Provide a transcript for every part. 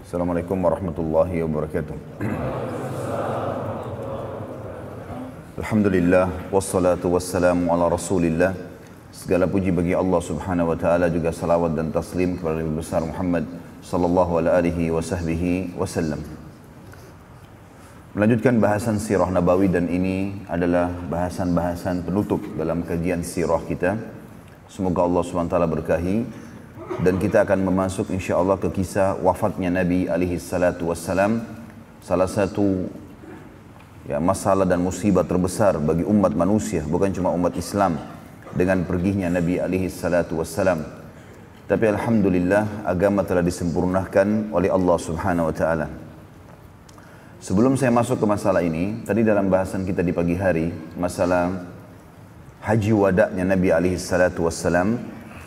Assalamualaikum warahmatullahi wabarakatuh. Alhamdulillah, wassalatu wassalamu ala rasulillah. Segala puji bagi Allah subhanahu wa ta'ala, juga salawat dan taslim kepada Nabi besar Muhammad sallallahu alaihi wa sahbihi wasallam. Melanjutkan bahasan sirah nabawi, dan ini adalah bahasan-bahasan penutup dalam kajian sirah kita. Semoga Allah subhanahu wa ta'ala berkahi, dan kita akan memasuk insyaAllah ke kisah wafatnya Nabi alaihi salatu wassalam. Salah satu masalah dan musibah terbesar bagi umat manusia, bukan cuma umat Islam, dengan perginya Nabi alaihi salatu wassalam. Tapi alhamdulillah agama telah disempurnakan oleh Allah subhanahu wa ta'ala. Sebelum saya masuk ke masalah ini, tadi dalam bahasan kita di pagi hari, masalah haji wada'nya Nabi alaihi salatu wassalam,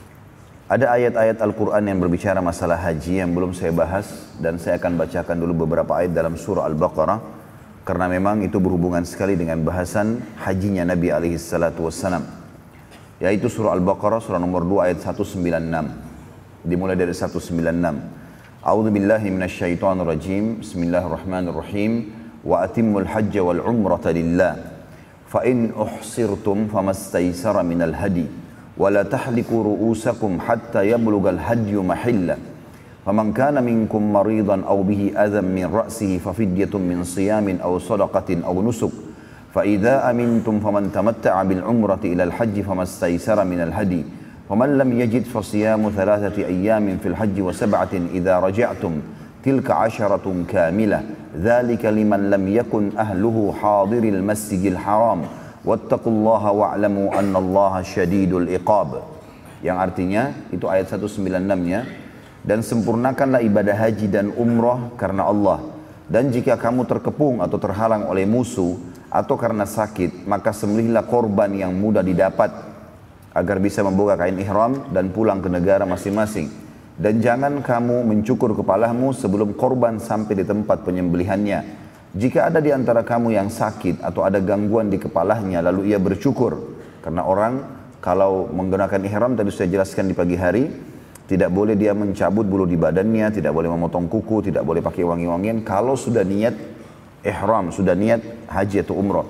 ada ayat-ayat Al-Quran yang berbicara masalah haji yang belum saya bahas, dan saya akan bacakan dulu beberapa ayat dalam surah Al-Baqarah, karena memang itu berhubungan sekali dengan bahasan hajinya Nabi alaihi salatu wassalam. Yaitu surah Al-Baqarah, surah nomor 2 ayat 196. Dimulai dari 196. A'udzu billahi minasyaitonir rajim. Bismillahirrahmanirrahim. Wa atimmul hajja wal umrata lillah. Fa in uhsirtum famastaysara minal hadi. Wa la tahliku ru'usakum hatta yablughal hadyu mahillah. Faman kana minkum maridan aw bihi adhan min ra'sihi fa fidyatun min siyamin aw shadaqatin aw nusuk. Fa idza amintum faman tamatta'a bil umrati ila al hajji famastaysara minal hadi. ومن لم يجد فصيام 3 أيام في الحج و7 إذا رجعتم تلك 10 كاملة ذلك لمن لم يكن أهله حاضر المسجد الحرام واتقوا الله واعلموا أن الله شديد العقاب. Yang artinya itu ayat 196-nya, dan sempurnakanlah ibadah haji dan umrah karena Allah, dan jika kamu terkepung atau terhalang oleh musuh atau karena sakit, maka sembelihlah korban yang mudah didapat agar bisa membuka kain ihram dan pulang ke negara masing-masing. Dan jangan kamu mencukur kepalamu sebelum korban sampai di tempat penyembelihannya. Jika ada di antara kamu yang sakit atau ada gangguan di kepalanya, lalu ia bercukur. Karena orang kalau menggunakan ihram, tadi saya jelaskan di pagi hari, tidak boleh dia mencabut bulu di badannya, tidak boleh memotong kuku, tidak boleh pakai wangi-wangian kalau sudah niat ihram, sudah niat haji atau umrah.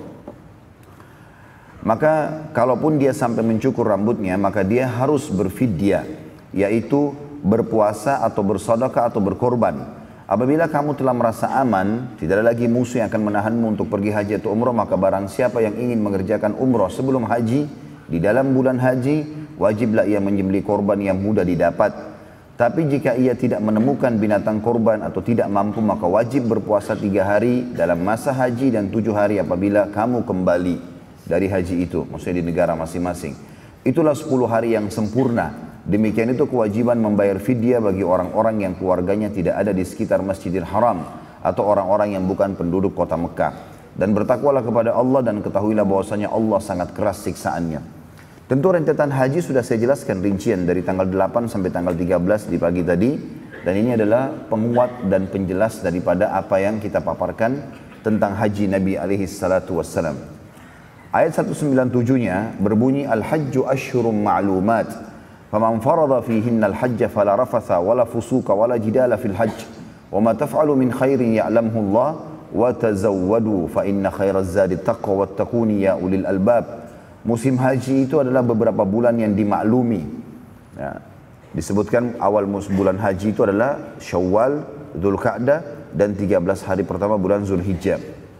Maka kalaupun dia sampai mencukur rambutnya, maka dia harus berfidyah, yaitu berpuasa atau bersedekah atau berkorban. Apabila kamu telah merasa aman, tidak ada lagi musuh yang akan menahanmu untuk pergi haji atau umrah, maka barang siapa yang ingin mengerjakan umrah sebelum haji, di dalam bulan haji, wajiblah ia menyembelih korban yang mudah didapat. Tapi jika ia tidak menemukan binatang korban atau tidak mampu, maka wajib berpuasa 3 hari dalam masa haji dan 7 hari apabila kamu kembali dari haji itu, maksudnya di negara masing-masing. Itulah 10 hari yang sempurna. Demikian itu kewajiban membayar fidyah bagi orang-orang yang keluarganya tidak ada di sekitar Masjidil Haram atau orang-orang yang bukan penduduk kota Mekah. Dan bertakwalah kepada Allah, dan ketahuilah bahwasanya Allah sangat keras siksaannya. Tentu rentetan haji sudah saya jelaskan rincian dari tanggal 8 sampai tanggal 13 di pagi tadi, dan ini adalah penguat dan penjelas daripada apa yang kita paparkan tentang haji Nabi alaihi salatu wassalam. Ayat 197-nya berbunyi, Al-hajju ashhurum ma'lumat, faman farada fihinna al-hajja fala rafatha wala fusuka wala jidala fil hajj, wa ma taf'alu min khairin ya'lamhu Allah, wa tazawwadu fa inna khairaz zadi taqwa wattaquni ya ulil albab. Musim haji itu adalah beberapa bulan yang dimaklumi. Ya, disebutkan awal bulan haji itu adalah Syawal, Dzulqa'dah, dan 13 hari pertama bulan Zulhijjah.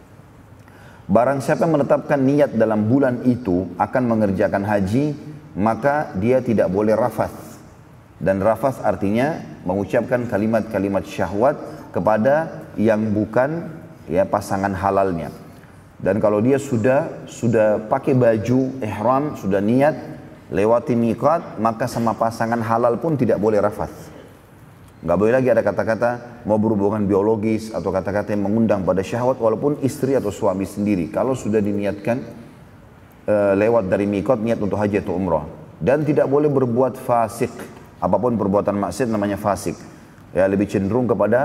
Barang siapa yang menetapkan niat dalam bulan itu akan mengerjakan haji, maka dia tidak boleh rafath. Dan rafath artinya mengucapkan kalimat-kalimat syahwat kepada yang bukan pasangan halalnya. Dan kalau dia sudah pakai baju ihram, sudah niat lewati miqat, maka sama pasangan halal pun tidak boleh rafath. Nggak boleh lagi ada kata-kata mau berhubungan biologis atau kata-kata yang mengundang pada syahwat, walaupun istri atau suami sendiri. Kalau sudah diniatkan lewat dari mikot, niat untuk haji atau umrah. Dan tidak boleh berbuat fasik. Apapun perbuatan maksiat namanya fasik. Ya, lebih cenderung kepada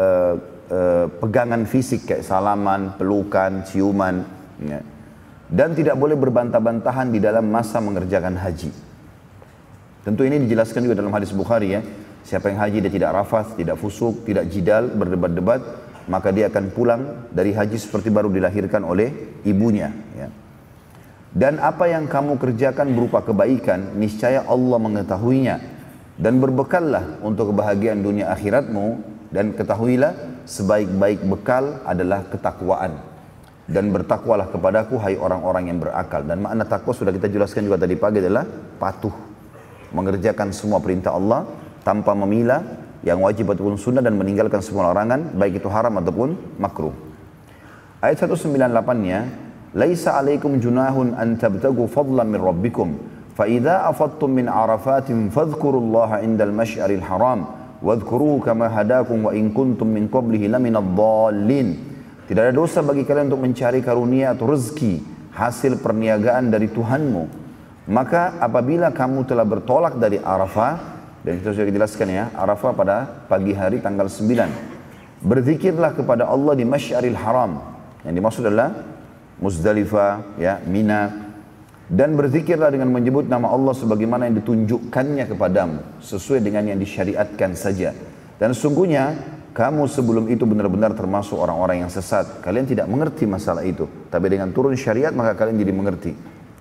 pegangan fisik kayak salaman, pelukan, ciuman. Ya. Dan tidak boleh berbantah-bantahan di dalam masa mengerjakan haji. Tentu ini dijelaskan juga dalam hadis Bukhari ya. Siapa yang haji dia tidak rafath, tidak fusuk, tidak jidal, berdebat-debat, maka dia akan pulang dari haji seperti baru dilahirkan oleh ibunya. Ya. Dan apa yang kamu kerjakan berupa kebaikan, niscaya Allah mengetahuinya. Dan berbekallah untuk kebahagiaan dunia akhiratmu, dan ketahuilah sebaik-baik bekal adalah ketakwaan. Dan bertakwalah kepadaku hai orang-orang yang berakal. Dan makna takwa sudah kita jelaskan juga tadi pagi adalah patuh, mengerjakan semua perintah Allah tanpa memilah yang wajib ataupun sunnah, dan meninggalkan semua larangan baik itu haram ataupun makruh. Ayat 198-nya, laisa alaikum junahun an tabtagu fadlan min rabbikum fa idza afattum min arafatin fadhkurullaha indal masy'aril haram wadhkuruhu kama hadakum wa in kuntum min qablihi laminadh dhallin. Tidak ada dosa bagi kalian untuk mencari karunia atau rezeki hasil perniagaan dari Tuhanmu. Maka apabila kamu telah bertolak dari Arafah, dan kita sudah dijelaskan ya, Arafah pada pagi hari tanggal 9. Berzikirlah kepada Allah di Masy'aril Haram. Yang dimaksud adalah Muzdalifah, ya, Mina. Dan berzikirlah dengan menyebut nama Allah sebagaimana yang ditunjukkannya kepadamu, sesuai dengan yang disyariatkan saja. Dan sungguhnya kamu sebelum itu benar-benar termasuk orang-orang yang sesat. Kalian tidak mengerti masalah itu. Tapi dengan turun syariat maka kalian jadi mengerti.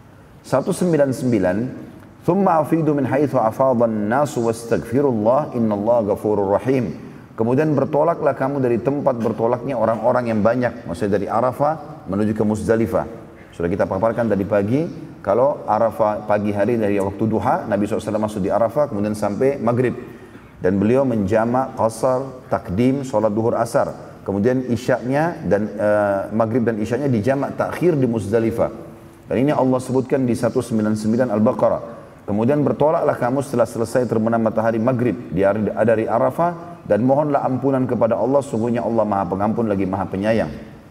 199. Thumma afidu min haitsu afadhan nasu wastaghfirullah innallaha ghafurur rahim. Kemudian bertolaklah kamu dari tempat bertolaknya orang-orang yang banyak. Maksudnya dari Arafah menuju ke Muzdalifah. Sudah kita paparkan tadi pagi, kalau Arafah pagi hari dari waktu duha, Nabi SAW masuk di Arafah kemudian sampai maghrib. Dan beliau menjamak qasar, takdim, sholat duhur asar. Kemudian isyaknya dan maghrib dan isyaknya dijamak takhir di Muzdalifah. Dan ini Allah sebutkan di 199 Al-Baqarah. Kemudian bertolaklah kamu setelah selesai terbenam matahari maghrib dari Arafah, dan mohonlah ampunan kepada Allah, sungguhnya Allah Maha Pengampun lagi Maha Penyayang.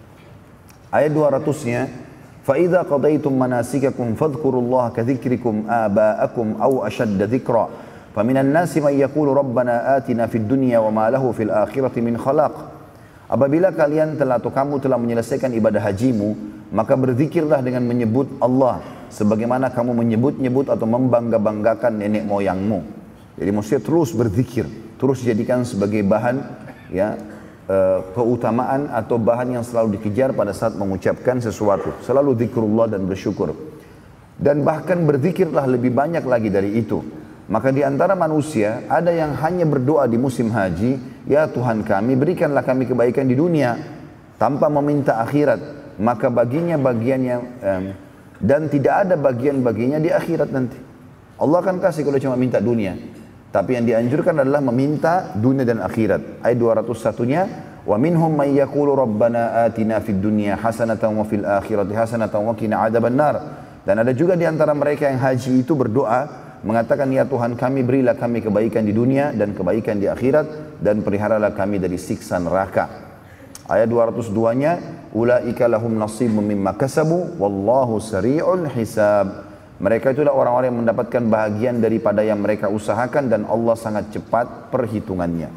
Ayat 200-nya, فَإِذَا قَضَيْتُمْ مَنَاسِكَكُمْ فَاذْكُرُوا اللَّهَ كَذِكْرِكُمْ آبَاءَكُمْ أَوْ أَشَدَّ ذِكْرًا فَمِنَ النَّاسِ مَنْ يَقُولُ رَبَّنَا آتِنَا فِي الدُّنْيَا وَمَا لَهُ فِي الْآخِرَةِ مِنْ خَلَاقٍ. Apabila kalian telah atau kamu telah menyelesaikan ibadah hajimu, maka berzikirlah dengan menyebut Allah sebagaimana kamu menyebut-nyebut atau membangga-banggakan nenek moyangmu. Jadi maksudnya terus berzikir, terus dijadikan sebagai bahan ya keutamaan atau bahan yang selalu dikejar pada saat mengucapkan sesuatu. Selalu zikrullah dan bersyukur. Dan bahkan berzikirlah lebih banyak lagi dari itu. Maka di antara manusia ada yang hanya berdoa di musim haji, ya Tuhan kami berikanlah kami kebaikan di dunia tanpa meminta akhirat. Maka baginya bagian yang dan tidak ada bagian-bagiannya di akhirat nanti. Allah akan kasih kalau cuma minta dunia. Tapi yang dianjurkan adalah meminta dunia dan akhirat. Ayat 201-nya, wa minhum may yaqulu rabbana atina fid dunya hasanatan wa fil akhirati hasanatan wa qina adzabannar. Dan ada juga di antara mereka yang haji itu berdoa mengatakan, ya Tuhan kami berilah kami kebaikan di dunia dan kebaikan di akhirat, dan peliharalah kami dari siksa neraka. Ayat 202-nya, ulaika lahum nasibun mimma kasabu wallahu sari'ul hisab. Mereka itulah orang-orang yang mendapatkan bahagian daripada yang mereka usahakan, dan Allah sangat cepat perhitungannya.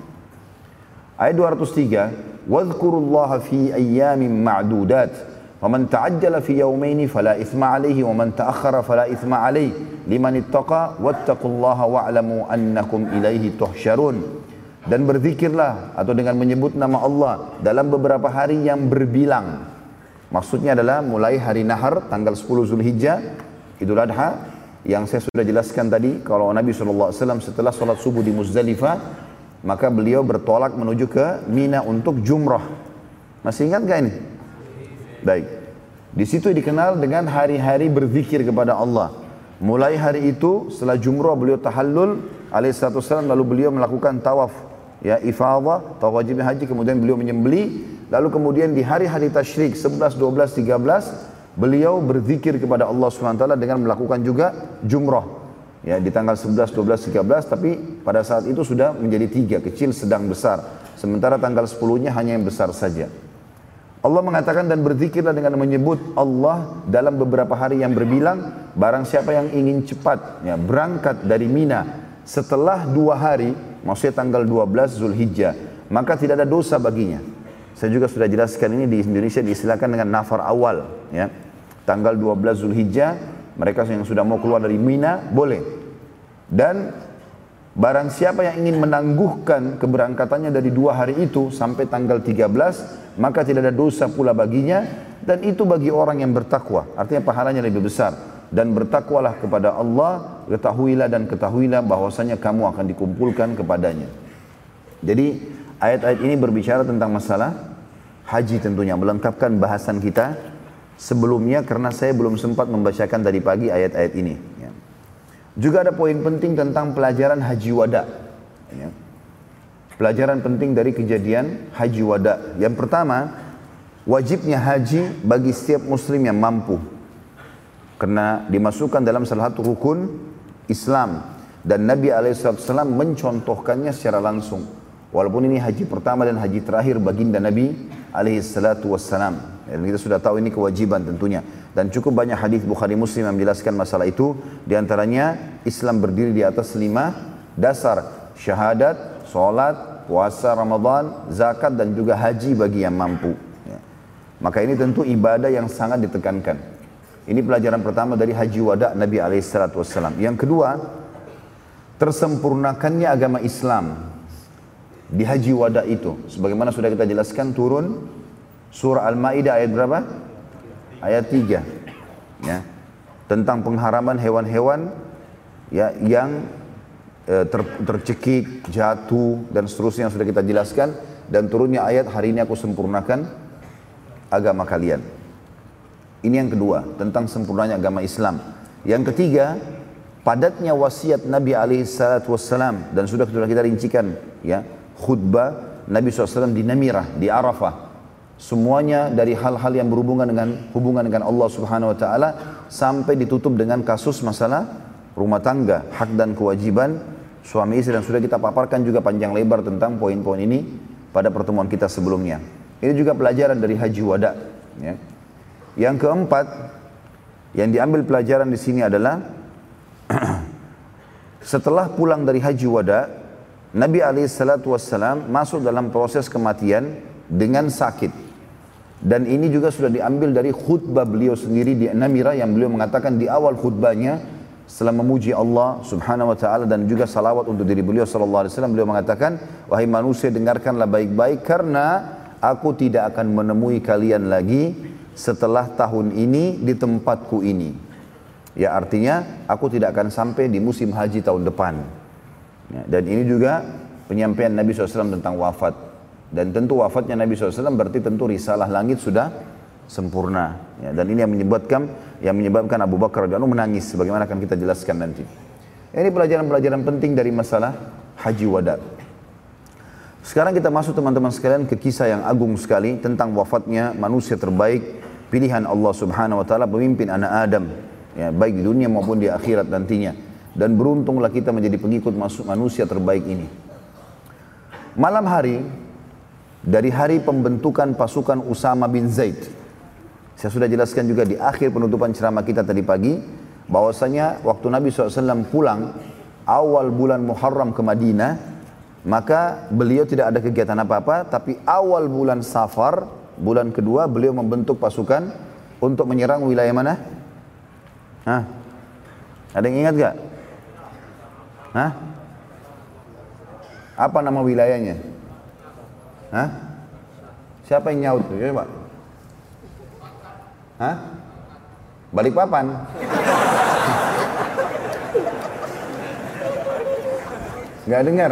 Ayat 203, wadhkurullaha fi ayyamin ma'dudat faman ta'ajjala fi yawmaini fala ithma alayhi wa man ta'akhkhara fala ithma alayhi liman ittaqa wattaqullaha wa'lamu annakum ilaihi tuhsyarun. Dan berzikirlah atau dengan menyebut nama Allah dalam beberapa hari yang berbilang. Maksudnya adalah mulai hari Nahar tanggal 10 Zulhijjah, Idul Adha, yang saya sudah jelaskan tadi. Kalau Nabi SAW setelah sholat subuh di Muzdalifah, maka beliau bertolak menuju ke Mina untuk jumrah. Masih ingat gak ini? Baik. Di situ dikenal dengan hari-hari berzikir kepada Allah. Mulai hari itu setelah jumrah beliau tahallul alaihissalam, lalu beliau melakukan tawaf ya ifadah, tawaf wajib haji, kemudian beliau menyembeli, lalu kemudian di hari-hari tasyrik 11, 12, 13 beliau berzikir kepada Allah SWT dengan melakukan juga jumrah ya di tanggal 11, 12, 13, tapi pada saat itu sudah menjadi 3, kecil, sedang, besar. Sementara tanggal 10-nya hanya yang besar saja. Allah mengatakan, dan berzikirlah dengan menyebut Allah dalam beberapa hari yang berbilang. Barang siapa yang ingin cepat ya, berangkat dari Mina setelah 2 hari, maksudnya tanggal 12 Zulhijjah, maka tidak ada dosa baginya. Saya juga sudah jelaskan ini, di Indonesia diistilahkan dengan nafar awal ya. Tanggal 12 Zulhijjah mereka yang sudah mau keluar dari Mina boleh. Dan Barang siapa yang ingin menangguhkan keberangkatannya dari 2 hari itu sampai tanggal 13, maka tidak ada dosa pula baginya, dan itu bagi orang yang bertakwa. Artinya pahalanya lebih besar. Dan bertakwalah kepada Allah, ketahuilah bahwasanya kamu akan dikumpulkan kepadanya. Jadi ayat-ayat ini berbicara tentang masalah haji tentunya, melengkapkan bahasan kita sebelumnya karena saya belum sempat membacakan tadi pagi ayat-ayat ini. Juga ada poin penting tentang pelajaran haji wada. Pelajaran penting dari kejadian haji wada. Yang pertama, wajibnya haji bagi setiap muslim yang mampu. Karena dimasukkan dalam salah satu rukun Islam. Dan Nabi SAW mencontohkannya secara langsung. Walaupun ini haji pertama dan haji terakhir baginda Nabi SAW. Dan kita sudah tahu ini kewajiban tentunya. Dan cukup banyak hadis Bukhari Muslim yang menjelaskan masalah itu. Di antaranya Islam berdiri di atas 5 dasar. Syahadat, salat, puasa Ramadan, zakat dan juga haji bagi yang mampu. Maka ini tentu ibadah yang sangat ditekankan. Ini pelajaran pertama dari haji wada Nabi SAW. Yang kedua, tersempurnakannya agama Islam di haji wada itu. Sebagaimana sudah kita jelaskan turun surah Al-Ma'idah ayat berapa? Ayat 3 ya, tentang pengharaman hewan-hewan ya, yang tercekik, jatuh dan seterusnya yang sudah kita jelaskan. Dan turunnya ayat hari ini aku sempurnakan agama kalian. Ini yang kedua, tentang sempurnanya agama Islam. Yang ketiga, padatnya wasiat Nabi SAW. Dan sudah kita rincikan ya, khutbah Nabi SAW di Namirah, di Arafah. Semuanya dari hal-hal yang berhubungan dengan Allah Subhanahu Wa Taala sampai ditutup dengan kasus masalah rumah tangga, hak dan kewajiban suami istri, dan sudah kita paparkan juga panjang lebar tentang poin-poin ini pada pertemuan kita sebelumnya. Ini juga pelajaran dari haji wada. Ya. Yang keempat, yang diambil pelajaran di sini adalah setelah pulang dari haji wada, Nabi SAW masuk dalam proses kematian dengan sakit. Dan ini juga sudah diambil dari khutbah beliau sendiri di Namirah, yang beliau mengatakan di awal khutbahnya setelah memuji Allah Subhanahu Wa Taala dan juga salawat untuk diri beliau SAW, beliau mengatakan, wahai manusia, dengarkanlah baik-baik karena aku tidak akan menemui kalian lagi setelah tahun ini di tempatku ini. Ya, artinya aku tidak akan sampai di musim haji tahun depan. Ya, dan ini juga penyampaian Nabi SAW tentang wafat. Dan tentu wafatnya Nabi SAW berarti tentu risalah langit sudah sempurna. Ya, dan ini yang menyebabkan Abu Bakar radhiyallahu anhu menangis, sebagaimana akan kita jelaskan nanti. Ini pelajaran-pelajaran penting dari masalah haji wada. Sekarang kita masuk teman-teman sekalian ke kisah yang agung sekali tentang wafatnya manusia terbaik, pilihan Allah Subhanahu Wa Taala, pemimpin anak Adam, ya, baik di dunia maupun di akhirat nantinya. Dan beruntunglah kita menjadi pengikut manusia terbaik ini. Malam hari dari hari pembentukan pasukan Usama bin Zaid, saya sudah jelaskan juga di akhir penutupan ceramah kita tadi pagi, bahwasanya waktu Nabi SAW pulang awal bulan Muharram ke Madinah, maka beliau tidak ada kegiatan apa-apa, tapi awal bulan Safar, bulan kedua, beliau membentuk pasukan untuk menyerang wilayah mana? Hah? Ada yang ingat gak? Hah? Apa nama wilayahnya? Hah? Siapa yang nyaut? Ya, Pak? Hah? Balikpapan. Gak dengar?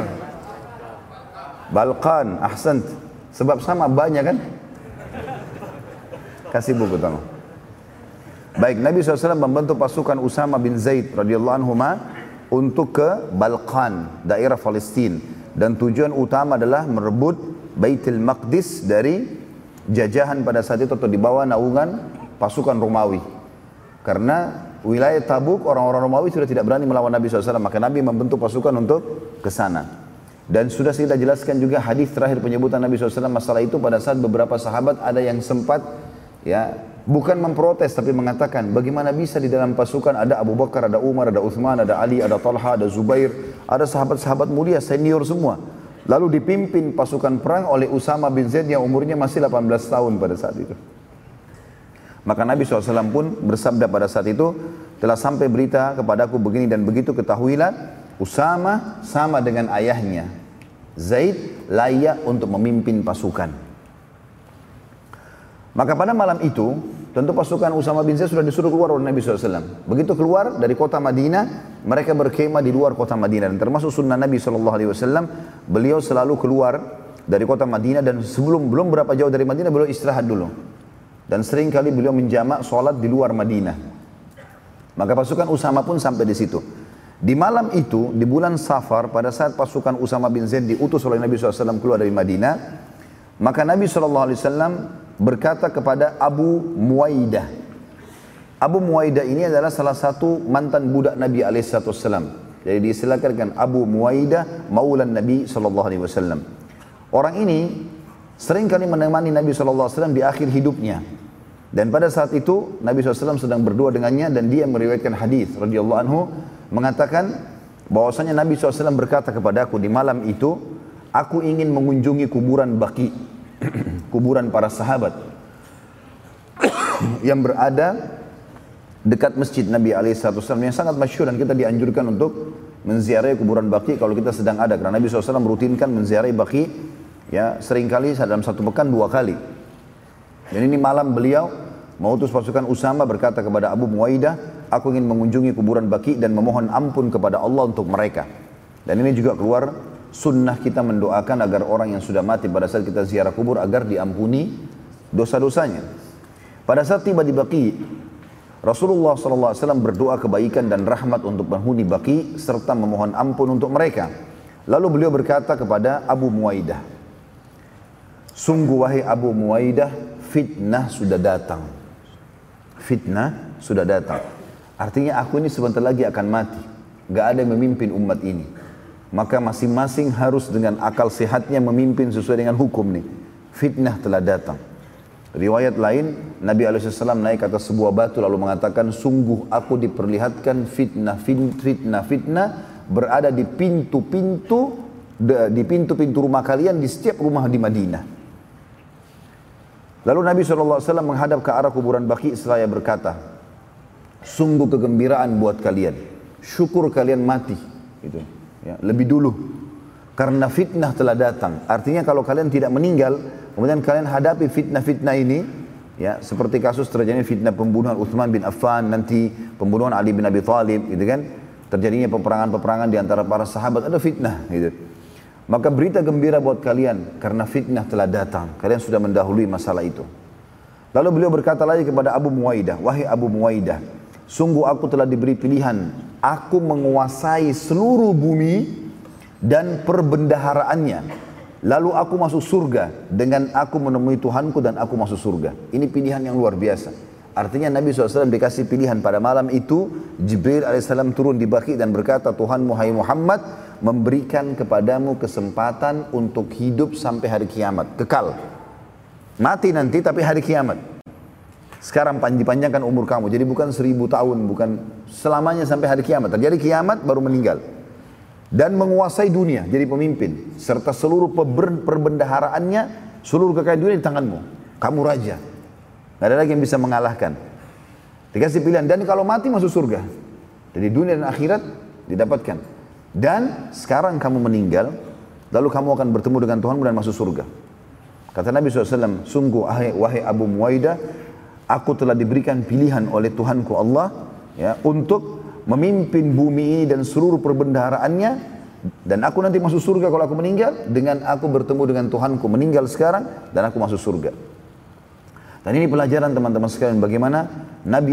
Balkan, ahsant. Sebab sama banyak kan? Kasih buku tolong. Baik, Nabi SAW membentuk pasukan Usama bin Zaid radhiyallahu anhu untuk ke Balkan, daerah Palestina. Dan tujuan utama adalah merebut Baitul Maqdis dari jajahan pada saat itu, atau di bawah naungan pasukan Romawi. Karena wilayah Tabuk orang-orang Romawi sudah tidak berani melawan Nabi SAW, maka Nabi membentuk pasukan untuk ke sana. Dan sudah kita jelaskan juga hadis terakhir penyebutan Nabi SAW masalah itu, pada saat beberapa sahabat ada yang sempat ya bukan memprotes tapi mengatakan, bagaimana bisa di dalam pasukan ada Abu Bakar, ada Umar, ada Uthman, ada Ali, ada Talha, ada Zubair, ada sahabat-sahabat mulia senior semua, lalu dipimpin pasukan perang oleh Usama bin Zaid yang umurnya masih 18 tahun pada saat itu. Maka Nabi SAW pun bersabda pada saat itu, telah sampai berita kepadaku begini dan begitu, ketahuilah Usama sama dengan ayahnya Zaid layak untuk memimpin pasukan. Maka pada malam itu, tentu pasukan Usama bin Zaid sudah disuruh keluar oleh Nabi SAW. Begitu keluar dari kota Madinah, mereka berkemah di luar kota Madinah. Dan termasuk sunnah Nabi SAW, beliau selalu keluar dari kota Madinah dan belum berapa jauh dari Madinah, beliau istirahat dulu. Dan sering kali beliau menjamak sholat di luar Madinah. Maka pasukan Usama pun sampai di situ. Di malam itu, di bulan Safar, pada saat pasukan Usama bin Zaid diutus oleh Nabi SAW keluar dari Madinah, maka Nabi SAW berkata kepada Abu Muwaidah. Abu Muwaidah ini adalah salah satu mantan budak Nabi SAW. Jadi diistilahkan Abu Muwaidah maulan Nabi SAW. Orang ini sering kali menemani Nabi SAW di akhir hidupnya. Dan pada saat itu Nabi SAW sedang berdua dengannya dan dia meriwayatkan hadis radhiyallahu anhu mengatakan bahwasanya Nabi SAW berkata kepadaku di malam itu, aku ingin mengunjungi kuburan Baqi, kuburan para sahabat yang berada dekat masjid Nabi SAW yang sangat masyhur, dan kita dianjurkan untuk menziarahi kuburan Baqi kalau kita sedang ada, karena Nabi SAW merutinkan menziarahi Baqi ya seringkali dalam satu pekan 2 kali. Dan ini malam beliau mengutus pasukan Usama berkata kepada Abu Muwaidah, aku ingin mengunjungi kuburan Baqi dan memohon ampun kepada Allah untuk mereka. Dan ini juga keluar sunnah kita mendoakan agar orang yang sudah mati pada saat kita ziarah kubur agar diampuni dosa-dosanya. Pada saat tiba di Baqi, Rasulullah SAW berdoa kebaikan dan rahmat untuk penghuni Baqi serta memohon ampun untuk mereka. Lalu beliau berkata kepada Abu Muwaidah, sungguh wahai Abu Muwaidah, fitnah sudah datang. Fitnah sudah datang. Artinya aku ini sebentar lagi akan mati. Gak ada yang memimpin umat ini. Maka masing-masing harus dengan akal sehatnya memimpin sesuai dengan hukum nih. Fitnah telah datang. Riwayat lain, Nabi SAW naik atas sebuah batu lalu mengatakan, sungguh aku diperlihatkan fitnah berada di pintu-pintu rumah kalian, di setiap rumah di Madinah. Lalu Nabi SAW menghadap ke arah kuburan Baqi seraya berkata, sungguh kegembiraan buat kalian, syukur kalian mati gitu, ya, lebih dulu, karena fitnah telah datang. Artinya kalau kalian tidak meninggal, kemudian kalian hadapi fitnah-fitnah ini, ya, seperti kasus terjadinya fitnah pembunuhan Utsman bin Affan, nanti pembunuhan Ali bin Abi Thalib, gitu kan, terjadinya peperangan-peperangan di antara para sahabat, ada fitnah gitu. Maka berita gembira buat kalian karena fitnah telah datang. Kalian sudah mendahului masalah itu. Lalu beliau berkata lagi kepada Abu Muwaidah, wahai Abu Muwaidah, sungguh aku telah diberi pilihan. Aku menguasai seluruh bumi dan perbendaharaannya. Lalu aku masuk surga dengan aku menemui Tuhanku dan aku masuk surga. Ini pilihan yang luar biasa. Artinya Nabi SAW dikasih pilihan pada malam itu. Jibril AS turun di Baqi dan berkata, Tuhanmu hai Muhammad memberikan kepadamu kesempatan untuk hidup sampai hari kiamat, kekal. Mati nanti tapi hari kiamat. Sekarang dipanjangkan umur kamu, jadi bukan 1000 tahun, bukan selamanya sampai hari kiamat. Terjadi kiamat baru meninggal. Dan menguasai dunia, jadi pemimpin. Serta seluruh perbendaharaannya, seluruh kekayaan dunia di tanganmu. Kamu raja. Gak ada lagi yang bisa mengalahkan. Dikasih pilihan, dan kalau mati masuk surga. Jadi dunia dan akhirat didapatkan. Dan sekarang kamu meninggal, lalu kamu akan bertemu dengan Tuhanmu dan masuk surga. Kata Nabi SAW, sungguh wahai Abu Muwaidah, aku telah diberikan pilihan oleh Tuhanku Allah, ya, untuk memimpin bumi ini dan seluruh perbendaharaannya, dan aku nanti masuk surga kalau aku meninggal, dengan aku bertemu dengan Tuhanku meninggal sekarang, dan aku masuk surga. Dan ini pelajaran teman-teman sekalian, bagaimana Nabi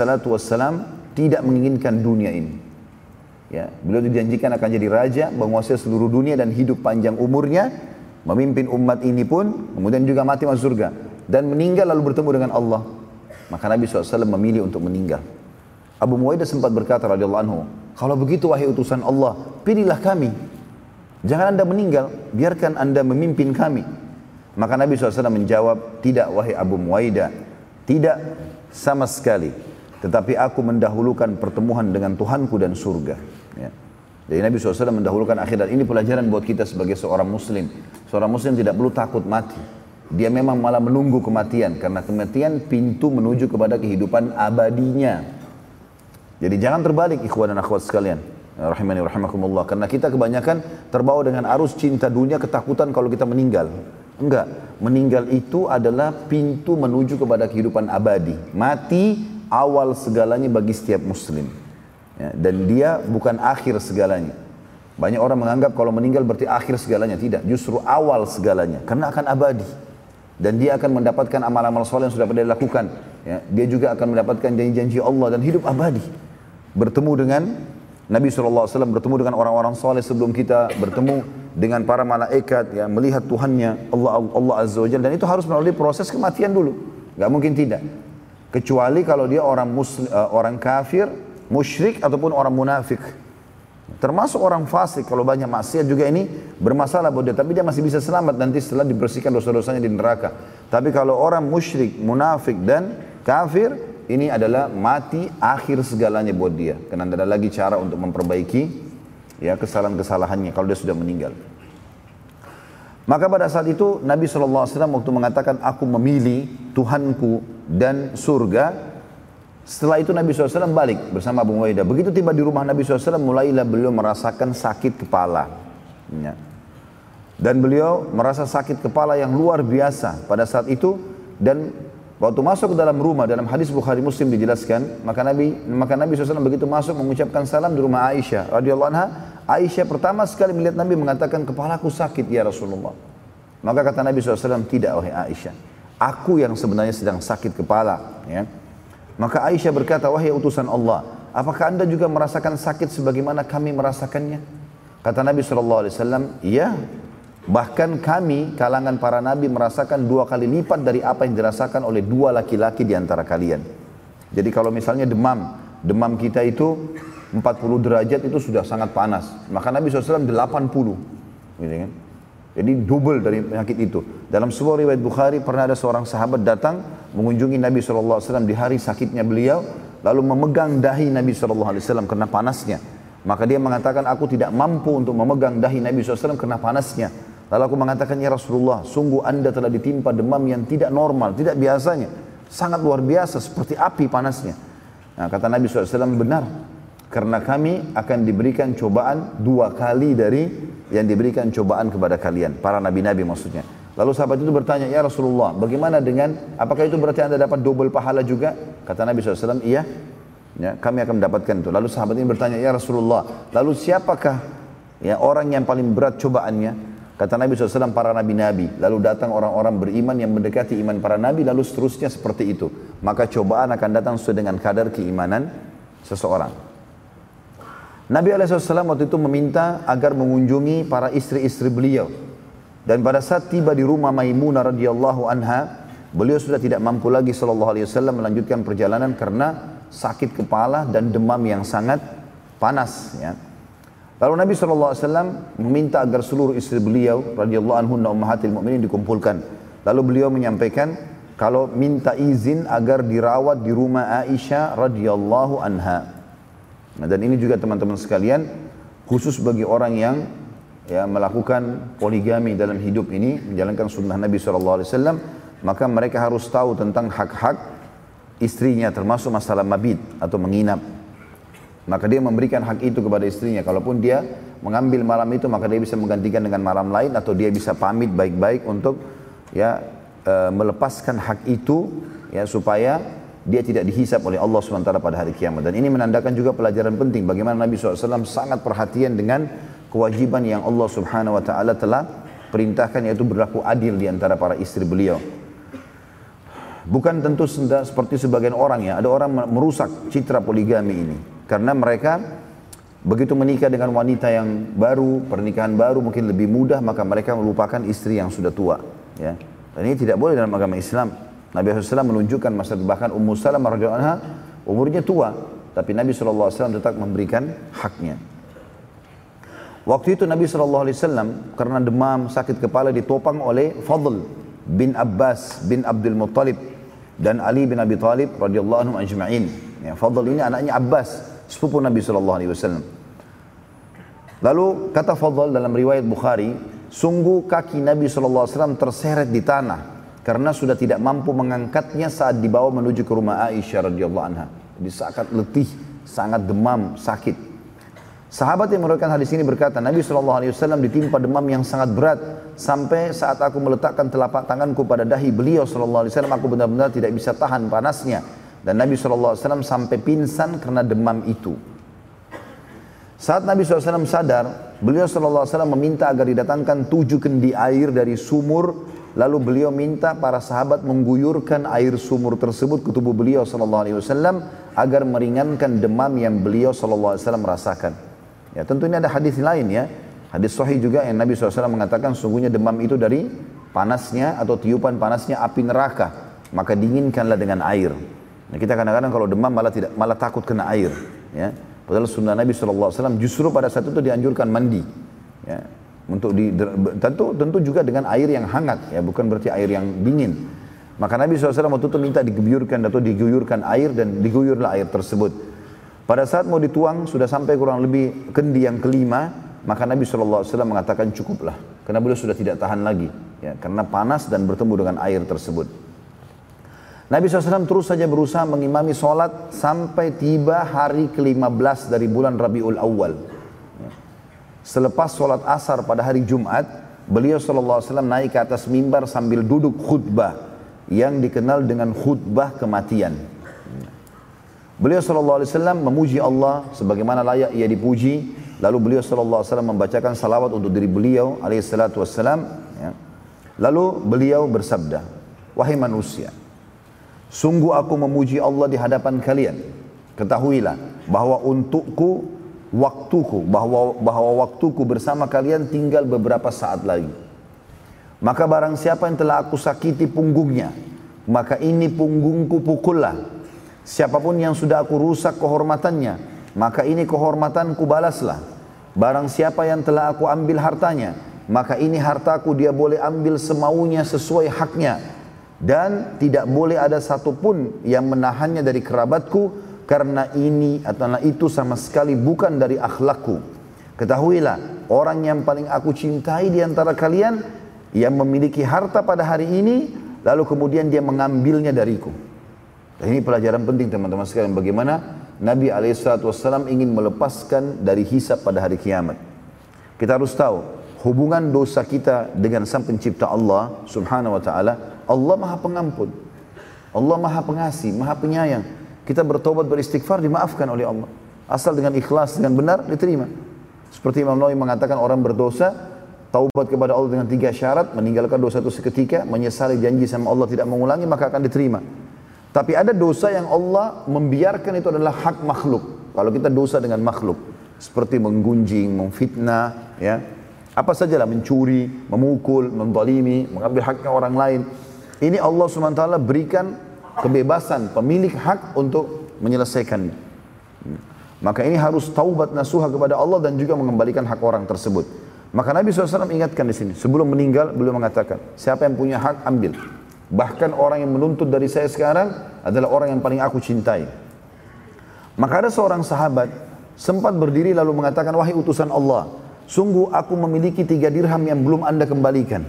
SAW tidak menginginkan dunia ini. Ya, beliau dijanjikan akan jadi raja, menguasai seluruh dunia dan hidup panjang umurnya, memimpin umat ini pun, kemudian juga mati masuk surga. Dan meninggal lalu bertemu dengan Allah. Maka Nabi SAW memilih untuk meninggal. Abu Muwaidah sempat berkata radhiyallahu anhu, kalau begitu wahai utusan Allah, pilihlah kami. Jangan anda meninggal, biarkan anda memimpin kami. Maka Nabi SAW menjawab, tidak wahai Abu Muwaidah, tidak sama sekali. Tetapi aku mendahulukan pertemuan dengan Tuhanku dan surga. Ya. Jadi Nabi SAW mendahulukan akhirat. Ini pelajaran buat kita sebagai seorang muslim. Seorang muslim tidak perlu takut mati. Dia memang malah menunggu kematian. Karena kematian pintu menuju kepada kehidupan abadinya. Jadi jangan terbalik ikhwan dan akhwat sekalian. rahimani rahimakumullah. Karena kita kebanyakan terbawa dengan arus cinta dunia, ketakutan kalau kita meninggal. Enggak, meninggal itu adalah pintu menuju kepada kehidupan abadi. Mati awal segalanya bagi setiap muslim. Ya, dan dia bukan akhir segalanya. Banyak orang menganggap kalau meninggal berarti akhir segalanya. Tidak, justru awal segalanya. Karena akan abadi. Dan dia akan mendapatkan amal-amal soleh yang sudah pernah dilakukan. Ya, dia juga akan mendapatkan janji-janji Allah dan hidup abadi. Bertemu dengan Nabi SAW, bertemu dengan orang-orang soleh sebelum kita, bertemu dengan para malaikat, ya, melihat Tuhannya, Allah Azza wa Jalla. Dan itu harus melalui proses kematian dulu. Gak mungkin tidak. Kecuali kalau dia orang orang kafir, musyrik ataupun orang munafik. Termasuk orang fasik, kalau banyak maksiat juga ini bermasalah buat dia, tapi dia masih bisa selamat nanti setelah dibersihkan dosa-dosanya di neraka. Tapi kalau orang musyrik, munafik dan kafir, ini adalah mati akhir segalanya buat dia. Karena tidak ada lagi cara untuk memperbaiki ya kesalahan-kesalahannya kalau dia sudah meninggal. Maka pada saat itu Nabi SAW waktu mengatakan aku memilih Tuhanku dan surga. Setelah itu Nabi SAW balik bersama Abu Muwaidah. Begitu tiba di rumah Nabi SAW, mulailah beliau merasakan sakit kepala. Ya. Dan beliau merasa sakit kepala yang luar biasa pada saat itu. Dan waktu masuk ke dalam rumah, dalam hadis Bukhari Muslim dijelaskan, maka Nabi SAW begitu masuk mengucapkan salam di rumah Aisyah radhiyallahu anha. Aisyah pertama sekali melihat Nabi mengatakan, kepalaku sakit ya Rasulullah. Maka kata Nabi SAW, tidak wahai Aisyah, aku yang sebenarnya sedang sakit kepala. Ya. Maka Aisyah berkata, wahai utusan Allah, apakah anda juga merasakan sakit sebagaimana kami merasakannya? Kata Nabi SAW, iya. Bahkan kami, kalangan para nabi, merasakan 2 kali lipat dari apa yang dirasakan oleh 2 laki-laki di antara kalian. Jadi kalau misalnya demam kita itu 40 derajat itu sudah sangat panas. Maka Nabi SAW 80. Gitu kan? Jadi double dari penyakit itu. Dalam sebuah riwayat Bukhari pernah ada seorang sahabat datang mengunjungi Nabi SAW di hari sakitnya beliau, lalu memegang dahi Nabi SAW karena panasnya. Maka dia mengatakan, aku tidak mampu untuk memegang dahi Nabi SAW karena panasnya. Lalu aku mengatakan, ya Rasulullah, sungguh anda telah ditimpa demam yang tidak normal, tidak biasanya. Sangat luar biasa, seperti api panasnya. Nah, kata Nabi SAW, benar. Karena kami akan diberikan cobaan 2 kali dari yang diberikan cobaan kepada kalian, para nabi-nabi maksudnya. Lalu sahabat itu bertanya, ya Rasulullah, bagaimana dengan, apakah itu berarti anda dapat double pahala juga? Kata Nabi SAW, iya, ya, kami akan mendapatkan itu. Lalu sahabat ini bertanya, ya Rasulullah, lalu siapakah ya orang yang paling berat cobaannya? Kata Nabi SAW, para nabi-nabi. Lalu datang orang-orang beriman yang mendekati iman para nabi, lalu seterusnya seperti itu. Maka cobaan akan datang sesuai dengan kadar keimanan seseorang. Nabi SAW waktu itu meminta agar mengunjungi para istri-istri beliau. Dan pada saat tiba di rumah Maimunah radhiyallahu anha, beliau sudah tidak mampu lagi SAW melanjutkan perjalanan karena sakit kepala dan demam yang sangat panas. Ya. Lalu Nabi SAW meminta agar seluruh istri beliau radhiyallahu anhunna ummahatil mu'minin dikumpulkan. Lalu beliau menyampaikan kalau minta izin agar dirawat di rumah Aisyah radhiyallahu anha. Nah, dan ini juga teman-teman sekalian, khusus bagi orang yang ya, melakukan poligami dalam hidup ini, menjalankan sunnah Nabi SAW, maka mereka harus tahu tentang hak-hak istrinya, termasuk masalah mabit atau menginap. Maka dia memberikan hak itu kepada istrinya. Kalaupun dia mengambil malam itu, maka dia bisa menggantikan dengan malam lain, atau dia bisa pamit baik-baik untuk ya melepaskan hak itu ya supaya dia tidak dihisap oleh Allah SWT pada hari kiamat. Dan ini menandakan juga pelajaran penting bagaimana Nabi SAW sangat perhatian dengan kewajiban yang Allah Subhanahu Wa Taala telah perintahkan, yaitu berlaku adil di antara para istri beliau. Bukan tentu seperti sebagian orang ya, ada orang merusak citra poligami ini karena mereka begitu menikah dengan wanita yang baru, pernikahan baru mungkin lebih mudah, maka mereka melupakan istri yang sudah tua. Ya. Dan ini tidak boleh dalam agama Islam. Nabi SAW menunjukkan masa bahkan Ummu Salamah radhiyallahu anha umurnya tua, tapi Nabi SAW tetap memberikan haknya. Waktu itu Nabi SAW karena demam, sakit kepala ditopang oleh Fadl bin Abbas bin Abdul Muttalib dan Ali bin Abi Thalib radhiyallahu anhum ajma'in. Ya, Fadl ini anaknya Abbas, sepupu Nabi SAW. Lalu kata Fadl dalam riwayat Bukhari, sungguh kaki Nabi SAW terseret di tanah karena sudah tidak mampu mengangkatnya saat dibawa menuju ke rumah Aisyah radhiyallahu anha. Jadi sangat letih, sangat demam, sakit. Sahabat yang meriwayatkan hadis ini berkata, Nabi SAW ditimpa demam yang sangat berat sampai saat aku meletakkan telapak tanganku pada dahi beliau SAW, aku benar-benar tidak bisa tahan panasnya. Dan Nabi SAW sampai pingsan karena demam itu. Saat Nabi SAW sadar, beliau SAW meminta agar didatangkan 7 kendi air dari sumur. Lalu beliau minta para sahabat mengguyurkan air sumur tersebut ke tubuh beliau SAW agar meringankan demam yang beliau SAW rasakan. Ya, tentu ini ada hadis lain ya. Hadis sahih juga yang Nabi SAW mengatakan sungguhnya demam itu dari panasnya atau tiupan panasnya api neraka. Maka dinginkanlah dengan air. Nah, kita kadang-kadang kalau demam malah takut kena air. Ya. Padahal sunnah Nabi SAW justru pada saat itu dianjurkan mandi. Ya. Tentu juga dengan air yang hangat. Ya, bukan berarti air yang dingin. Maka Nabi SAW waktu itu minta diguyurkan air dan diguyurlah air tersebut. Pada saat mau dituang sudah sampai kurang lebih kendi yang kelima, maka Nabi SAW mengatakan cukuplah, karena beliau sudah tidak tahan lagi, ya, karena panas dan bertemu dengan air tersebut. Nabi SAW terus saja berusaha mengimami sholat sampai tiba hari ke-15 dari bulan Rabiul Awal. Selepas sholat asar pada hari Jumat, beliau SAW naik ke atas mimbar sambil duduk khutbah yang dikenal dengan khutbah kematian. Beliau SAW memuji Allah sebagaimana layak ia dipuji. Lalu beliau SAW membacakan salawat untuk diri beliau alaihissalatu wassalam. Ya. Lalu beliau bersabda, wahai manusia, sungguh aku memuji Allah di hadapan kalian. Ketahuilah bahwa untukku waktuku, bahwa waktuku bersama kalian tinggal beberapa saat lagi. Maka barang siapa yang telah aku sakiti punggungnya, maka ini punggungku pukullah. Siapapun yang sudah aku rusak kehormatannya, maka ini kehormatanku balaslah. Barang siapa yang telah aku ambil hartanya, maka ini hartaku dia boleh ambil semaunya sesuai haknya. Dan tidak boleh ada satupun yang menahannya dari kerabatku, karena ini atau itu sama sekali bukan dari akhlakku. Ketahuilah, orang yang paling aku cintai di antara kalian, yang memiliki harta pada hari ini, lalu kemudian dia mengambilnya dariku. Dan ini pelajaran penting teman-teman sekalian, bagaimana Nabi SAW ingin melepaskan dari hisab pada hari kiamat. Kita harus tahu hubungan dosa kita dengan Sang Pencipta Allah Subhanahu wa taala. Allah Maha Pengampun, Allah Maha Pengasih, Maha Penyayang. Kita bertobat beristighfar dimaafkan oleh Allah, asal dengan ikhlas, dengan benar diterima. Seperti Imam Nawawi mengatakan, orang berdosa taubat kepada Allah dengan 3 syarat, meninggalkan dosa itu seketika, menyesali janji sama Allah tidak mengulangi, maka akan diterima. Tapi ada dosa yang Allah membiarkan, itu adalah hak makhluk. Kalau kita dosa dengan makhluk, seperti menggunjing, memfitnah, ya, apa sajalah, mencuri, memukul, menzalimi, mengambil haknya orang lain. Ini Allah SWT berikan kebebasan pemilik hak untuk menyelesaikannya. Maka ini harus taubat nasuha kepada Allah dan juga mengembalikan hak orang tersebut. Maka Nabi SAW ingatkan di sini, sebelum meninggal beliau mengatakan, siapa yang punya hak ambil. Bahkan orang yang menuntut dari saya sekarang adalah orang yang paling aku cintai. Maka ada seorang sahabat sempat berdiri lalu mengatakan, wahai utusan Allah, sungguh aku memiliki 3 dirham yang belum anda kembalikan.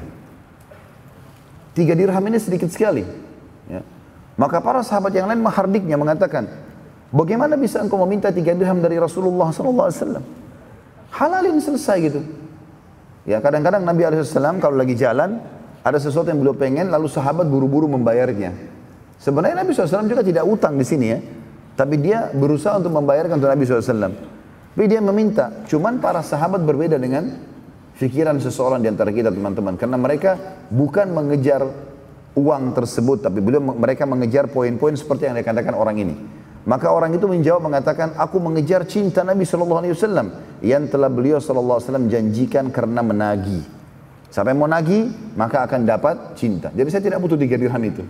3 dirham ini sedikit sekali. Ya. Maka para sahabat yang lain menghardiknya, mengatakan, bagaimana bisa engkau meminta 3 dirham dari Rasulullah SAW? Halalin, selesai gitu. Ya, kadang-kadang Nabi SAW kalau lagi jalan, ada sesuatu yang beliau pengen, lalu sahabat buru-buru membayarnya. Sebenarnya Nabi SAW juga tidak utang di sini ya, tapi dia berusaha untuk membayarkan untuk Nabi SAW. Tapi dia meminta. Cuman para sahabat berbeda dengan fikiran seseorang di antara kita teman-teman, karena mereka bukan mengejar uang tersebut, tapi mereka mengejar poin-poin seperti yang dikatakan orang ini. Maka orang itu menjawab mengatakan, aku mengejar cinta Nabi SAW yang telah beliau SAW janjikan karena menagih. Siapa yang mau nagih, maka akan dapat cinta. Jadi saya tidak butuh 3 dirham itu.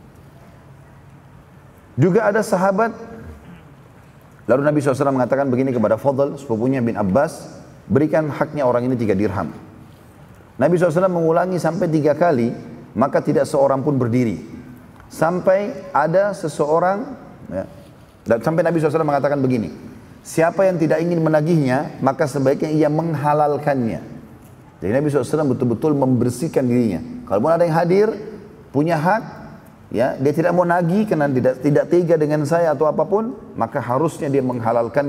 Juga ada sahabat, lalu Nabi SAW mengatakan begini kepada Fadl, sepupunya bin Abbas, berikan haknya orang ini 3 dirham. Nabi SAW mengulangi sampai 3 kali, maka tidak seorang pun berdiri. Sampai ada seseorang, ya, sampai Nabi SAW mengatakan begini, siapa yang tidak ingin menagihnya, maka sebaiknya ia menghalalkannya. Jadi Nabi SAW betul-betul membersihkan dirinya. Kalau ada yang hadir, punya hak, ya, dia tidak mau nagih karena tidak tega dengan saya atau apapun, maka harusnya dia menghalalkannya.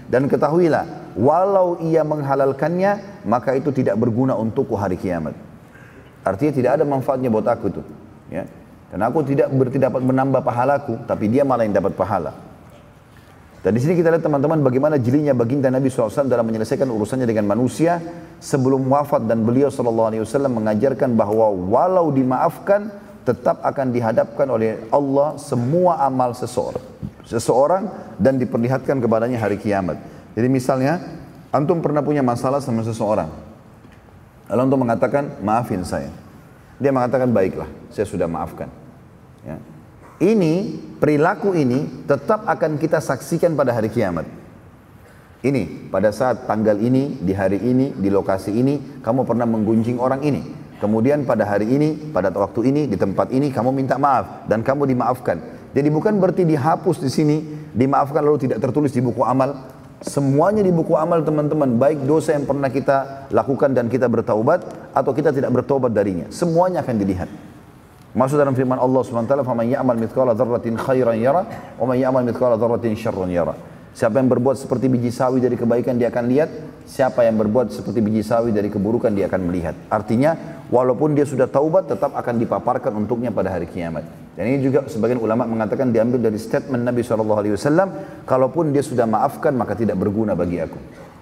Dan ketahuilah, walau ia menghalalkannya, maka itu tidak berguna untukku hari kiamat. Artinya tidak ada manfaatnya buat aku itu. Ya. Karena aku tidak dapat menambah pahalaku, tapi dia malah yang dapat pahala. Dan di sini kita lihat teman-teman bagaimana jelinya baginda Nabi SAW dalam menyelesaikan urusannya dengan manusia sebelum wafat, dan beliau SAW mengajarkan bahwa walau dimaafkan, tetap akan dihadapkan oleh Allah semua amal seseorang dan diperlihatkan kepadanya hari kiamat. Jadi misalnya, antum pernah punya masalah sama seseorang, lalu antum mengatakan, maafin saya. Dia mengatakan, baiklah, saya sudah maafkan. Ya. Ini, perilaku ini tetap akan kita saksikan pada hari kiamat. Ini, pada saat tanggal ini, di hari ini, di lokasi ini, kamu pernah menggunjing orang ini. Kemudian pada hari ini, pada waktu ini, di tempat ini, kamu minta maaf dan kamu dimaafkan. Jadi bukan berarti dihapus di sini, dimaafkan lalu tidak tertulis di buku amal. Semuanya di buku amal teman-teman, baik dosa yang pernah kita lakukan dan kita bertaubat, atau kita tidak bertaubat darinya. Semuanya akan dilihat. Maksud dalam firman Allah SWT, فَمَنْ يَعْمَلْ مِثْقَالَ ذَرَّةٍ خَيْرًا يَرَى وَمَنْ يَعْمَلْ مِثْقَالَ ذَرَّةٍ شَرًّا يَرَى. Siapa yang berbuat seperti biji sawi dari kebaikan, dia akan lihat. Siapa yang berbuat seperti biji sawi dari keburukan, dia akan melihat. Artinya, walaupun dia sudah taubat, tetap akan dipaparkan untuknya pada hari kiamat. Dan ini juga sebagian ulama mengatakan diambil dari statement Nabi SAW, kalaupun dia sudah maafkan, maka tidak berguna bagi aku.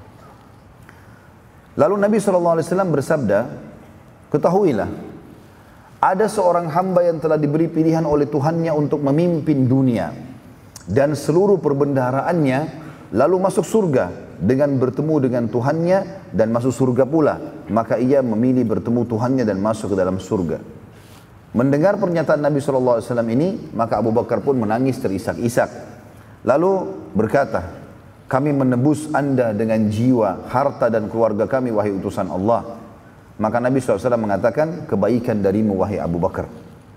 Lalu Nabi SAW bersabda, ketahuilah, ada seorang hamba yang telah diberi pilihan oleh Tuhannya untuk memimpin dunia dan seluruh perbendaharaannya, lalu masuk surga dengan bertemu dengan Tuhannya dan masuk surga pula. Maka ia memilih bertemu Tuhannya dan masuk ke dalam surga. Mendengar pernyataan Nabi SAW ini, maka Abu Bakar pun menangis terisak-isak. Lalu berkata, kami menebus anda dengan jiwa, harta dan keluarga kami, wahai utusan Allah. Maka Nabi SAW mengatakan, kebaikan darimu wahai Abu Bakar.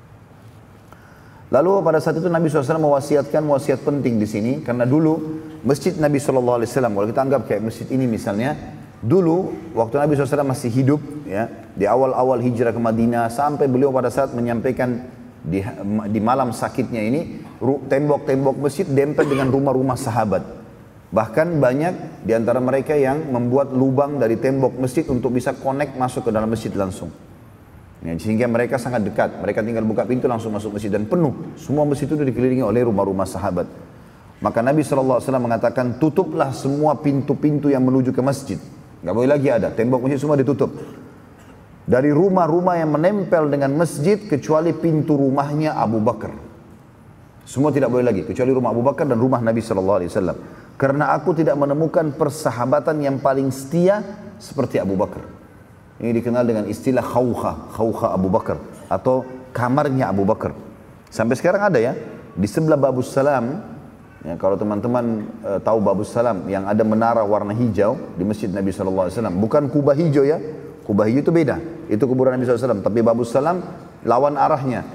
Lalu pada saat itu Nabi SAW mewasiatkan wasiat penting di sini, karena dulu masjid Nabi SAW, kalau kita anggap kayak masjid ini misalnya, dulu waktu Nabi SAW masih hidup, ya, di awal-awal hijrah ke Madinah, sampai beliau pada saat menyampaikan di malam sakitnya ini, tembok-tembok masjid dempel dengan rumah-rumah sahabat. Bahkan banyak di antara mereka yang membuat lubang dari tembok masjid untuk bisa connect masuk ke dalam masjid langsung. Ya, sehingga mereka sangat dekat, mereka tinggal buka pintu langsung masuk masjid dan penuh. Semua masjid itu dikelilingi oleh rumah-rumah sahabat. Maka Nabi SAW mengatakan, tutuplah semua pintu-pintu yang menuju ke masjid. Gak boleh lagi ada, tembok masjid semua ditutup. Dari rumah-rumah yang menempel dengan masjid, kecuali pintu rumahnya Abu Bakar. Semua tidak boleh lagi, kecuali rumah Abu Bakar dan rumah Nabi SAW. Karena aku tidak menemukan persahabatan yang paling setia seperti Abu Bakar. Ini dikenal dengan istilah khawkha Abu Bakar, atau kamarnya Abu Bakar. Sampai sekarang ada ya, di sebelah Babus Salam, ya, kalau teman-teman tahu Babus Salam, yang ada menara warna hijau di masjid Nabi SAW. Bukan kubah hijau ya, kubah hijau itu beda, itu kuburan Nabi SAW. Tapi Babus Salam lawan arahnya.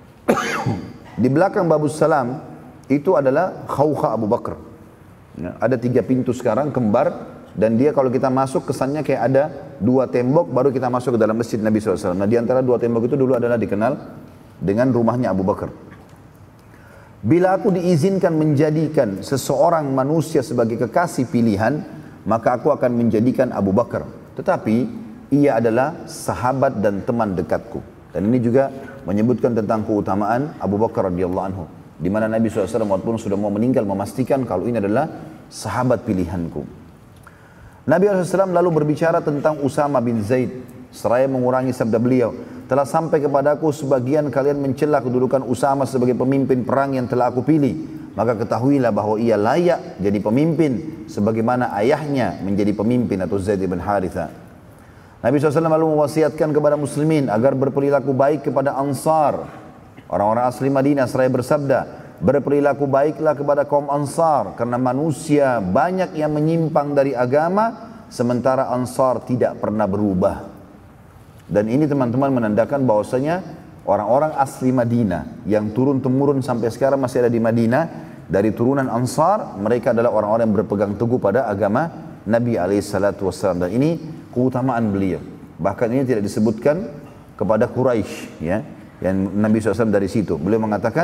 Di belakang Babus Salam itu adalah khawkha Abu Bakar. Ya, ada 3 pintu sekarang, kembar. Dan dia kalau kita masuk kesannya kayak ada 2 tembok baru kita masuk ke dalam masjid Nabi SAW. Nah di antara 2 tembok itu dulu adalah dikenal dengan rumahnya Abu Bakar. Bila aku diizinkan menjadikan seseorang manusia sebagai kekasih pilihan, maka aku akan menjadikan Abu Bakar. Tetapi ia adalah sahabat dan teman dekatku. Dan ini juga menyebutkan tentang keutamaan Abu Bakar radhiyallahu anhu, di mana Nabi SAW walaupun sudah mau meninggal memastikan kalau ini adalah sahabat pilihanku. Nabi SAW lalu berbicara tentang Usama bin Zaid, seraya mengurangi sabda beliau, telah sampai kepadaku sebagian kalian mencela kedudukan Usama sebagai pemimpin perang yang telah aku pilih. Maka ketahuilah bahwa ia layak jadi pemimpin sebagaimana ayahnya menjadi pemimpin, atau Zaid bin Haritha. Nabi SAW lalu mewasiatkan kepada muslimin agar berperilaku baik kepada Ansar, orang-orang asli Madinah, seraya bersabda, berperilaku baiklah kepada kaum Ansar, karena manusia banyak yang menyimpang dari agama, sementara Ansar tidak pernah berubah. Dan ini teman-teman menandakan bahwasanya orang-orang asli Madinah yang turun-temurun sampai sekarang masih ada di Madinah, dari turunan Ansar, mereka adalah orang-orang yang berpegang teguh pada agama Nabi SAW. Dan ini keutamaan beliau. Bahkan ini tidak disebutkan kepada Quraisy, ya, yang Nabi SAW dari situ. Beliau mengatakan,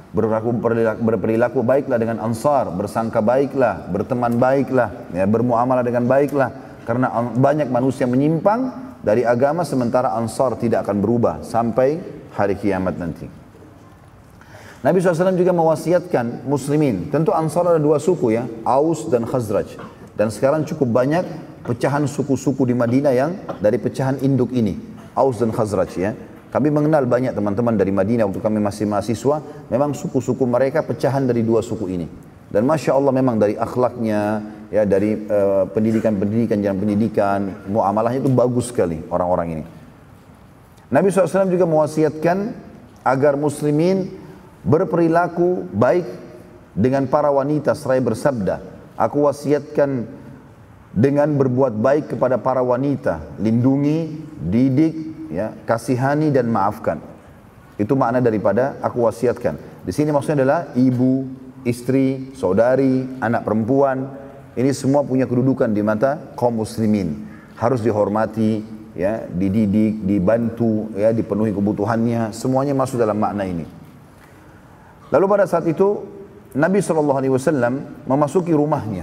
berperilaku baiklah dengan Ansar, bersangka baiklah, berteman baiklah, ya, bermuamalah dengan baiklah. Karena banyak manusia menyimpang dari agama sementara Ansar tidak akan berubah sampai hari kiamat nanti. Nabi SAW juga mewasiatkan muslimin. Tentu Ansar ada dua suku ya, Aus dan Khazraj. Dan sekarang cukup banyak pecahan suku-suku di Madinah yang dari pecahan induk ini, Aus dan Khazraj ya. Kami mengenal banyak teman-teman dari Madinah waktu kami masih mahasiswa, memang suku-suku mereka pecahan dari dua suku ini. Dan Masya Allah memang dari akhlaknya, ya dari pendidikan-pendidikan, jalan pendidikan, muamalahnya itu bagus sekali orang-orang ini. Nabi SAW juga mewasiatkan agar muslimin berperilaku baik dengan para wanita seraya bersabda, aku wasiatkan dengan berbuat baik kepada para wanita, lindungi, didik, ya, kasihani dan maafkan. Itu makna daripada aku wasiatkan. Di sini maksudnya adalah ibu, istri, saudari, anak perempuan. Ini semua punya kedudukan di mata kaum muslimin. Harus dihormati, ya, dididik, dibantu, ya, dipenuhi kebutuhannya. Semuanya masuk dalam makna ini. Lalu pada saat itu Nabi SAW memasuki rumahnya.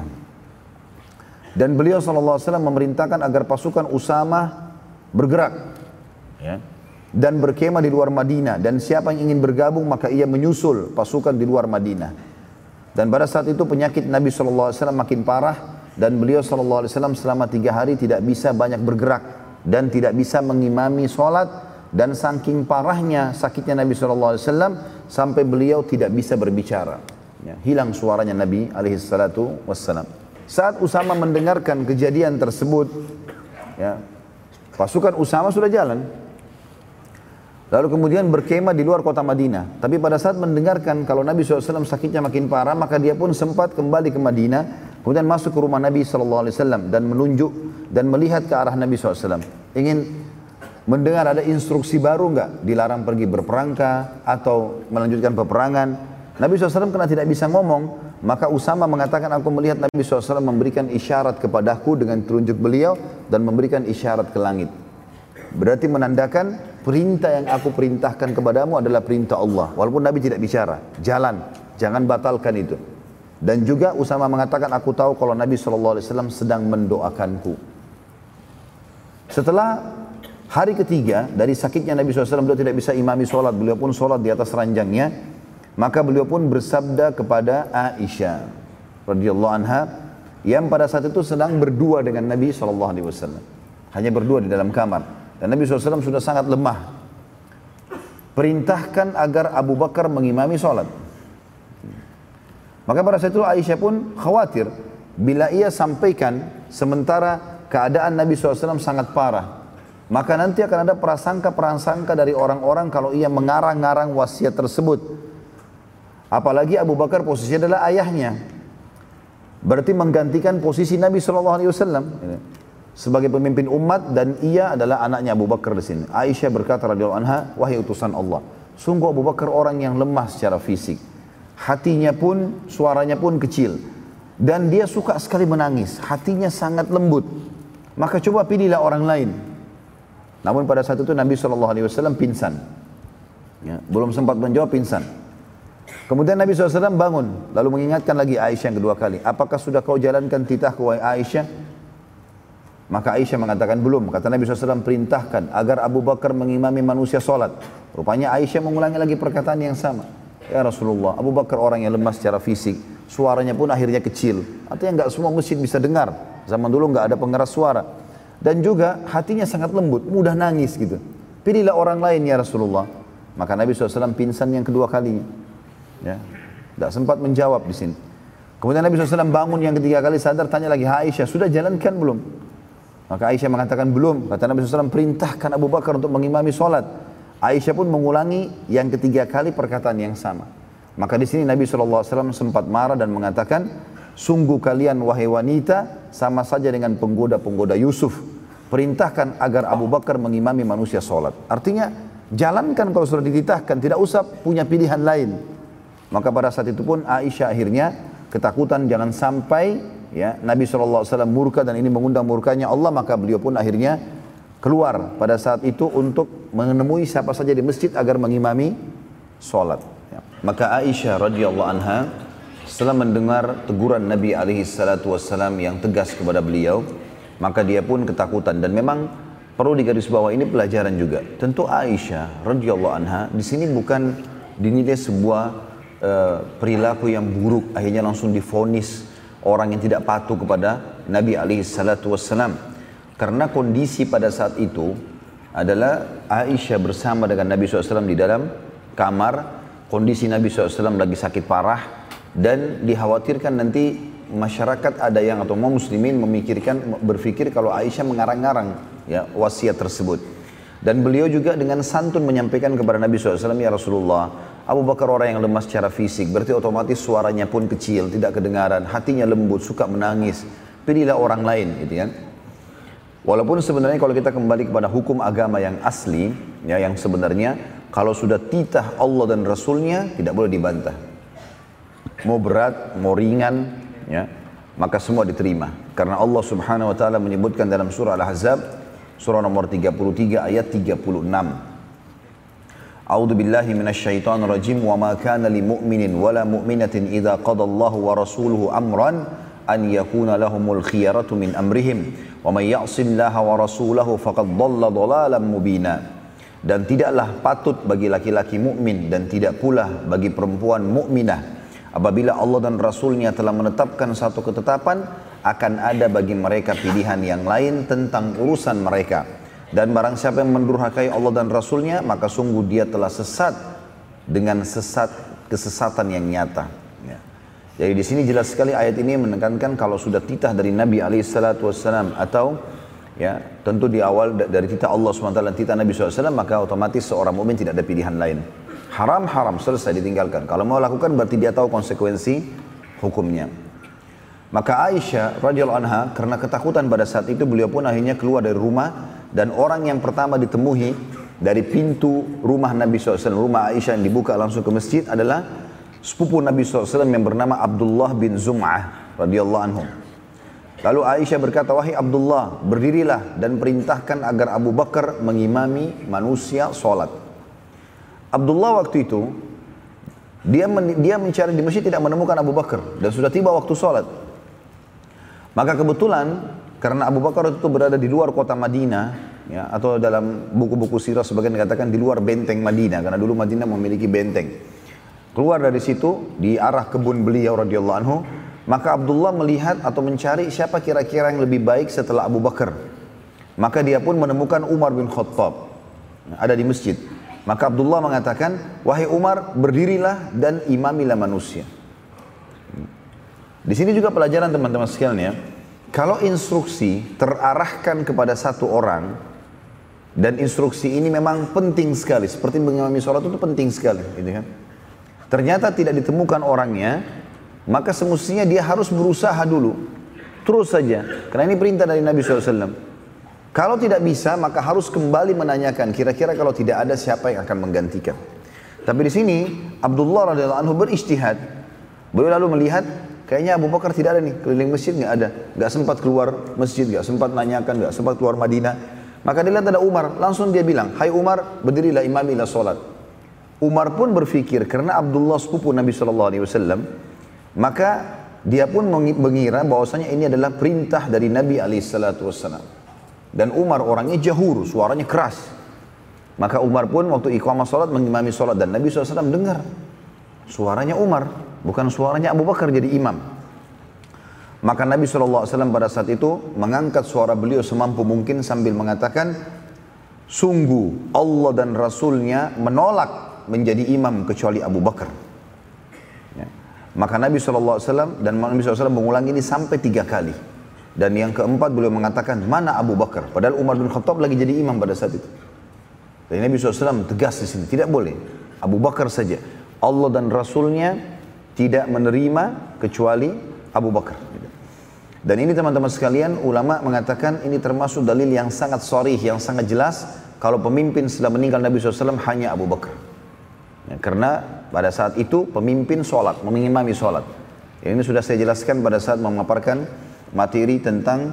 Dan beliau SAW memerintahkan agar pasukan Usamah bergerak, ya, dan berkemah di luar Madinah. Dan siapa yang ingin bergabung maka ia menyusul pasukan di luar Madinah. Dan pada saat itu penyakit Nabi SAW makin parah. Dan beliau SAW selama 3 hari tidak bisa banyak bergerak. Dan tidak bisa mengimami sholat. Dan saking parahnya sakitnya Nabi SAW sampai beliau tidak bisa berbicara, ya, hilang suaranya Nabi SAW. Saat Usama mendengarkan kejadian tersebut, ya, pasukan Usama sudah jalan. Lalu kemudian berkemah di luar kota Madinah. Tapi pada saat mendengarkan kalau Nabi SAW sakitnya makin parah, maka dia pun sempat kembali ke Madinah. Kemudian masuk ke rumah Nabi SAW dan menunjuk dan melihat ke arah Nabi SAW. Ingin mendengar ada instruksi baru enggak? Dilarang pergi berperangkah atau melanjutkan peperangan. Nabi SAW karena tidak bisa ngomong, maka Usama mengatakan aku melihat Nabi SAW memberikan isyarat kepadaku dengan telunjuk beliau dan memberikan isyarat ke langit. Berarti menandakan perintah yang aku perintahkan kepadamu adalah perintah Allah. Walaupun Nabi tidak bicara, jalan, jangan batalkan itu. Dan juga Usama mengatakan aku tahu kalau Nabi SAW sedang mendoakanku. Setelah hari ketiga dari sakitnya Nabi SAW, beliau tidak bisa imami sholat, beliau pun sholat di atas ranjangnya. Maka beliau pun bersabda kepada Aisyah radhiyallahu anha yang pada saat itu sedang berdua dengan Nabi SAW. Hanya berdua di dalam kamar. Dan Nabi SAW sudah sangat lemah. Perintahkan agar Abu Bakar mengimami sholat. Maka pada saat itu Aisyah pun khawatir. Bila ia sampaikan sementara keadaan Nabi SAW sangat parah, maka nanti akan ada prasangka-prasangka dari orang-orang kalau ia mengarang-ngarang wasiat tersebut. Apalagi Abu Bakar posisinya adalah ayahnya. Berarti menggantikan posisi Nabi SAW sebagai pemimpin umat dan ia adalah anaknya Abu Bakar di sini. Aisyah berkata radhiyallahu anha, wahai utusan Allah, sungguh Abu Bakar orang yang lemah secara fisik. Hatinya pun, suaranya pun kecil. Dan dia suka sekali menangis. Hatinya sangat lembut. Maka coba pilihlah orang lain. Namun pada saat itu Nabi SAW pingsan. Ya, belum sempat menjawab pingsan. Kemudian Nabi SAW bangun, lalu mengingatkan lagi Aisyah yang kedua kali. Apakah sudah kau jalankan titahku wahai Aisyah? Maka Aisyah mengatakan belum. Kata Nabi SAW perintahkan agar Abu Bakar mengimami manusia sholat. Rupanya Aisyah mengulangi lagi perkataan yang sama. Ya Rasulullah, Abu Bakar orang yang lemah secara fisik. Suaranya pun akhirnya kecil. Artinya enggak semua masjid bisa dengar. Zaman dulu enggak ada pengeras suara. Dan juga hatinya sangat lembut, mudah nangis gitu. Pilihlah orang lain ya Rasulullah. Maka Nabi SAW pingsan yang kedua kalinya. Ya, tidak sempat menjawab di sini. Kemudian Nabi SAW bangun yang ketiga kali sadar, tanya lagi, Aisyah sudah jalankan belum? Maka Aisyah mengatakan belum. Kata Nabi SAW perintahkan Abu Bakar untuk mengimami sholat. Aisyah pun mengulangi yang ketiga kali perkataan yang sama. Maka di sini Nabi SAW sempat marah dan mengatakan, sungguh kalian wahai wanita sama saja dengan penggoda-penggoda Yusuf. Perintahkan agar Abu Bakar mengimami manusia sholat. Artinya jalankan kalau sudah dititahkan, tidak usah punya pilihan lain. Maka pada saat itu pun Aisyah akhirnya ketakutan jangan sampai ya Nabi SAW murka dan ini mengundang murkanya Allah. Maka beliau pun akhirnya keluar pada saat itu untuk menemui siapa saja di masjid agar mengimami sholat. Maka Aisyah radhiyallahu anha setelah mendengar teguran Nabi alaihi salatu wassalam yang tegas kepada beliau, maka dia pun ketakutan. Dan memang perlu digarisbawahi, ini pelajaran juga. Tentu Aisyah radhiyallahu anha di sini bukan dinilai sebuah perilaku yang buruk, akhirnya langsung divonis orang yang tidak patuh kepada Nabi alaihi salatu wassalam. Karena kondisi pada saat itu adalah Aisyah bersama dengan Nabi SAW di dalam kamar, kondisi Nabi SAW lagi sakit parah, dan dikhawatirkan nanti masyarakat ada yang atau mau muslimin berpikir kalau Aisyah mengarang-arang ya wasiat tersebut. Dan beliau juga dengan santun menyampaikan kepada Nabi SAW, ya Rasulullah, Abu Bakar orang yang lemah secara fisik, berarti otomatis suaranya pun kecil, tidak kedengaran, hatinya lembut, suka menangis. Pilihlah orang lain, gitu kan. Walaupun sebenarnya kalau kita kembali kepada hukum agama yang asli, ya yang sebenarnya kalau sudah titah Allah dan Rasulnya tidak boleh dibantah. Mau berat, mau ringan, ya, maka semua diterima. Karena Allah Subhanahu Wa Taala menyebutkan dalam surah Al-Ahzab, surah nomor 33 ayat 36. A'udzu billahi minasyaitonir rajim wa ma kana lil mu'minin wala mu'minatin idza qadallahu wa rasuluhu amran an yakuna lahumul khiyaratu min amrihim wa may ya'sillaha wa rasulahu faqad dhalla dhalalan mubina. Dan tidaklah patut bagi laki-laki mukmin dan tidak pula bagi perempuan mukminah apabila Allah dan Rasulnya telah menetapkan satu ketetapan, akan ada bagi mereka pilihan yang lain tentang urusan mereka. Dan barang siapa yang mendurhakai Allah dan Rasulnya, maka sungguh dia telah sesat dengan kesesatan yang nyata. Ya. Jadi di sini jelas sekali ayat ini menekankan kalau sudah titah dari Nabi SAW atau ya tentu di awal dari titah Allah SWT dan titah Nabi SAW, maka otomatis seorang mukmin tidak ada pilihan lain. Haram, selesai ditinggalkan. Kalau mau lakukan berarti dia tahu konsekuensi hukumnya. Maka Aisyah radhiyallahu anha karena ketakutan pada saat itu, beliau pun akhirnya keluar dari rumah. Dan orang yang pertama ditemui dari pintu rumah Nabi SAW, rumah Aisyah yang dibuka langsung ke masjid adalah sepupu Nabi SAW yang bernama Abdullah bin Zum'ah radhiyallahu anhu. Lalu Aisyah berkata, wahai Abdullah, berdirilah dan perintahkan agar Abu Bakar mengimami manusia sholat. Abdullah waktu itu, dia mencari di masjid tidak menemukan Abu Bakar dan sudah tiba waktu sholat. Maka kebetulan karena Abu Bakar itu berada di luar kota Madinah, ya, atau dalam buku-buku sirah sebagian dikatakan di luar benteng Madinah, karena dulu Madinah memiliki benteng. Keluar dari situ di arah kebun beliau radhiyallahu anhu, maka Abdullah melihat atau mencari siapa kira-kira yang lebih baik setelah Abu Bakar. Maka dia pun menemukan Umar bin Khattab ada di masjid. Maka Abdullah mengatakan, wahai Umar, berdirilah dan imamilah manusia. Di sini juga pelajaran teman-teman sekalian ya. Kalau instruksi terarahkan kepada satu orang, dan instruksi ini memang penting sekali, seperti mengimami sholat itu penting sekali, gitu kan? Ternyata tidak ditemukan orangnya, maka semestinya dia harus berusaha dulu, terus saja, karena ini perintah dari Nabi SAW. Kalau tidak bisa, maka harus kembali menanyakan, kira-kira kalau tidak ada siapa yang akan menggantikan. Tapi di sini Abdullah radhiyallahu anhu berijtihad, beliau lalu melihat, kayaknya Abu Bakar tidak ada nih, keliling masjid nggak ada, nggak sempat keluar masjid, nggak sempat nanyakan, nggak sempat keluar Madinah. Maka dia lihat ada Umar, langsung dia bilang, hai Umar, berdirilah imamilah sholat. Umar pun berfikir, karena Abdullah sepupu Nabi SAW, maka dia pun mengira bahwasanya ini adalah perintah dari Nabi SAW. Dan Umar orangnya jahur, suaranya keras. Maka Umar pun waktu iqamah sholat mengimami sholat, dan Nabi SAW dengar suaranya Umar, bukan suaranya Abu Bakar jadi imam. Maka Nabi SAW pada saat itu mengangkat suara beliau semampu mungkin sambil mengatakan, sungguh Allah dan Rasulnya menolak menjadi imam kecuali Abu Bakar. Ya. Maka Nabi SAW dan Nabi SAW mengulangi ini sampai 3 kali. Dan yang keempat beliau mengatakan, mana Abu Bakar? Padahal Umar bin Khattab lagi jadi imam pada saat itu. Dan Nabi SAW tegas di sini, tidak boleh. Abu Bakar saja. Allah dan Rasulnya tidak menerima kecuali Abu Bakar. Dan ini teman-teman sekalian, ulama mengatakan ini termasuk dalil yang sangat sharih, yang sangat jelas kalau pemimpin setelah meninggal Nabi SAW hanya Abu Bakar. Ya, karena pada saat itu pemimpin sholat, mengimami sholat. Ya, ini sudah saya jelaskan pada saat memaparkan materi tentang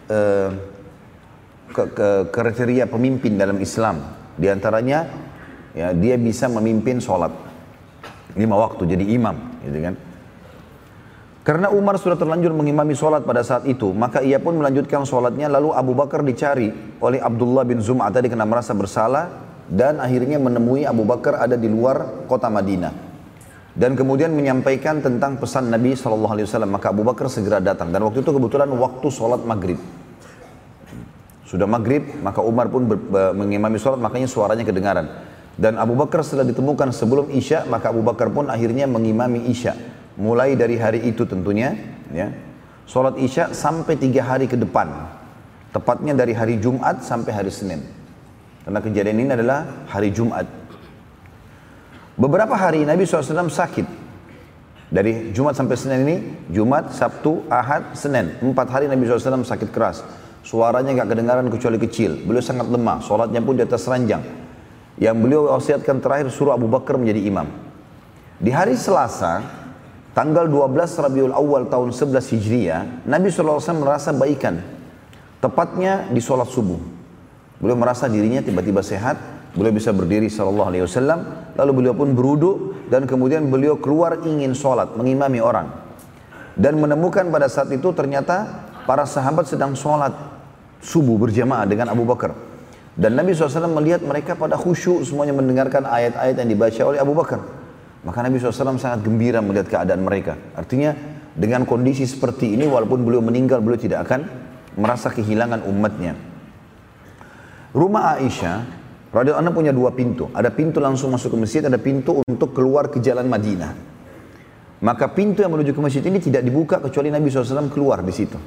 kriteria pemimpin dalam Islam. Di antaranya ya, dia bisa memimpin sholat. 5 waktu jadi imam, gitu kan. Karena Umar sudah terlanjur mengimami sholat pada saat itu, maka ia pun melanjutkan sholatnya. Lalu Abu Bakar dicari oleh Abdullah bin Zum'ah tadi karena merasa bersalah, dan akhirnya menemui Abu Bakar ada di luar kota Madinah. Dan kemudian menyampaikan tentang pesan Nabi SAW. Maka Abu Bakar segera datang, dan waktu itu kebetulan waktu sholat maghrib. Sudah maghrib, maka Umar pun mengimami sholat, makanya suaranya kedengaran. Dan Abu Bakar setelah ditemukan sebelum Isya, maka Abu Bakar pun akhirnya mengimami Isya. Mulai dari hari itu tentunya, ya, sholat Isya sampai 3 hari ke depan. Tepatnya dari hari Jumat sampai hari Senin. Karena kejadian ini adalah hari Jumat. Beberapa hari Nabi SAW sakit. Dari Jumat sampai Senin ini, Jumat, Sabtu, Ahad, Senin. 4 hari Nabi SAW sakit keras. Suaranya gak kedengaran kecuali kecil. Beliau sangat lemah, sholatnya pun di atas ranjang. Yang beliau wasiatkan terakhir suruh Abu Bakar menjadi imam. Di hari Selasa, tanggal 12 Rabiul Awal tahun 11 Hijriah, Nabi SAW merasa baikan. Tepatnya di sholat subuh. Beliau merasa dirinya tiba-tiba sehat. Beliau bisa berdiri SAW. Lalu beliau pun berwudu, dan kemudian beliau keluar ingin sholat, mengimami orang. Dan menemukan pada saat itu ternyata para sahabat sedang sholat subuh berjamaah dengan Abu Bakar. Dan Nabi SAW melihat mereka pada khusyuk semuanya mendengarkan ayat-ayat yang dibaca oleh Abu Bakar. Maka Nabi SAW sangat gembira melihat keadaan mereka. Artinya dengan kondisi seperti ini, walaupun beliau meninggal, beliau tidak akan merasa kehilangan umatnya. Rumah Aisyah radhiyallahu anha punya 2 pintu. Ada pintu langsung masuk ke masjid, ada pintu untuk keluar ke jalan Madinah. Maka pintu yang menuju ke masjid ini tidak dibuka kecuali Nabi SAW keluar di situ.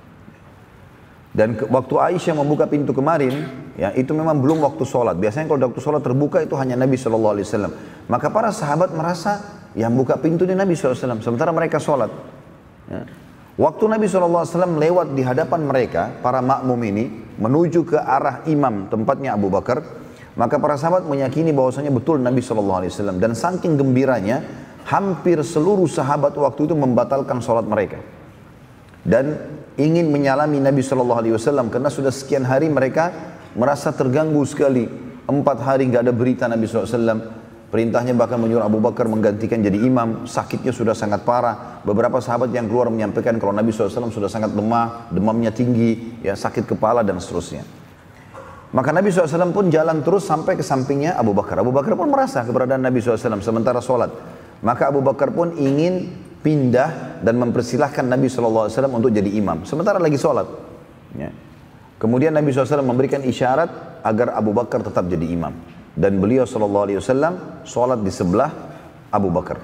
Dan waktu Aisyah membuka pintu kemarin, ya, itu memang belum waktu sholat. Biasanya kalau waktu sholat terbuka itu hanya Nabi SAW. Maka para sahabat merasa yang buka pintu ini Nabi SAW, sementara mereka sholat. Ya. Waktu Nabi SAW lewat di hadapan mereka, para makmum ini, menuju ke arah imam tempatnya Abu Bakar, maka para sahabat meyakini bahwasanya betul Nabi SAW. Dan saking gembiranya, hampir seluruh sahabat waktu itu membatalkan sholat mereka. Dan ingin menyalami Nabi SAW karena sudah sekian hari mereka merasa terganggu sekali. 4 hari nggak ada berita Nabi SAW. Perintahnya bahkan menyuruh Abu Bakar menggantikan jadi imam. Sakitnya sudah sangat parah. Beberapa sahabat yang keluar menyampaikan kalau Nabi SAW sudah sangat lemah, demamnya tinggi, ya, sakit kepala dan seterusnya. Maka Nabi SAW pun jalan terus sampai ke sampingnya Abu Bakar. Abu Bakar pun merasa keberadaan Nabi SAW sementara sholat. Maka Abu Bakar pun ingin pindah dan mempersilahkan Nabi SAW untuk jadi imam. Sementara lagi sholat. Ya. Kemudian Nabi SAW memberikan isyarat agar Abu Bakar tetap jadi imam. Dan beliau SAW sholat di sebelah Abu Bakar.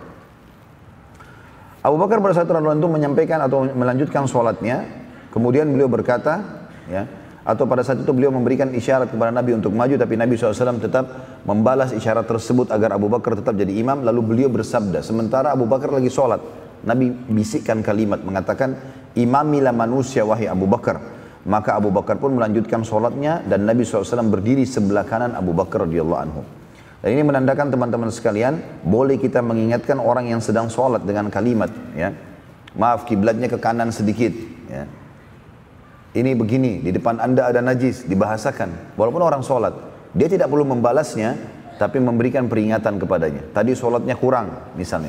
Abu Bakar pada saat itu menyampaikan atau melanjutkan sholatnya. Kemudian beliau berkata, ya, atau pada saat itu beliau memberikan isyarat kepada Nabi untuk maju, tapi Nabi SAW tetap membalas isyarat tersebut agar Abu Bakar tetap jadi imam. Lalu beliau bersabda, sementara Abu Bakar lagi sholat, Nabi bisikkan kalimat mengatakan, imamilah manusia wahai Abu Bakar. Maka Abu Bakar pun melanjutkan sholatnya, dan Nabi SAW berdiri sebelah kanan Abu Bakar radhiyallahu anhu. Dan ini menandakan teman-teman sekalian, boleh kita mengingatkan orang yang sedang sholat dengan kalimat, ya, maaf kiblatnya ke kanan sedikit, ya. Ini begini, di depan anda ada najis, dibahasakan. Walaupun orang sholat, dia tidak perlu membalasnya, tapi memberikan peringatan kepadanya. Tadi sholatnya kurang, misalnya.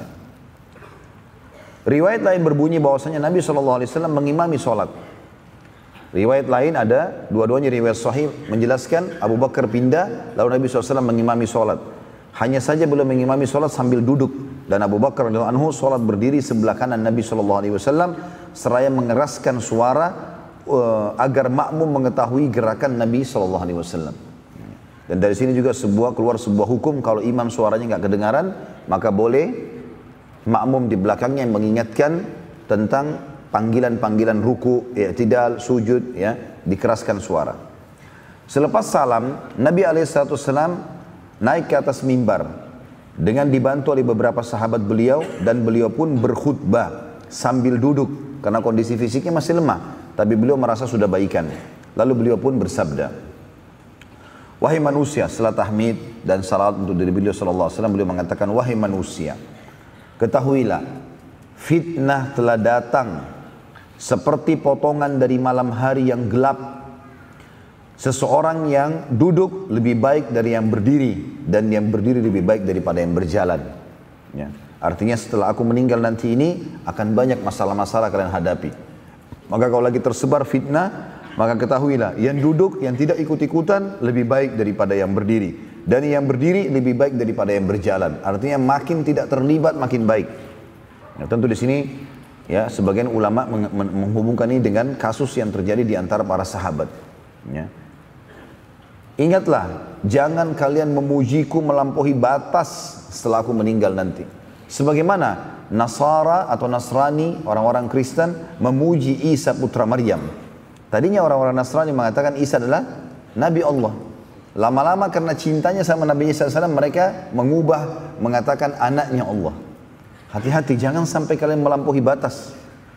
Riwayat lain berbunyi bahwasanya Nabi SAW mengimami sholat. Riwayat lain ada, dua-duanya riwayat sahih menjelaskan Abu Bakar pindah, lalu Nabi SAW mengimami sholat. Hanya saja beliau mengimami sholat sambil duduk. Dan Abu Bakar radhiyallahu anhu sholat berdiri sebelah kanan Nabi SAW, seraya mengeraskan suara agar makmum mengetahui gerakan Nabi SAW. Dan dari sini juga keluar sebuah hukum, kalau imam suaranya nggak kedengaran, maka boleh makmum di belakangnya yang mengingatkan tentang panggilan-panggilan ruku, i'tidal, sujud, ya, dikeraskan suara. Selepas salam, Nabi SAW naik ke atas mimbar dengan dibantu oleh beberapa sahabat beliau, dan beliau pun berkhutbah sambil duduk karena kondisi fisiknya masih lemah, tapi beliau merasa sudah baikan. Lalu beliau pun bersabda, wahai manusia, setelah tahmid dan salat untuk diri beliau SAW, beliau mengatakan, wahai manusia, ketahuilah, fitnah telah datang seperti potongan dari malam hari yang gelap. Seseorang yang duduk lebih baik dari yang berdiri, dan yang berdiri lebih baik daripada yang berjalan. Ya. Artinya setelah aku meninggal nanti ini akan banyak masalah-masalah kalian hadapi. Maka kalau lagi tersebar fitnah, maka ketahuilah yang duduk, yang tidak ikut-ikutan lebih baik daripada yang berdiri. Dan yang berdiri lebih baik daripada yang berjalan. Artinya makin tidak terlibat makin baik. Nah, tentu di sini ya sebagian ulama menghubungkan ini dengan kasus yang terjadi di antara para sahabat. Ya. Ingatlah, jangan kalian memujiku melampaui batas setelah aku meninggal nanti. Sebagaimana Nasara atau Nasrani, orang-orang Kristen memuji Isa putra Maryam. Tadinya orang-orang Nasrani mengatakan Isa adalah Nabi Allah. Lama-lama karena cintanya sama Nabi Isa SAW, mereka mengubah, mengatakan anaknya Allah. Hati-hati, jangan sampai kalian melampaui batas.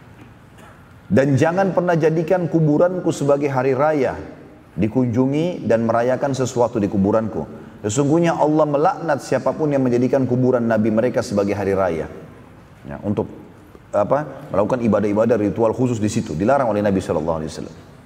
Dan jangan pernah jadikan kuburanku sebagai hari raya, dikunjungi dan merayakan sesuatu di kuburanku. Sesungguhnya Allah melaknat siapapun yang menjadikan kuburan Nabi mereka sebagai hari raya. Ya, untuk melakukan ibadah-ibadah ritual khusus di situ, dilarang oleh Nabi SAW.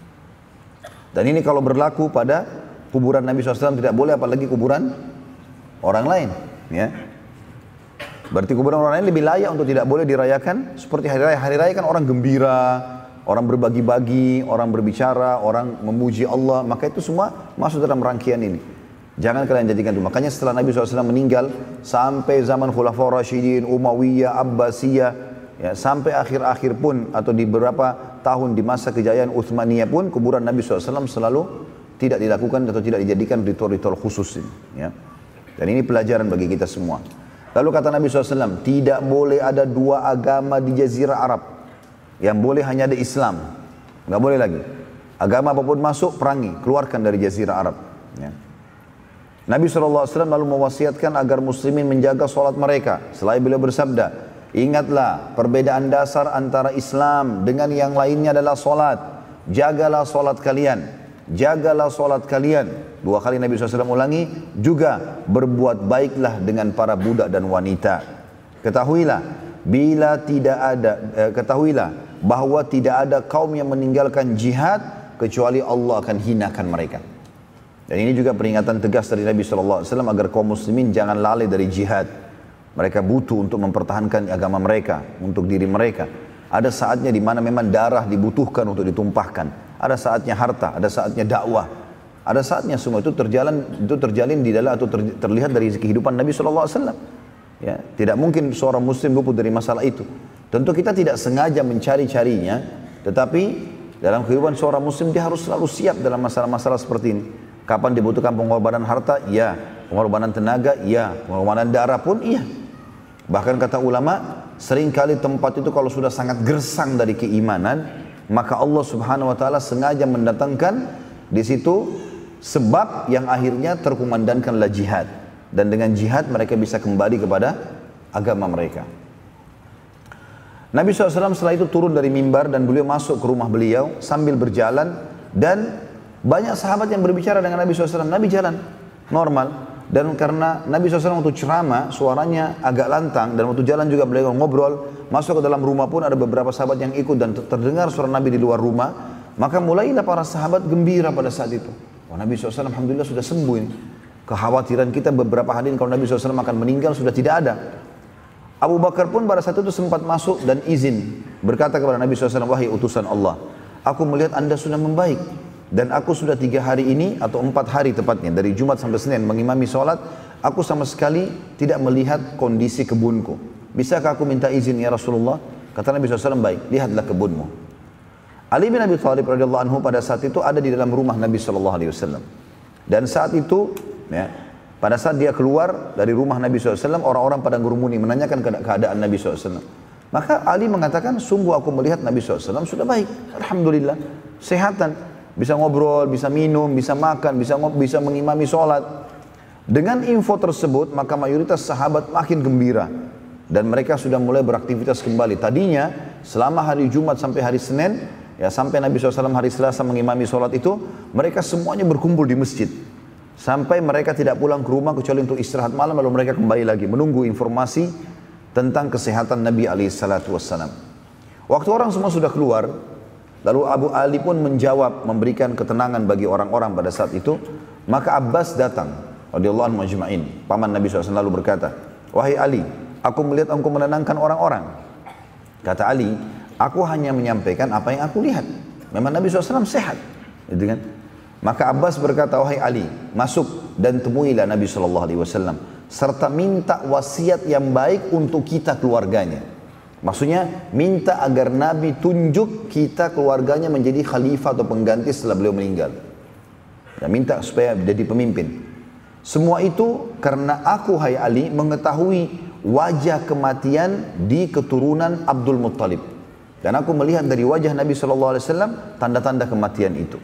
Dan ini kalau berlaku pada kuburan Nabi SAW tidak boleh, apalagi kuburan orang lain. Ya. Berarti kuburan orang lain lebih layak untuk tidak boleh dirayakan seperti hari raya. Hari raya kan orang gembira, orang berbagi-bagi, orang berbicara, orang memuji Allah. Maka itu semua masuk dalam rangkaian ini. Jangan kalian jadikan itu. Makanya setelah Nabi SAW meninggal, sampai zaman Khulafaur Rasyidin, Umayyah, Abbasiyah, ya, sampai akhir-akhir pun, atau di beberapa tahun di masa kejayaan Utsmaniyah pun, kuburan Nabi SAW selalu tidak dilakukan atau tidak dijadikan ritual-ritual khusus ini. Ya. Dan ini pelajaran bagi kita semua. Lalu kata Nabi SAW, tidak boleh ada dua agama di Jazirah Arab. Yang boleh hanya ada Islam. Nggak boleh lagi. Agama apapun masuk, perangi, keluarkan dari Jazirah Arab. Ya. Nabi SAW lalu mewasiatkan agar muslimin menjaga solat mereka. Selain beliau bersabda, ingatlah perbedaan dasar antara Islam dengan yang lainnya adalah solat. Jagalah solat kalian. Jagalah solat kalian. 2 kali Nabi SAW ulangi. Juga berbuat baiklah dengan para budak dan wanita. Ketahuilah bahwa tidak ada kaum yang meninggalkan jihad kecuali Allah akan hinakan mereka. Dan ini juga peringatan tegas dari Nabi SAW agar kaum muslimin jangan lalai dari jihad. Mereka butuh untuk mempertahankan agama mereka, untuk diri mereka. Ada saatnya di mana memang darah dibutuhkan untuk ditumpahkan. Ada saatnya harta, ada saatnya dakwah. Ada saatnya semua itu terjalin di dalam atau terlihat dari kehidupan Nabi SAW. Ya, tidak mungkin seorang muslim luput dari masalah itu. Tentu kita tidak sengaja mencari-carinya, tetapi dalam kehidupan seorang muslim dia harus selalu siap dalam masalah-masalah seperti ini. Kapan dibutuhkan pengorbanan harta? Ya. Pengorbanan tenaga? Ya. Pengorbanan darah pun? Iya. Bahkan kata ulama, seringkali tempat itu kalau sudah sangat gersang dari keimanan, maka Allah Subhanahu wa taala sengaja mendatangkan di situ sebab yang akhirnya terkumandangkanlah jihad. Dan dengan jihad mereka bisa kembali kepada agama mereka. Nabi SAW setelah itu turun dari mimbar dan beliau masuk ke rumah beliau sambil berjalan, dan banyak sahabat yang berbicara dengan Nabi SAW. Nabi jalan normal. Dan karena Nabi SAW waktu ceramah suaranya agak lantang, dan waktu jalan juga beliau ngobrol, masuk ke dalam rumah pun ada beberapa sahabat yang ikut dan terdengar suara Nabi di luar rumah. Maka mulailah para sahabat gembira pada saat itu. Oh, Nabi SAW alhamdulillah sudah sembuh ini. Kekhawatiran kita beberapa hari ini kalau Nabi SAW akan meninggal sudah tidak ada. Abu Bakar pun pada saat itu sempat masuk dan izin, berkata kepada Nabi SAW, wahai utusan Allah, aku melihat anda sudah membaik. Dan aku sudah 3 hari ini atau 4 hari tepatnya dari Jumat sampai Senin mengimami sholat, aku sama sekali tidak melihat kondisi kebunku. Bisakah aku minta izin ya Rasulullah? Kata Nabi SAW, baik, lihatlah kebunmu. Ali bin Abi Thalib radhiyallahu anhu pada saat itu ada di dalam rumah Nabi SAW. Dan saat itu, ya, pada saat dia keluar dari rumah Nabi SAW, orang-orang pada ngurumuni menanyakan keadaan Nabi SAW. Maka Ali mengatakan, sungguh aku melihat Nabi SAW sudah baik, alhamdulillah, sehatan. Bisa ngobrol, bisa minum, bisa makan, bisa mengimami sholat. Dengan info tersebut, maka mayoritas sahabat makin gembira. Dan mereka sudah mulai beraktivitas kembali. Tadinya, selama hari Jumat sampai hari Senin, ya sampai Nabi SAW hari Selasa mengimami sholat itu, mereka semuanya berkumpul di masjid. Sampai mereka tidak pulang ke rumah kecuali untuk istirahat malam, lalu mereka kembali lagi menunggu informasi tentang kesehatan Nabi SAW. Waktu orang semua sudah keluar, lalu Abu Ali pun menjawab, memberikan ketenangan bagi orang-orang pada saat itu. Maka Abbas datang, radhiyallahu anhu majma'in, paman Nabi SAW, lalu berkata, wahai Ali, aku melihat engkau menenangkan orang-orang. Kata Ali, aku hanya menyampaikan apa yang aku lihat. Memang Nabi SAW sehat, gitu kan? Maka Abbas berkata, wahai Ali, masuk dan temuilah Nabi SAW, serta minta wasiat yang baik untuk kita keluarganya. Maksudnya minta agar Nabi tunjuk kita keluarganya menjadi khalifah atau pengganti setelah beliau meninggal. Dan minta supaya jadi pemimpin. Semua itu karena aku, hai Ali, mengetahui wajah kematian di keturunan Abdul Muttalib. Dan aku melihat dari wajah Nabi SAW tanda-tanda kematian itu.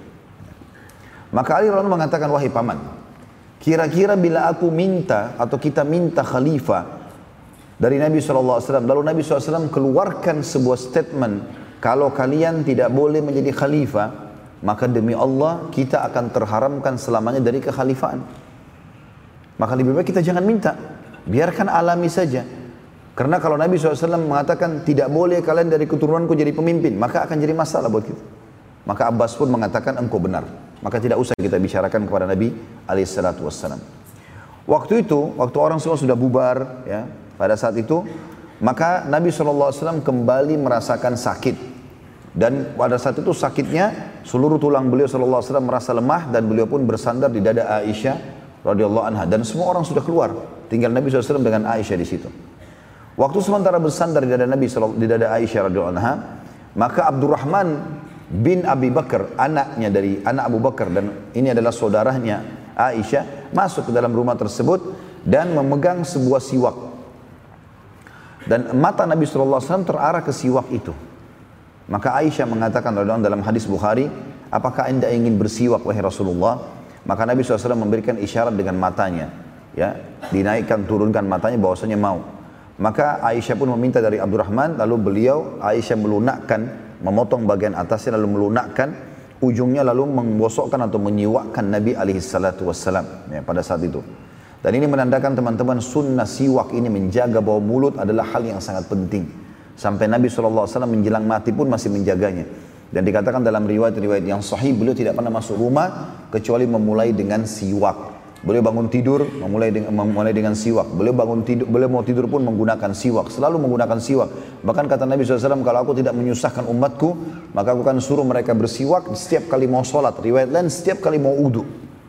Maka Ali radhiyallahu mengatakan, wahai paman, kira-kira bila aku minta atau kita minta khalifah dari Nabi SAW, lalu Nabi SAW keluarkan sebuah statement, kalau kalian tidak boleh menjadi khalifah, maka demi Allah kita akan terharamkan selamanya dari kekhalifahan. Maka lebih baik kita jangan minta, biarkan alami saja. Karena kalau Nabi SAW mengatakan tidak boleh kalian dari keturunanku jadi pemimpin, maka akan jadi masalah buat kita. Maka Abbas pun mengatakan engkau benar. Maka tidak usah kita bicarakan kepada Nabi SAW. Waktu itu, waktu orang semua sudah bubar, ya, pada saat itu, maka Nabi SAW kembali merasakan sakit. Dan pada saat itu sakitnya, seluruh tulang beliau SAW merasa lemah dan beliau pun bersandar di dada Aisyah radhiyallahu anha. Dan semua orang sudah keluar, tinggal Nabi SAW dengan Aisyah di situ. Waktu sementara bersandar di dada di dada Aisyah radhiyallahu anha, maka Abdurrahman bin Abi Bakar, anaknya dari anak Abu Bakar dan ini adalah saudaranya Aisyah, masuk ke dalam rumah tersebut dan memegang sebuah siwak. Dan mata Nabi SAW terarah ke siwak itu. Maka Aisyah mengatakan dalam hadis Bukhari, apakah anda ingin bersiwak wahai Rasulullah? Maka Nabi SAW memberikan isyarat dengan matanya, ya, dinaikkan turunkan matanya bahwasanya mau. Maka Aisyah pun meminta dari Abdurrahman, lalu Aisyah melunakkan, memotong bagian atasnya lalu melunakkan ujungnya, lalu membosokkan atau menyiwakkan Nabi SAW, ya, pada saat itu. Dan ini menandakan teman-teman sunnah siwak ini menjaga bau mulut adalah hal yang sangat penting. Sampai Nabi SAW menjelang mati pun masih menjaganya. Dan dikatakan dalam riwayat-riwayat yang sahih, beliau tidak pernah masuk rumah kecuali memulai dengan siwak. Beliau bangun tidur memulai dengan siwak. Beliau bangun tidur, beliau mau tidur pun menggunakan siwak. Selalu menggunakan siwak. Bahkan kata Nabi SAW, kalau aku tidak menyusahkan umatku, maka aku akan suruh mereka bersiwak setiap kali mau sholat. Riwayat lain setiap kali mau wudu.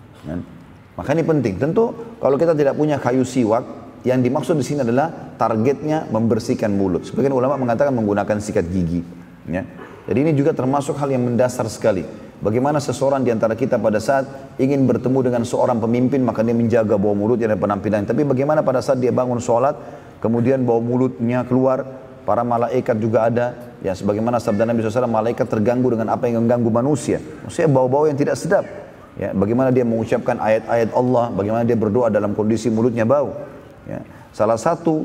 Maka ini penting. Tentu kalau kita tidak punya kayu siwak, yang dimaksud di sini adalah targetnya membersihkan mulut. Sebagian ulama mengatakan menggunakan sikat gigi. Ya. Jadi ini juga termasuk hal yang mendasar sekali. Bagaimana seseorang di antara kita pada saat ingin bertemu dengan seorang pemimpin, maka dia menjaga bau mulutnya dan penampilannya. Tapi bagaimana pada saat dia bangun sholat, kemudian bau mulutnya keluar, para malaikat juga ada. Ya, sebagaimana sabda Nabi SAW, malaikat terganggu dengan apa yang mengganggu manusia. Maksudnya bau-bau yang tidak sedap. Ya, bagaimana dia mengucapkan ayat-ayat Allah, bagaimana dia berdoa dalam kondisi mulutnya bau. Ya. Salah satu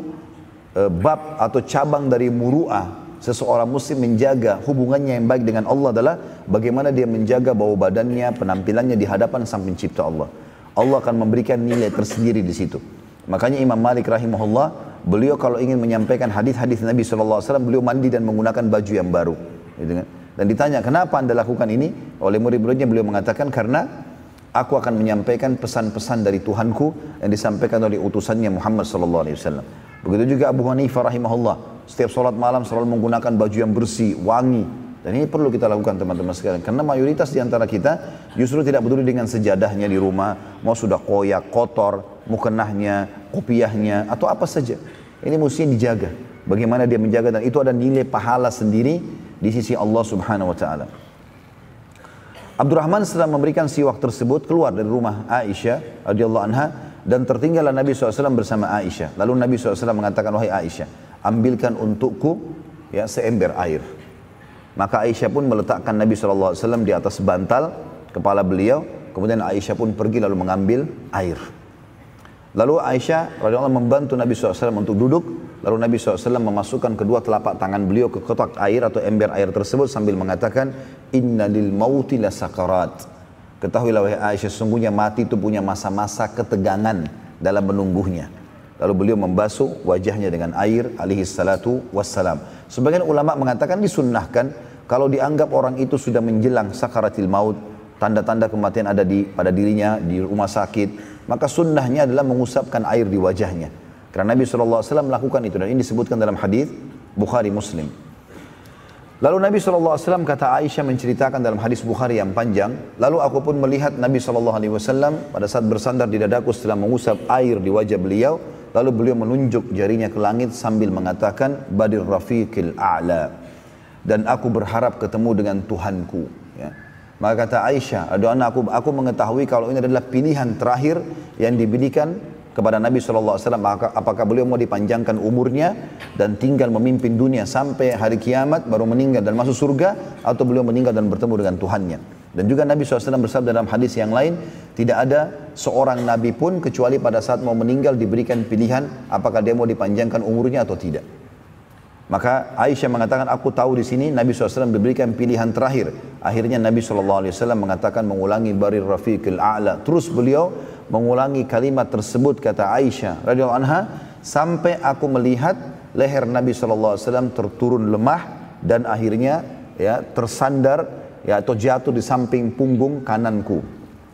bab atau cabang dari muru'ah seseorang muslim menjaga hubungannya yang baik dengan Allah adalah bagaimana dia menjaga bau badannya, penampilannya di hadapan sang pencipta Allah. Allah akan memberikan nilai tersendiri di situ. Makanya Imam Malik rahimahullah, beliau kalau ingin menyampaikan hadis-hadis Nabi SAW, beliau mandi dan menggunakan baju yang baru. Gitu kan? Dan ditanya, kenapa anda lakukan ini? Oleh murid-muridnya beliau mengatakan, karena aku akan menyampaikan pesan-pesan dari Tuhanku yang disampaikan oleh utusannya Muhammad SAW. Begitu juga Abu Hanifah rahimahullah, setiap sholat malam selalu menggunakan baju yang bersih, wangi. Dan ini perlu kita lakukan teman-teman sekalian. Karena mayoritas di antara kita justru tidak peduli dengan sejadahnya di rumah, mau sudah koyak, kotor, mukenahnya, kopiahnya, atau apa saja. Ini mesti dijaga. Bagaimana dia menjaga, dan itu ada nilai pahala sendiri di sisi Allah Subhanahu wa taala. Abdurrahman setelah memberikan siwak tersebut keluar dari rumah Aisyah radhiyallahu anha dan tertinggallah Nabi SAW bersama Aisyah. Lalu Nabi SAW mengatakan, wahai Aisyah, ambilkan untukku ya seember air. Maka Aisyah pun meletakkan Nabi SAW di atas bantal kepala beliau. Kemudian Aisyah pun pergi lalu mengambil air. Lalu Aisyah radhiyallahu anha membantu Nabi SAW untuk duduk. Lalu Nabi SAW memasukkan kedua telapak tangan beliau ke kotak air atau ember air tersebut sambil mengatakan, Inna lil mauti la sakarat. Ketahuilah wahai Aisyah, sesungguhnya mati itu punya masa-masa ketegangan dalam menunggunya. Lalu beliau membasuh wajahnya dengan air alaihi salatu wassalam. Sebagian ulama mengatakan disunnahkan kalau dianggap orang itu sudah menjelang sakaratil maut, tanda-tanda kematian ada pada dirinya di rumah sakit, maka sunnahnya adalah mengusapkan air di wajahnya. Karena Nabi SAW melakukan itu dan ini disebutkan dalam hadis Bukhari Muslim. Lalu Nabi SAW kata Aisyah menceritakan dalam hadis Bukhari yang panjang, lalu aku pun melihat Nabi SAW pada saat bersandar di dadaku setelah mengusap air di wajah beliau, lalu beliau menunjuk jarinya ke langit sambil mengatakan Badir Rafiqil A'la, dan aku berharap ketemu dengan Tuhanku. Ya. Maka kata Aisyah, aduh anak aku mengetahui kalau ini adalah pilihan terakhir yang diberikan kepada Nabi SAW, apakah beliau mau dipanjangkan umurnya dan tinggal memimpin dunia sampai hari kiamat baru meninggal dan masuk surga, atau beliau meninggal dan bertemu dengan Tuhannya. Dan juga Nabi SAW bersabda dalam hadis yang lain, tidak ada seorang Nabi pun kecuali pada saat mau meninggal diberikan pilihan apakah dia mau dipanjangkan umurnya atau tidak. Maka Aisyah mengatakan, aku tahu di sini Nabi SAW diberikan pilihan terakhir. Akhirnya Nabi SAW mengatakan mengulangi Barir Rafiqil A'la. Terus beliau mengulangi kalimat tersebut, kata Aisyah radhiyallahu anha, sampai aku melihat leher Nabi SAW terturun lemah dan akhirnya ya tersandar ya atau jatuh di samping punggung kananku.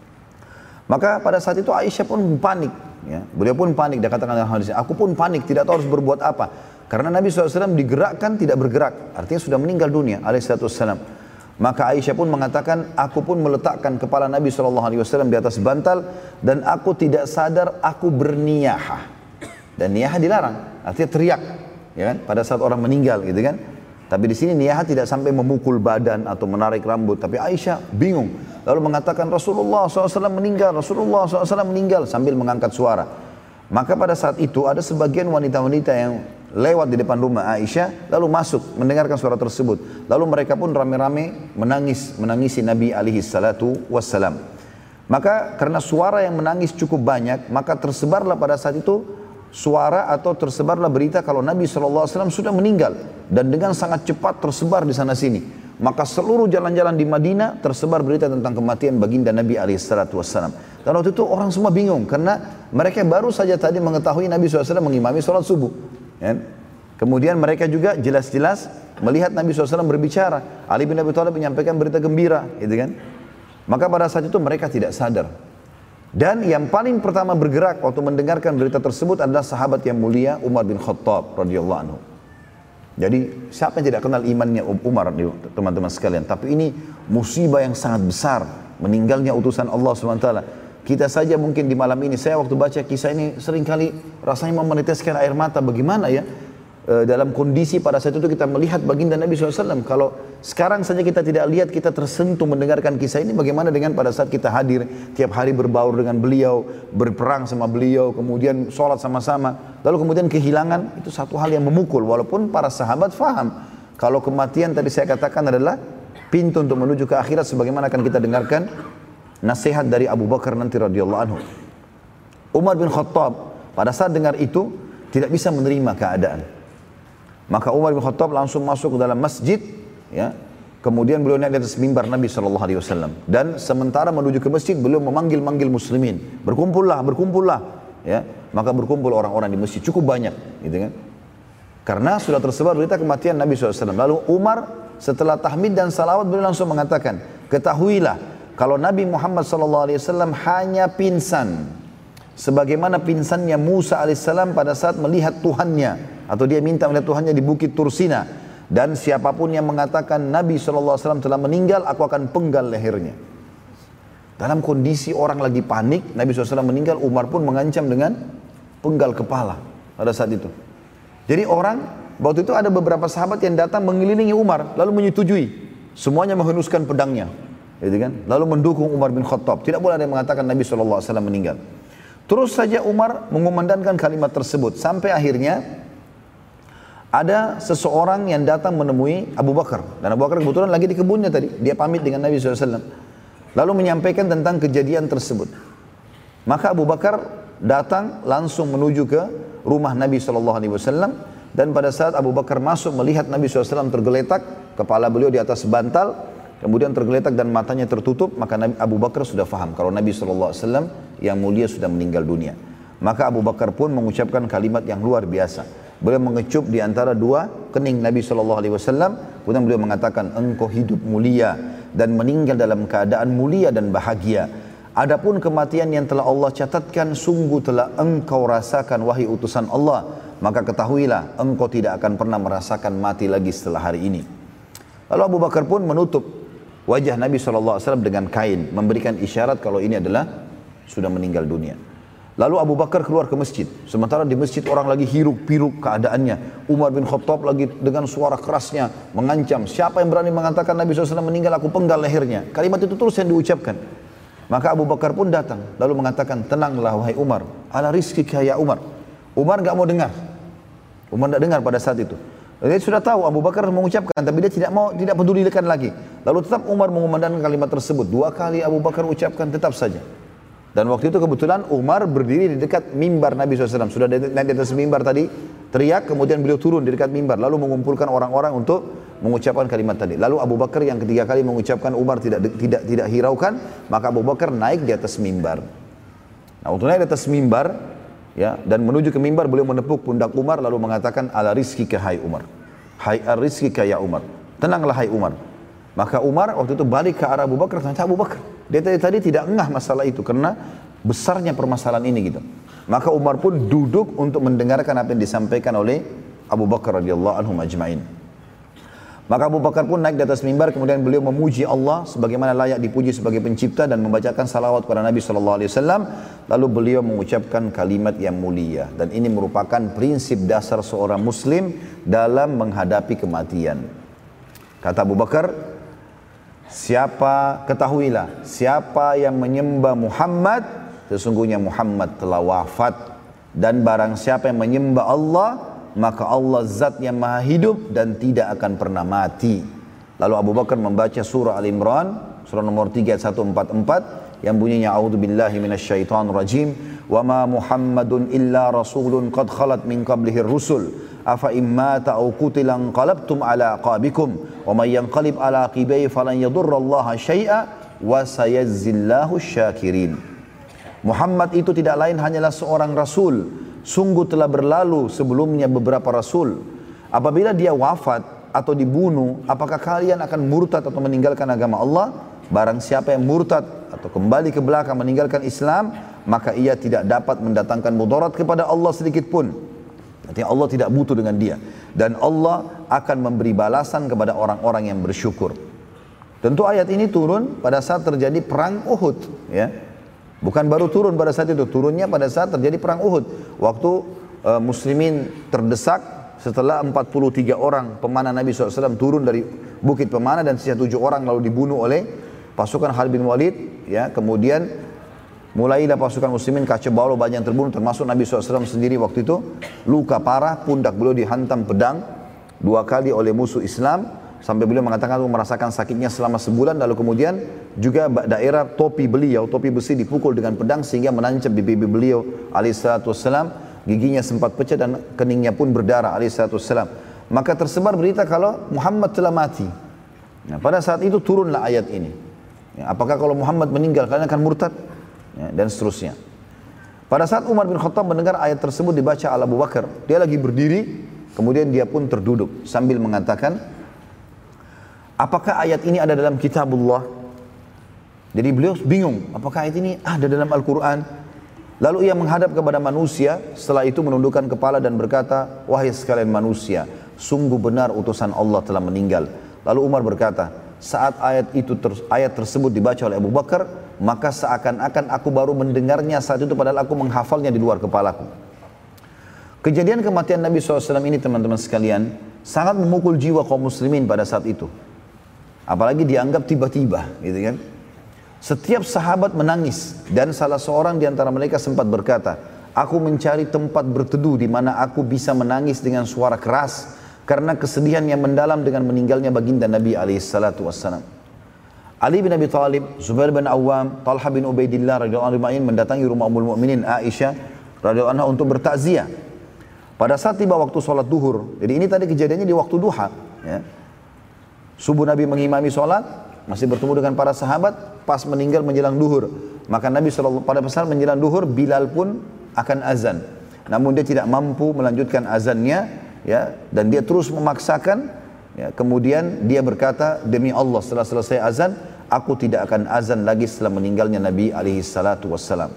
Maka pada saat itu Aisyah pun panik. Ya. Beliau pun panik. Dia katakan dalam hadis, aku pun panik, tidak tahu harus berbuat apa. Karena Nabi SAW digerakkan tidak bergerak, artinya sudah meninggal dunia alaihissalam. Maka Aisyah pun mengatakan, aku pun meletakkan kepala Nabi SAW di atas bantal dan aku tidak sadar aku berniyahah. Dan niyahah dilarang, artinya teriak, ya kan? Pada saat orang meninggal, gitu kan? Tapi di sini niyahah tidak sampai memukul badan atau menarik rambut. Tapi Aisyah bingung, lalu mengatakan Rasulullah SAW meninggal, Rasulullah SAW meninggal sambil mengangkat suara. Maka pada saat itu ada sebagian wanita-wanita yang lewat di depan rumah Aisyah, lalu masuk mendengarkan suara tersebut. Lalu mereka pun rame-rame menangisi Nabi alaihi salatu wassalam. Maka karena suara yang menangis cukup banyak, maka tersebarlah pada saat itu suara atau tersebarlah berita kalau Nabi SAW sudah meninggal. Dan dengan sangat cepat tersebar di sana sini. Maka seluruh jalan-jalan di Madinah tersebar berita tentang kematian baginda Nabi alaihi salatu wassalam. Dan waktu itu orang semua bingung karena mereka baru saja tadi mengetahui Nabi SAW mengimami sholat subuh. Ya. Kemudian mereka juga jelas-jelas melihat Nabi SAW berbicara. Ali bin Abi Thalib menyampaikan berita gembira, gitu kan? Maka pada saat itu mereka tidak sadar. Dan yang paling pertama bergerak waktu mendengarkan berita tersebut adalah sahabat yang mulia Umar bin Khattab radhiyallahu anhu. Jadi siapa yang tidak kenal imannya Umar, teman-teman sekalian? Tapi ini musibah yang sangat besar, meninggalnya utusan Allah SWT. Kita saja mungkin di malam ini, saya waktu baca kisah ini seringkali rasanya mau meneteskan air mata. Bagaimana ya dalam kondisi pada saat itu kita melihat baginda Nabi SAW. Kalau sekarang saja kita tidak lihat, kita tersentuh mendengarkan kisah ini, bagaimana dengan pada saat kita hadir tiap hari berbaur dengan beliau, berperang sama beliau, kemudian sholat sama-sama, lalu kemudian kehilangan, itu satu hal yang memukul. Walaupun para sahabat faham kalau kematian tadi saya katakan adalah pintu untuk menuju ke akhirat, sebagaimana akan kita dengarkan nasihat dari Abu Bakar nanti radhiyallahu anhu. Umar bin Khattab pada saat dengar itu tidak bisa menerima keadaan. Maka Umar bin Khattab langsung masuk ke dalam masjid, ya. Kemudian beliau naik di atas mimbar Nabi SAW. Dan sementara menuju ke masjid, beliau memanggil-manggil muslimin. Berkumpullah, ya. Maka berkumpul orang-orang di masjid cukup banyak, gitu kan? Karena sudah tersebar berita kematian Nabi SAW. Lalu Umar setelah tahmid dan salawat beliau langsung mengatakan, ketahuilah kalau Nabi Muhammad SAW hanya pingsan, sebagaimana pingsannya Musa alaihissalam pada saat melihat Tuhannya, atau dia minta melihat Tuhannya di Bukit Tursina. Dan siapapun yang mengatakan Nabi SAW telah meninggal, aku akan penggal lehernya. Dalam kondisi orang lagi panik, Nabi SAW meninggal, Umar pun mengancam dengan penggal kepala pada saat itu. Jadi orang, waktu itu ada beberapa sahabat yang datang mengelilingi Umar, lalu menyetujui. Semuanya menghunuskan pedangnya, gitu kan? Lalu mendukung Umar bin Khattab. Tidak boleh ada yang mengatakan Nabi SAW meninggal. Terus saja Umar mengumandangkan kalimat tersebut. Sampai akhirnya ada seseorang yang datang menemui Abu Bakar. Dan Abu Bakar kebetulan lagi di kebunnya tadi. Dia pamit dengan Nabi SAW. Lalu menyampaikan tentang kejadian tersebut. Maka Abu Bakar datang langsung menuju ke rumah Nabi SAW. Dan pada saat Abu Bakar masuk melihat Nabi SAW tergeletak, kepala beliau di atas bantal, kemudian tergeletak dan matanya tertutup, maka Abu Bakar sudah faham kalau Nabi SAW yang mulia sudah meninggal dunia. Maka Abu Bakar pun mengucapkan kalimat yang luar biasa. Beliau mengecup di antara dua kening Nabi SAW. Kemudian beliau mengatakan, engkau hidup mulia dan meninggal dalam keadaan mulia dan bahagia. Adapun kematian yang telah Allah catatkan, sungguh telah engkau rasakan wahai utusan Allah, maka ketahuilah engkau tidak akan pernah merasakan mati lagi setelah hari ini. Lalu Abu Bakar pun menutup wajah Nabi SAW dengan kain, memberikan isyarat kalau ini adalah sudah meninggal dunia. Lalu Abu Bakar keluar ke masjid, sementara di masjid orang lagi hiruk-pikuk keadaannya. Umar bin Khattab lagi dengan suara kerasnya mengancam, siapa yang berani mengatakan Nabi SAW meninggal, aku penggal lehernya. Kalimat itu terus yang diucapkan. Maka Abu Bakar pun datang, lalu mengatakan, tenanglah wahai Umar, ala rizkika ya Umar. Umar enggak mau dengar. Umar tidak dengar pada saat itu. Dia sudah tahu Abu Bakar mengucapkan, tapi dia tidak pedulikan lagi. Lalu tetap Umar mengumandangkan kalimat tersebut. 2 kali Abu Bakar ucapkan, tetap saja. Dan waktu itu kebetulan Umar berdiri di dekat mimbar Nabi SAW. Sudah naik di atas mimbar tadi, teriak, kemudian beliau turun di dekat mimbar, lalu mengumpulkan orang-orang untuk mengucapkan kalimat tadi. Lalu Abu Bakar yang ketiga kali mengucapkan, Umar tidak hiraukan, maka Abu Bakar naik di atas mimbar. Nah, untuk naik di atas mimbar, ya, dan menuju ke mimbar, beliau menepuk pundak Umar lalu mengatakan, ala rizkika hai Umar, hai ar-rizkika ya Umar, tenanglah hai Umar. Maka Umar waktu itu balik ke arah Abu Bakar, tanya Abu Bakar, dia tadi tidak engah masalah itu karena besarnya permasalahan ini gitu. Maka Umar pun duduk untuk mendengarkan apa yang disampaikan oleh Abu Bakar radhiyallahu anhu ajma'in. Maka Abu Bakar pun naik di atas mimbar, kemudian beliau memuji Allah sebagaimana layak dipuji sebagai pencipta dan membacakan salawat kepada Nabi SAW. Lalu beliau mengucapkan kalimat yang mulia, dan ini merupakan prinsip dasar seorang muslim dalam menghadapi kematian. Kata Abu Bakar, ketahuilah, siapa yang menyembah Muhammad, sesungguhnya Muhammad telah wafat, dan barang siapa yang menyembah Allah, maka Allah zat yang maha hidup dan tidak akan pernah mati. Lalu Abu Bakar membaca surah Al-Imran, surah nomor 3 ayat 144 yang bunyinya, a'udzubillahi minasyaitonir rajim, wa ma Muhammadun illa rasulun qad khalat min qablihi rusul afa imma aw qutila qalabtum ala aqabikum wa may yanqalib ala aqibihi falan yadurrallaha syai'a wa sayazzillahu syakirin. Muhammad itu tidak lain hanyalah seorang rasul. Sungguh telah berlalu sebelumnya beberapa rasul. Apabila dia wafat atau dibunuh, apakah kalian akan murtad atau meninggalkan agama Allah? Barang siapa yang murtad atau kembali ke belakang meninggalkan Islam, maka ia tidak dapat mendatangkan mudarat kepada Allah sedikit pun. Artinya Allah tidak butuh dengan dia. Dan Allah akan memberi balasan kepada orang-orang yang bersyukur. Tentu ayat ini turun pada saat terjadi perang Uhud, ya. Bukan baru turun pada saat itu, turunnya pada saat terjadi perang Uhud. Waktu muslimin terdesak setelah 43 orang pemanah Nabi SAW turun dari bukit pemanah dan sisa 7 orang lalu dibunuh oleh pasukan Khalid bin Walid. Ya, kemudian mulailah pasukan muslimin kacau balau, banyak yang terbunuh termasuk Nabi SAW sendiri waktu itu. Luka parah, pundak beliau dihantam pedang 2 kali oleh musuh Islam. Sampai beliau mengatakan merasakan sakitnya selama sebulan. Lalu kemudian juga daerah topi beliau, topi besi dipukul dengan pedang sehingga menancap di pipi beliau alaihissalam. Giginya sempat pecah dan keningnya pun berdarah alaihissalam. Maka tersebar berita kalau Muhammad telah mati. Nah, pada saat itu turunlah ayat ini. Ya, apakah kalau Muhammad meninggal kalian akan murtad? Ya, dan seterusnya. Pada saat Umar bin Khattab mendengar ayat tersebut dibaca oleh Abu Bakar, dia lagi berdiri, kemudian dia pun terduduk sambil mengatakan, apakah ayat ini ada dalam kitabullah? Jadi beliau bingung, apakah ayat ini ada dalam Al-Quran? Lalu ia menghadap kepada manusia, setelah itu menundukkan kepala dan berkata, wahai sekalian manusia, sungguh benar utusan Allah telah meninggal. Lalu Umar berkata, saat ayat tersebut dibaca oleh Abu Bakar, maka seakan-akan aku baru mendengarnya saat itu, padahal aku menghafalnya di luar kepalaku. Kejadian kematian Nabi SAW ini teman-teman sekalian, sangat memukul jiwa kaum muslimin pada saat itu. Apalagi dianggap tiba-tiba, gitu kan. Setiap sahabat menangis dan salah seorang di antara mereka sempat berkata, aku mencari tempat berteduh di mana aku bisa menangis dengan suara keras karena kesedihan yang mendalam dengan meninggalnya baginda Nabi SAW. Ali bin Abi Thalib, Zubair bin Awam, Talha bin Ubaidillah radhiyallahu anhu mendatangi rumah Ummul Mukminin Aisyah radhiyallahu anha untuk bertakziah. Pada saat tiba waktu sholat duhur, jadi ini tadi kejadiannya di waktu duha, ya. Subuh Nabi mengimami sholat, masih bertemu dengan para sahabat, pas meninggal menjelang duhur. Maka Nabi SAW pada saat menjelang duhur, Bilal pun akan azan. Namun dia tidak mampu melanjutkan azannya, ya, dan dia terus memaksakan. Ya, kemudian dia berkata, demi Allah setelah selesai azan, aku tidak akan azan lagi setelah meninggalnya Nabi alaihi salatu wassalam.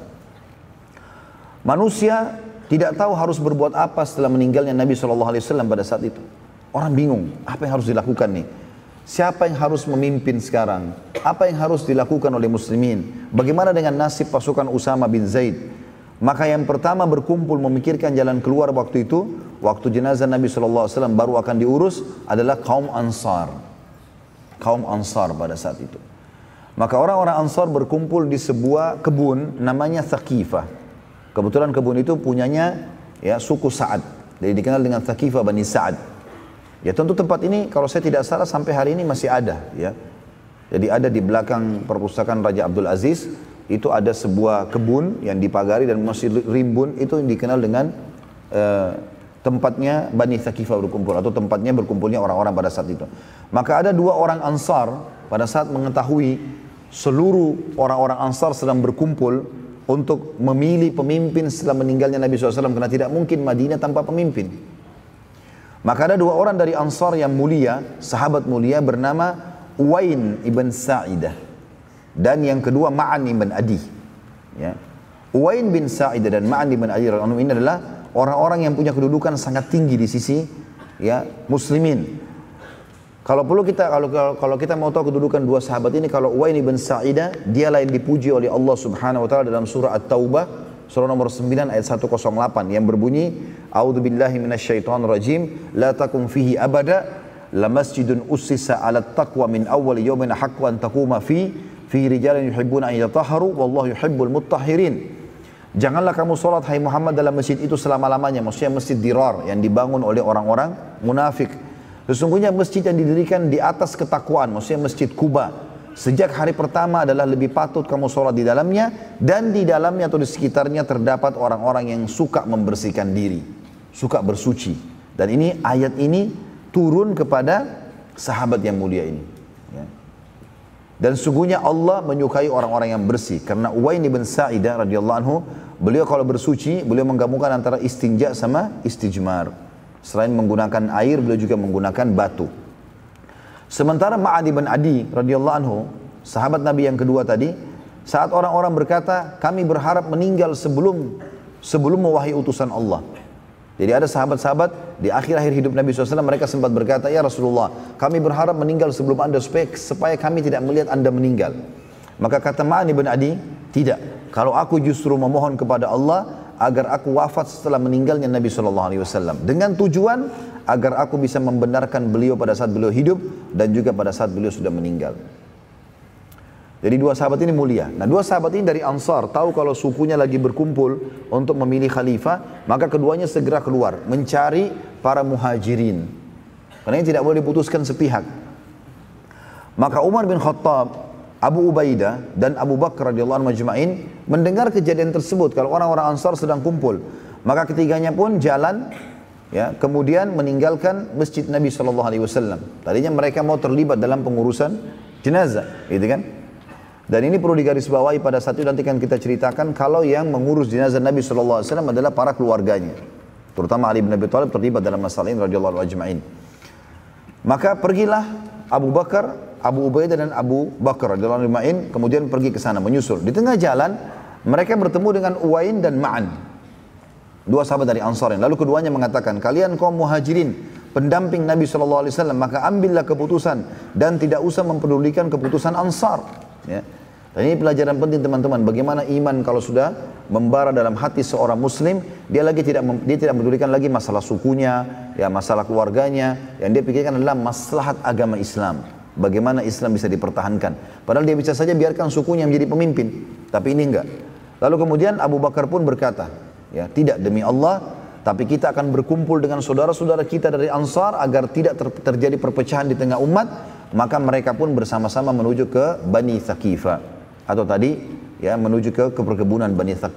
Manusia tidak tahu harus berbuat apa setelah meninggalnya Nabi SAW pada saat itu. Orang bingung, apa yang harus dilakukan nih? Siapa yang harus memimpin sekarang? Apa yang harus dilakukan oleh muslimin? Bagaimana dengan nasib pasukan Usama bin Zaid? Maka yang pertama berkumpul memikirkan jalan keluar waktu itu, waktu jenazah Nabi SAW baru akan diurus, adalah kaum Ansar. Kaum Ansar pada saat itu. Maka orang-orang Ansar berkumpul di sebuah kebun namanya Thaqifah. Kebetulan kebun itu punyanya ya suku Sa'ad. Jadi dikenal dengan Thaqifah Bani Sa'ad. Ya tentu tempat ini kalau saya tidak salah sampai hari ini masih ada ya. Jadi ada di belakang perpustakaan Raja Abdul Aziz, itu ada sebuah kebun yang dipagari dan masih rimbun, itu yang dikenal dengan tempatnya Bani Thaqifah berkumpul, atau tempatnya berkumpulnya orang-orang pada saat itu. Maka ada dua orang Ansar pada saat mengetahui seluruh orang-orang Ansar sedang berkumpul untuk memilih pemimpin setelah meninggalnya Nabi SAW, karena tidak mungkin Madinah tanpa pemimpin. Maka ada dua orang dari Ansar yang mulia, sahabat mulia, bernama Uwain ibn Sa'idah dan yang kedua Ma'an ibn Adi. Ya. Uwain bin Sa'idah dan Ma'an ibn Adi ini adalah orang-orang yang punya kedudukan sangat tinggi di sisi ya muslimin. Kalau kita mau tahu kedudukan dua sahabat ini, kalau Uwain ibn Sa'idah, dialah yang dipuji oleh Allah Subhanahu wa taala dalam surah At-Taubah, surah nomor 9 ayat 108 yang berbunyi, A'udzubillahi minasyaitonirrajim, la takum fihi abada, la masjidun ussisa 'ala taqwa min awwal yawmin haqqu an taquma fi rijalin yuhibbuna an yatahharu wallahu yuhibbul mutahhirin. Janganlah kamu sholat hai Muhammad dalam masjid itu selama-lamanya, maksudnya masjid Dirar yang dibangun oleh orang-orang munafik. Sesungguhnya masjid yang didirikan di atas ketakwaan, maksudnya masjid Kuba. Sejak hari pertama adalah lebih patut kamu sholat di dalamnya, dan di dalamnya atau di sekitarnya terdapat orang-orang yang suka membersihkan diri, suka bersuci. Dan ini ayat ini turun kepada sahabat yang mulia ini. Ya. Dan sungguhnya Allah menyukai orang-orang yang bersih, karena Uwain ibn Sa'idah radhiyallahu anhu, beliau kalau bersuci, beliau menggabungkan antara istinja sama istijmar. Selain menggunakan air, beliau juga menggunakan batu. Sementara Ma'ad ibn Adi radhiyallahu anhu, sahabat Nabi yang kedua tadi, saat orang-orang berkata, kami berharap meninggal sebelum mewahyi utusan Allah. Jadi ada sahabat-sahabat di akhir-akhir hidup Nabi SAW, mereka sempat berkata, ya Rasulullah, kami berharap meninggal sebelum anda supaya kami tidak melihat anda meninggal. Maka kata Ma'ad ibn Adi, tidak. Kalau aku justru memohon kepada Allah agar aku wafat setelah meninggalnya Nabi SAW, dengan tujuan agar aku bisa membenarkan beliau pada saat beliau hidup dan juga pada saat beliau sudah meninggal. Jadi dua sahabat ini mulia. Nah, dua sahabat ini dari Ansar tahu kalau sukunya lagi berkumpul untuk memilih khalifah, maka keduanya segera keluar mencari para muhajirin, karena ini tidak boleh diputuskan sepihak. Maka Umar bin Khattab, Abu Ubaidah dan Abu Bakar radhiyallahu anhu majma'in mendengar kejadian tersebut kalau orang-orang Ansar sedang kumpul, maka ketiganya pun jalan ya, kemudian meninggalkan masjid Nabi SAW. Tadinya mereka mau terlibat dalam pengurusan jenazah, gitu kan? Dan ini perlu digarisbawahi pada saat itu nanti kan kita ceritakan, kalau yang mengurus jenazah Nabi SAW adalah para keluarganya, terutama Ali bin Abi Thalib terlibat dalam masalah ini radhiyallahu anhu ajma'in. Maka pergilah Abu Bakar, Abu Ubaidah dan Abu Bakar radhiyallahu anhu ajma'in, kemudian pergi ke sana menyusul. Di tengah jalan mereka bertemu dengan Uwain dan Ma'an, dua sahabat dari Ansar. Lalu keduanya mengatakan, kalian kaum muhajirin, pendamping Nabi SAW, maka ambillah keputusan dan tidak usah mempedulikan keputusan Ansar. Ya. Dan ini pelajaran penting teman-teman, bagaimana iman kalau sudah membara dalam hati seorang muslim, dia tidak mempedulikan lagi masalah sukunya, ya masalah keluarganya, yang dia pikirkan adalah maslahat agama Islam. Bagaimana Islam bisa dipertahankan. Padahal dia bisa saja biarkan sukunya menjadi pemimpin, tapi ini enggak. Lalu kemudian Abu Bakar pun berkata, ya, tidak, demi Allah, tapi kita akan berkumpul dengan saudara-saudara kita dari Ansar agar tidak terjadi perpecahan di tengah umat. Maka mereka pun bersama-sama menuju ke Bani Thaqifah, atau tadi ya menuju ke perkebunan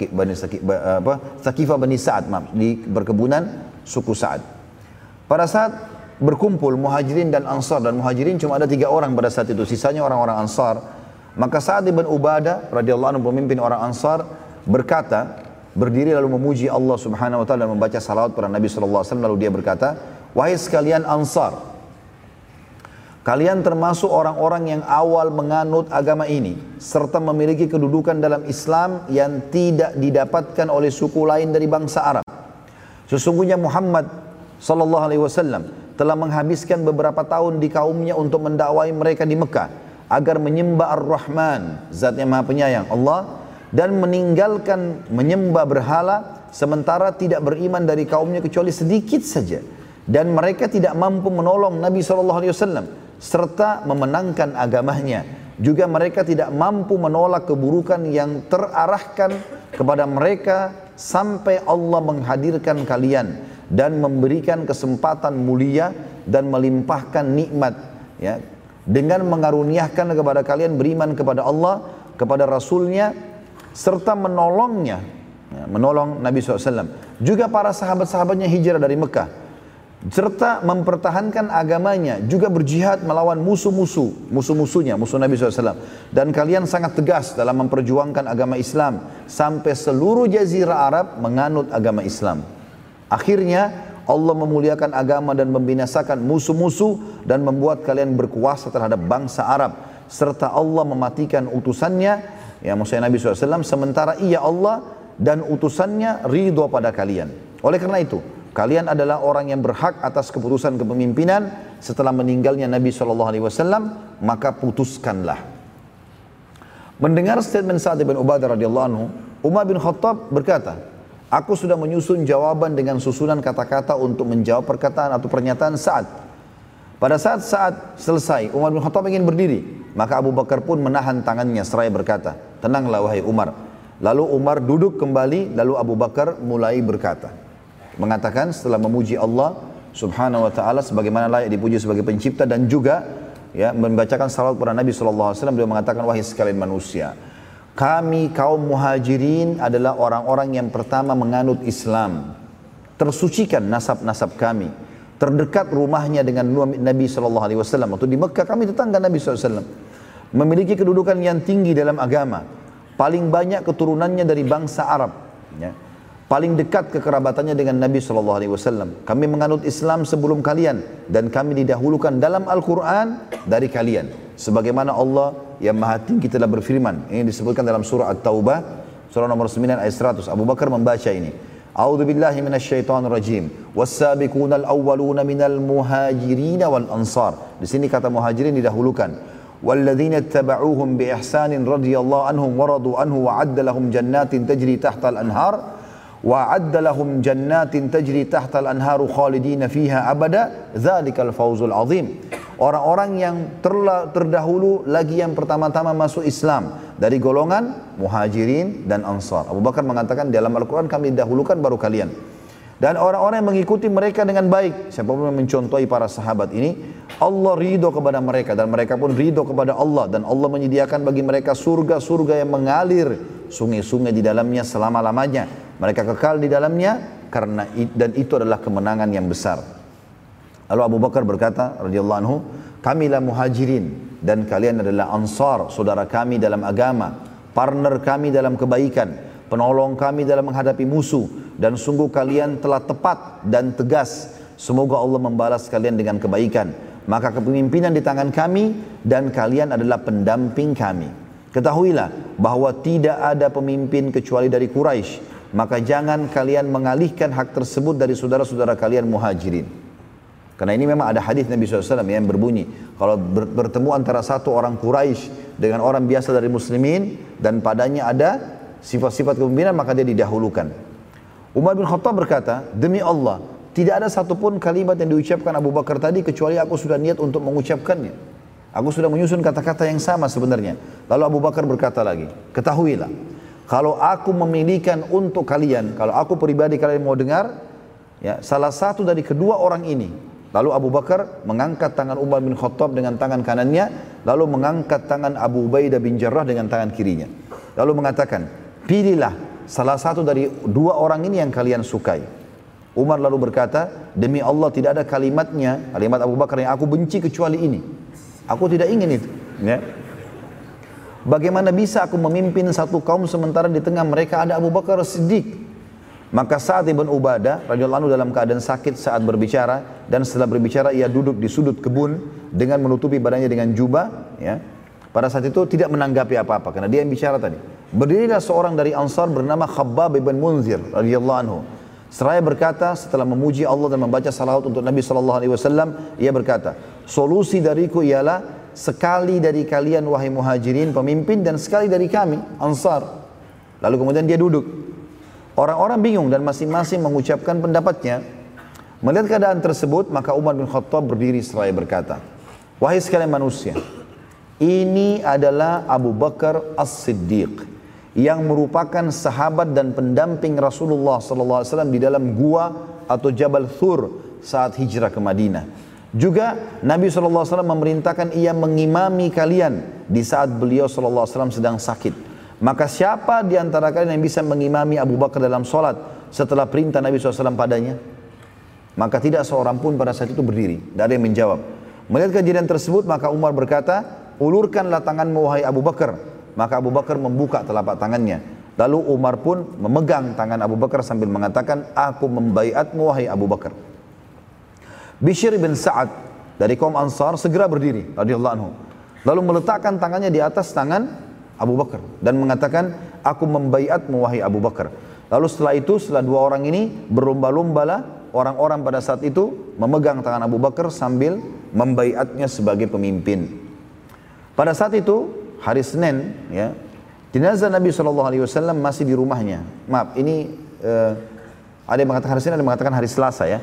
Thaqifah Bani Sa'ad, di perkebunan suku Sa'ad. Pada saat berkumpul Muhajirin dan Ansar, dan Muhajirin cuma ada 3 orang pada saat itu, sisanya orang-orang Ansar. Maka Sa'ad bin Ubadah radhiyallahu anhu, pemimpin orang Ansar, berkata, berdiri lalu memuji Allah Subhanahu wa taala dan membaca salawat pada Nabi sallallahu alaihi wasallam, lalu dia berkata, wahai sekalian Ansar, Kalian termasuk orang-orang yang awal menganut agama ini serta memiliki kedudukan dalam Islam yang tidak didapatkan oleh suku lain dari bangsa Arab. Sesungguhnya Muhammad sallallahu alaihi wasallam telah menghabiskan beberapa tahun di kaumnya untuk mendakwai mereka di Mekah agar menyembah Ar-Rahman, Zat yang Maha Penyayang, Allah, dan meninggalkan menyembah berhala, sementara tidak beriman dari kaumnya kecuali sedikit saja, dan mereka tidak mampu menolong Nabi SAW serta memenangkan agamanya. Juga mereka tidak mampu menolak keburukan yang terarahkan kepada mereka sampai Allah menghadirkan kalian dan memberikan kesempatan mulia dan melimpahkan nikmat, ya, dengan mengaruniakan kepada kalian beriman kepada Allah, kepada Rasulnya, serta menolongnya, ya, menolong Nabi SAW. Juga para sahabat-sahabatnya hijrah dari Mekah, serta mempertahankan agamanya, juga berjihad melawan musuh-musuhnya, musuh Nabi SAW. Dan kalian sangat tegas dalam memperjuangkan agama Islam, sampai seluruh jazirah Arab menganut agama Islam. Akhirnya Allah memuliakan agama dan membinasakan musuh-musuh dan membuat kalian berkuasa terhadap bangsa Arab, serta Allah mematikan utusannya, ya maksudnya Nabi SAW, sementara ia Allah dan utusannya ridho pada kalian. Oleh karena itu, kalian adalah orang yang berhak atas keputusan kepemimpinan setelah meninggalnya Nabi SAW, maka putuskanlah. Mendengar statement Sa'ad bin Ubadah radhiyallahu anhu, Umar bin Khattab berkata, aku sudah menyusun jawaban dengan susunan kata-kata untuk menjawab perkataan atau pernyataan Sa'ad. Pada saat Sa'ad selesai, Umar bin Khattab ingin berdiri, maka Abu Bakar pun menahan tangannya seraya berkata, tenanglah wahai Umar. Lalu Umar duduk kembali, lalu Abu Bakar mulai berkata, mengatakan setelah memuji Allah subhanahu wa ta'ala sebagaimana layak dipuji sebagai pencipta, dan juga ya membacakan salawat kepada Nabi SAW, beliau mengatakan, wahai sekalian manusia, kami kaum muhajirin adalah orang-orang yang pertama menganut Islam. Tersucikan nasab-nasab kami. Terdekat rumahnya dengan Nabi SAW. Waktu di Mekah kami tetangga Nabi SAW. Memiliki kedudukan yang tinggi dalam agama. Paling banyak keturunannya dari bangsa Arab. Ya. Paling dekat kekerabatannya dengan Nabi SAW. Kami menganut Islam sebelum kalian. Dan kami didahulukan dalam Al-Quran dari kalian. Sebagaimana Allah yang Maha Tinggi telah berfirman. Ini disebutkan dalam surah At-Taubah, surah nomor 9 ayat 100. Abu Bakar membaca ini. A'udzu billahi minasyaitonir rajim. Was-sabiqunal awwaluna minal muhajirin wal ansar. Di sini kata muhajirin didahulukan. Walladzina ittaba'uuhum bi ihsanin radhiyallahu anhum wa radu anhu wa 'adda lahum jannatin tajri tahtal anhar. وَعَدَّ لَهُمْ جَنَّاتٍ تَجْرِي تَحْتَ الْأَنْهَارُ خَالِدِينَ فِيهَا أَبَدًا ذَلِكَ الْفَوْزُ الْعَظِيمُ. Orang-orang yang terdahulu lagi yang pertama-tama masuk Islam dari golongan muhajirin dan ansar. Abu Bakar mengatakan dalam Al-Quran kami dahulukan baru kalian. Dan orang-orang yang mengikuti mereka dengan baik, siapapun yang mencontohi para sahabat ini, Allah ridho kepada mereka dan mereka pun ridho kepada Allah, dan Allah menyediakan bagi mereka surga-surga yang mengalir sungai-sungai di dalamnya selama-lamanya. Mereka kekal di dalamnya dan itu adalah kemenangan yang besar. Lalu Abu Bakar berkata radhiyallahu anhu, kamilah muhajirin dan kalian adalah ansar, saudara kami dalam agama, partner kami dalam kebaikan, penolong kami dalam menghadapi musuh, dan sungguh kalian telah tepat dan tegas. Semoga Allah membalas kalian dengan kebaikan. Maka kepemimpinan di tangan kami dan kalian adalah pendamping kami. Ketahuilah bahwa tidak ada pemimpin kecuali dari Quraisy. Maka jangan kalian mengalihkan hak tersebut dari saudara-saudara kalian muhajirin. Karena ini memang ada hadis Nabi SAW yang berbunyi, kalau bertemu antara satu orang Quraisy dengan orang biasa dari muslimin dan padanya ada sifat-sifat kepemimpinan, maka dia didahulukan. Umar bin Khattab berkata, demi Allah, tidak ada satupun kalimat yang diucapkan Abu Bakar tadi kecuali aku sudah niat untuk mengucapkannya. Aku sudah menyusun kata-kata yang sama sebenarnya. Lalu Abu Bakar berkata lagi, ketahuilah, kalau aku memilihkan untuk kalian, kalau aku pribadi kalian mau dengar, ya, salah satu dari kedua orang ini. Lalu Abu Bakar mengangkat tangan Umar bin Khattab dengan tangan kanannya, lalu mengangkat tangan Abu Ubaidah bin Jarrah dengan tangan kirinya. Lalu mengatakan, pilihlah salah satu dari dua orang ini yang kalian sukai. Umar lalu berkata, demi Allah tidak ada kalimatnya, kalimat Abu Bakar yang aku benci kecuali ini. Aku tidak ingin itu. Ya. Bagaimana bisa aku memimpin satu kaum sementara di tengah mereka ada Abu Bakar Siddiq? Maka Sa'ad ibn Ubadah radhiyallahu anhu dalam keadaan sakit saat berbicara, dan setelah berbicara ia duduk di sudut kebun dengan menutupi badannya dengan jubah, ya. Pada saat itu tidak menanggapi apa-apa karena dia yang bicara tadi. Berdirilah seorang dari Ansar bernama Khabbab ibn Munzir radhiyallahu anhu. Seraya berkata setelah memuji Allah dan membaca salawat untuk Nabi SAW, ia berkata, solusi dariku ialah sekali dari kalian wahai muhajirin pemimpin dan sekali dari kami Ansar. Lalu kemudian dia duduk. Orang-orang bingung dan masing-masing mengucapkan pendapatnya. Melihat keadaan tersebut, maka Umar bin Khattab berdiri seraya berkata, wahai sekalian manusia, ini adalah Abu Bakar As-Siddiq yang merupakan sahabat dan pendamping Rasulullah SAW di dalam gua atau Jabal Thur saat hijrah ke Madinah. Juga Nabi SAW memerintahkan ia mengimami kalian di saat beliau SAW sedang sakit. Maka siapa di antara kalian yang bisa mengimami Abu Bakar dalam solat setelah perintah Nabi SAW padanya? Maka tidak seorang pun pada saat itu berdiri, tidak ada yang menjawab. Melihat kejadian tersebut, maka Umar berkata, ulurkanlah tanganmu wahai Abu Bakar. Maka Abu Bakar membuka telapak tangannya. Lalu Umar pun memegang tangan Abu Bakar sambil mengatakan, aku membaiatmu wahai Abu Bakar. Bishr bin Sa'ad dari kaum Ansar segera berdiri radhiyallahu anhu. Lalu meletakkan tangannya di atas tangan Abu Bakar dan mengatakan, aku membaiatmu wahai Abu Bakar. Lalu setelah itu, setelah dua orang ini berlomba-lombalah orang-orang pada saat itu memegang tangan Abu Bakar sambil membaiatnya sebagai pemimpin. Pada saat itu hari Senin, ya, jenazah Nabi SAW masih di rumahnya. Maaf, ini ada yang mengatakan hari Senin, ada yang mengatakan hari Selasa, ya.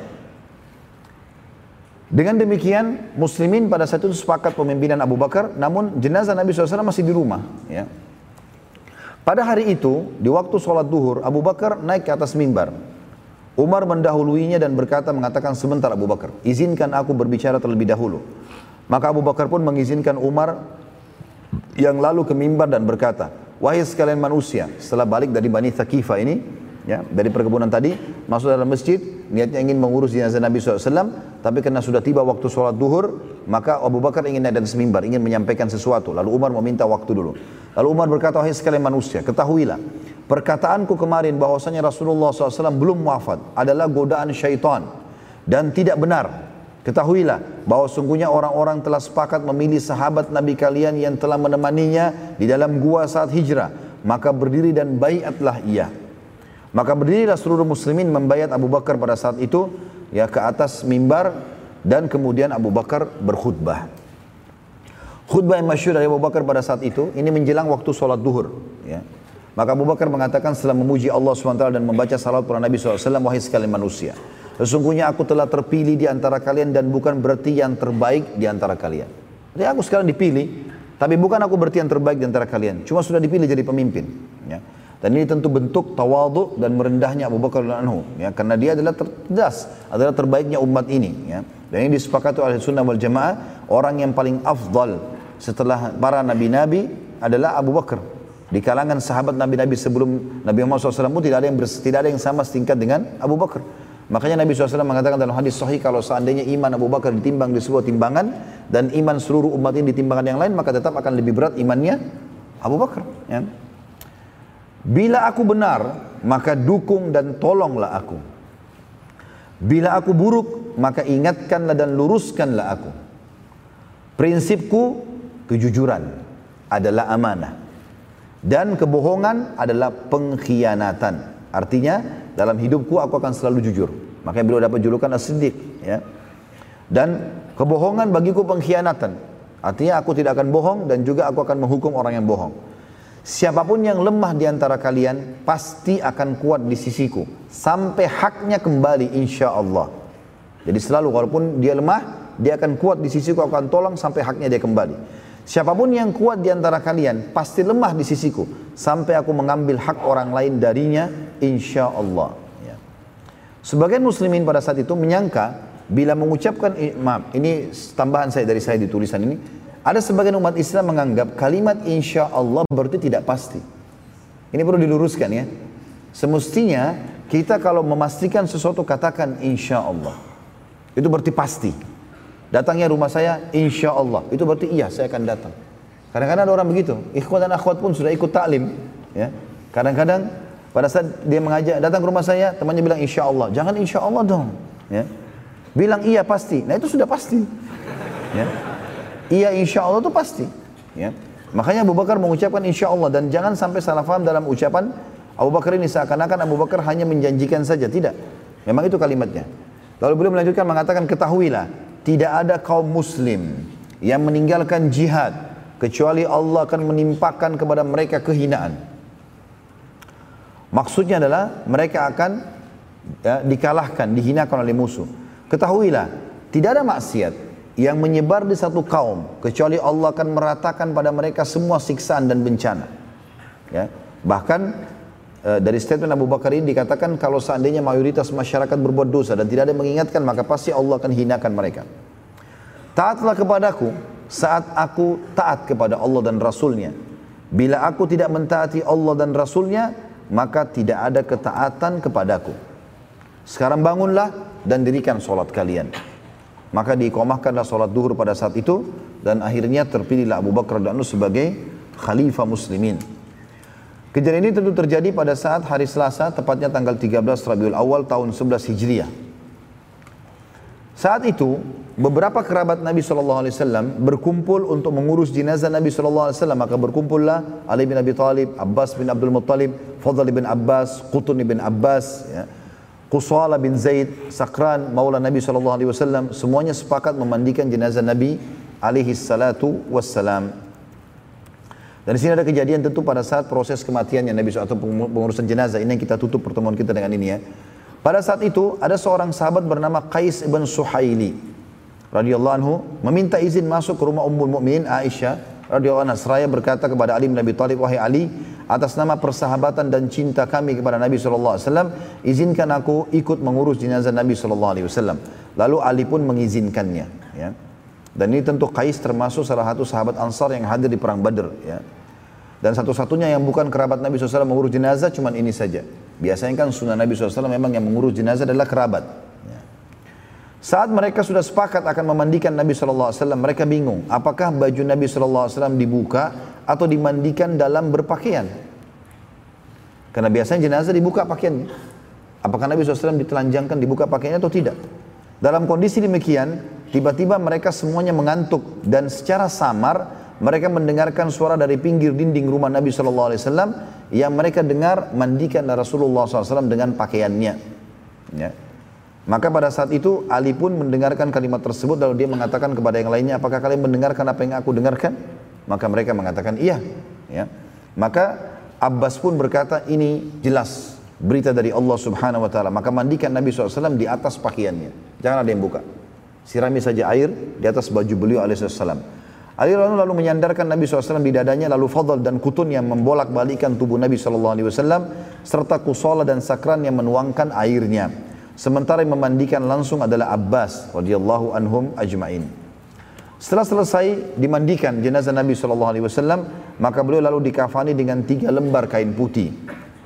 Dengan demikian muslimin pada saat itu sepakat pemimpinan Abu Bakar, namun jenazah Nabi SAW masih di rumah, ya. Pada hari itu di waktu sholat duhur, Abu Bakar naik ke atas mimbar. Umar mendahuluinya dan mengatakan, sebentar Abu Bakar, izinkan aku berbicara terlebih dahulu. Maka Abu Bakar pun mengizinkan Umar yang lalu ke mimbar dan berkata, wahai sekalian manusia, setelah balik dari Bani Thaqifah ini, ya, dari perkebunan tadi, masuk dalam masjid, niatnya ingin mengurus jenazah Nabi SAW, tapi karena sudah tiba waktu sholat duhur, maka Abu Bakar ingin naik dan semimbar, ingin menyampaikan sesuatu. Lalu Umar meminta waktu dulu. Lalu Umar berkata, wahai sekalian manusia, ketahuilah, perkataanku kemarin bahwasanya Rasulullah SAW belum wafat adalah godaan syaitan dan tidak benar. Ketahuilah bahwa sungguhnya orang-orang telah sepakat memilih sahabat Nabi kalian yang telah menemaninya di dalam gua saat hijrah. Maka berdiri dan baiatlah ia. Maka berdirilah seluruh muslimin membaiat Abu Bakar pada saat itu, ya, ke atas mimbar, dan kemudian Abu Bakar berkhutbah. Khutbah yang masyhur dari Abu Bakar pada saat itu, ini menjelang waktu sholat duhur, ya. Maka Abu Bakar mengatakan setelah memuji Allah SWT dan membaca salawat pada Nabi SAW, wahai sekalian manusia, sesungguhnya aku telah terpilih di antara kalian dan bukan berarti yang terbaik di antara kalian. Jadi aku sekarang dipilih, tapi bukan aku berarti yang terbaik di antara kalian, cuma sudah dipilih jadi pemimpin, ya. Dan ini tentu bentuk tawadhu dan merendahnya Abu Bakar radhiyallahu anhu, ya, karena dia adalah adalah terbaiknya umat ini, ya. Dan ini disepakati oleh Sunnah wal Jamaah, orang yang paling afdal setelah para nabi-nabi adalah Abu Bakar. Di kalangan sahabat nabi-nabi sebelum Nabi Muhammad SAW tidak ada yang sama setingkat dengan Abu Bakar. Makanya Nabi SAW mengatakan dalam hadis sahih, kalau seandainya iman Abu Bakar ditimbang di sebuah timbangan dan iman seluruh umat ini ditimbangan yang lain, maka tetap akan lebih berat imannya Abu Bakar, ya. Bila aku benar, maka dukung dan tolonglah aku. Bila aku buruk, maka ingatkanlah dan luruskanlah aku. Prinsipku, kejujuran adalah amanah, dan kebohongan adalah pengkhianatan. Artinya, dalam hidupku aku akan selalu jujur. Makanya beliau dapat julukan As-Siddiq, ya. Dan kebohongan bagiku pengkhianatan. Artinya aku tidak akan bohong dan juga aku akan menghukum orang yang bohong. Siapapun yang lemah di antara kalian pasti akan kuat di sisiku sampai haknya kembali, insya Allah. Jadi selalu walaupun dia lemah, dia akan kuat di sisiku, aku akan tolong sampai haknya dia kembali. Siapapun yang kuat di antara kalian pasti lemah di sisiku sampai aku mengambil hak orang lain darinya, insya Allah, ya. Sebagian muslimin pada saat itu menyangka bila mengucapkan, maaf, ini tambahan dari saya di tulisan ini, ada sebagian umat Islam menganggap kalimat insya Allah berarti tidak pasti. Ini perlu diluruskan, ya. Semestinya kita kalau memastikan sesuatu katakan insya Allah. Itu berarti pasti. Datangnya rumah saya insya Allah, itu berarti iya saya akan datang. Kadang-kadang ada orang begitu. Ikhwan dan akhwat pun sudah ikut taklim, ya. Kadang-kadang Pada saat dia mengajak datang ke rumah saya, temannya bilang insya Allah. Jangan insya Allah dong. Ya. Bilang iya pasti. Nah itu sudah pasti. Ya. Iya insya Allah itu pasti. Ya. Makanya Abu Bakar mengucapkan insya Allah. Dan jangan sampai salah faham dalam ucapan Abu Bakar ini seakan-akan Abu Bakar hanya menjanjikan saja. Tidak. Memang itu kalimatnya. Lalu beliau melanjutkan mengatakan, ketahuilah, tidak ada kaum muslim yang meninggalkan jihad kecuali Allah akan menimpakan kepada mereka kehinaan. Maksudnya adalah mereka akan dikalahkan, dihinakan oleh musuh. Ketahuilah, tidak ada maksiat yang menyebar di satu kaum kecuali Allah akan meratakan pada mereka semua siksaan dan bencana. Ya. Bahkan dari statement Abu Bakar ini dikatakan kalau seandainya mayoritas masyarakat berbuat dosa dan tidak ada yang mengingatkan, maka pasti Allah akan hinakan mereka. Taatlah kepadaku saat aku taat kepada Allah dan Rasulnya. Bila aku tidak mentaati Allah dan Rasulnya, maka tidak ada ketaatan kepadaku. Sekarang bangunlah dan dirikan solat kalian. Maka diiqamahkanlah solat duhur pada saat itu, dan akhirnya terpilihlah Abu Bakar radhiyallahu anhu sebagai khalifah muslimin. Kejadian ini tentu terjadi pada saat hari Selasa, tepatnya tanggal 13 Rabiul Awal tahun 11 Hijriah. Saat itu, beberapa kerabat Nabi SAW berkumpul untuk mengurus jenazah Nabi SAW. Maka berkumpullah Ali bin Abi Thalib, Abbas bin Abdul Muttalib, Fadl bin Abbas, Qutun bin Abbas, ya, Qusala bin Zaid, Sakran, maula Nabi SAW. Semuanya sepakat memandikan jenazah Nabi SAW. Dan di sini ada kejadian tentu pada saat proses kematiannya Nabi SAW atau pengurusan jenazah. Ini yang kita tutup pertemuan kita dengan ini ya. Pada saat itu ada seorang sahabat bernama Qais ibn Suhaili radhiyallahu anhu meminta izin masuk ke rumah Ummul Mukminin Aisyah radhiyallahu anha seraya berkata kepada Ali bin Abi Thalib, wahai Ali, atas nama persahabatan dan cinta kami kepada Nabi SAW, izinkan aku ikut mengurus jenazah Nabi SAW. Lalu Ali pun mengizinkannya. Ya. Dan ini tentu Qais termasuk salah satu sahabat Ansar yang hadir di perang Badr. Ya. Dan satu-satunya yang bukan kerabat Nabi SAW mengurus jenazah cuma ini saja. Biasanya kan sunnah Nabi SAW memang yang mengurus jenazah adalah kerabat. Ya. Saat mereka sudah sepakat akan memandikan Nabi SAW, mereka bingung. Apakah baju Nabi SAW dibuka atau dimandikan dalam berpakaian? Karena biasanya jenazah dibuka pakaiannya. Apakah Nabi SAW ditelanjangkan dibuka pakaiannya atau tidak? Dalam kondisi demikian, tiba-tiba mereka semuanya mengantuk dan secara samar mereka mendengarkan suara dari pinggir dinding rumah Nabi SAW yang mereka dengar mandikan Rasulullah SAW dengan pakaiannya. Ya. Maka pada saat itu Ali pun mendengarkan kalimat tersebut lalu dia mengatakan kepada yang lainnya, apakah kalian mendengarkan apa yang aku dengarkan? Maka mereka mengatakan iya. Ya. Maka Abbas pun berkata, ini jelas berita dari Allah Subhanahu Wa Taala. Maka mandikan Nabi SAW di atas pakaiannya. Jangan ada yang buka. Sirami saja air di atas baju beliau alaihissalam. Ali lalu menyandarkan Nabi SAW di dadanya, lalu Fadl dan Qutun yang membolak-balikan tubuh Nabi SAW, serta Qusala dan Sakran yang menuangkan airnya. Sementara yang memandikan langsung adalah Abbas radhiyallahu anhum ajma'in. Setelah selesai dimandikan jenazah Nabi SAW, maka beliau lalu dikafani dengan 3 lembar kain putih.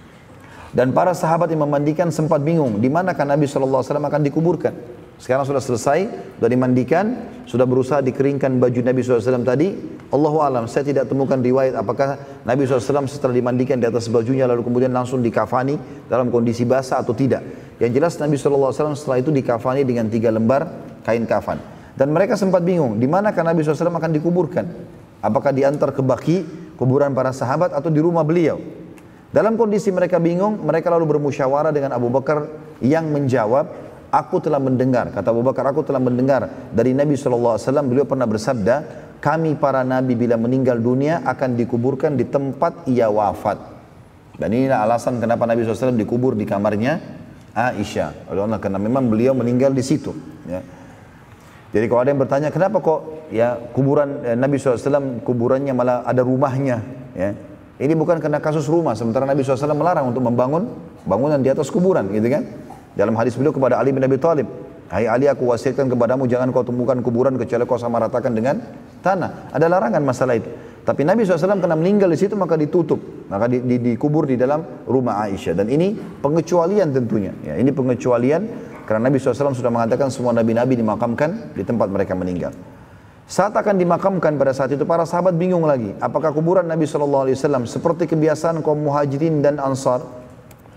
Dan para sahabat yang memandikan sempat bingung, di manakah Nabi SAW akan dikuburkan. Sekarang sudah selesai, sudah dimandikan, sudah berusaha dikeringkan baju Nabi SAW tadi. Allahu alam, saya tidak temukan riwayat apakah Nabi SAW setelah dimandikan di atas bajunya lalu kemudian langsung dikafani dalam kondisi basah atau tidak. Yang jelas Nabi SAW setelah itu dikafani dengan 3 lembar kain kafan. Dan mereka sempat bingung, di manakah Nabi SAW akan dikuburkan. Apakah diantar ke Baqi, kuburan para sahabat, atau di rumah beliau. Dalam kondisi mereka bingung, mereka lalu bermusyawarah dengan Abu Bakar yang menjawab, aku telah mendengar, kata Abu Bakar, aku telah mendengar dari Nabi SAW, beliau pernah bersabda, kami para Nabi bila meninggal dunia akan dikuburkan di tempat ia wafat. Dan inilah alasan kenapa Nabi SAW dikubur di kamarnya Aisyah. Karena memang beliau meninggal di situ. Ya. Jadi kalau ada yang bertanya, kenapa kok ya kuburan Nabi SAW kuburannya malah ada rumahnya? Ya. Ini bukan karena kasus rumah, sementara Nabi SAW melarang untuk membangun bangunan di atas kuburan, gitu kan? Dalam hadis beliau kepada Ali bin Abi Thalib, hai Ali, aku wasiatkan kepadamu jangan kau temukan kuburan kecuali kau sama ratakan dengan tanah. Ada larangan masalah itu. Tapi Nabi SAW karena meninggal di situ maka ditutup, maka dikubur di dalam rumah Aisyah. Dan ini pengecualian tentunya. Ya, ini pengecualian karena Nabi SAW sudah mengatakan semua nabi-nabi dimakamkan di tempat mereka meninggal. Saat akan dimakamkan pada saat itu para sahabat bingung lagi. Apakah kuburan Nabi SAW seperti kebiasaan kaum muhajirin dan ansar?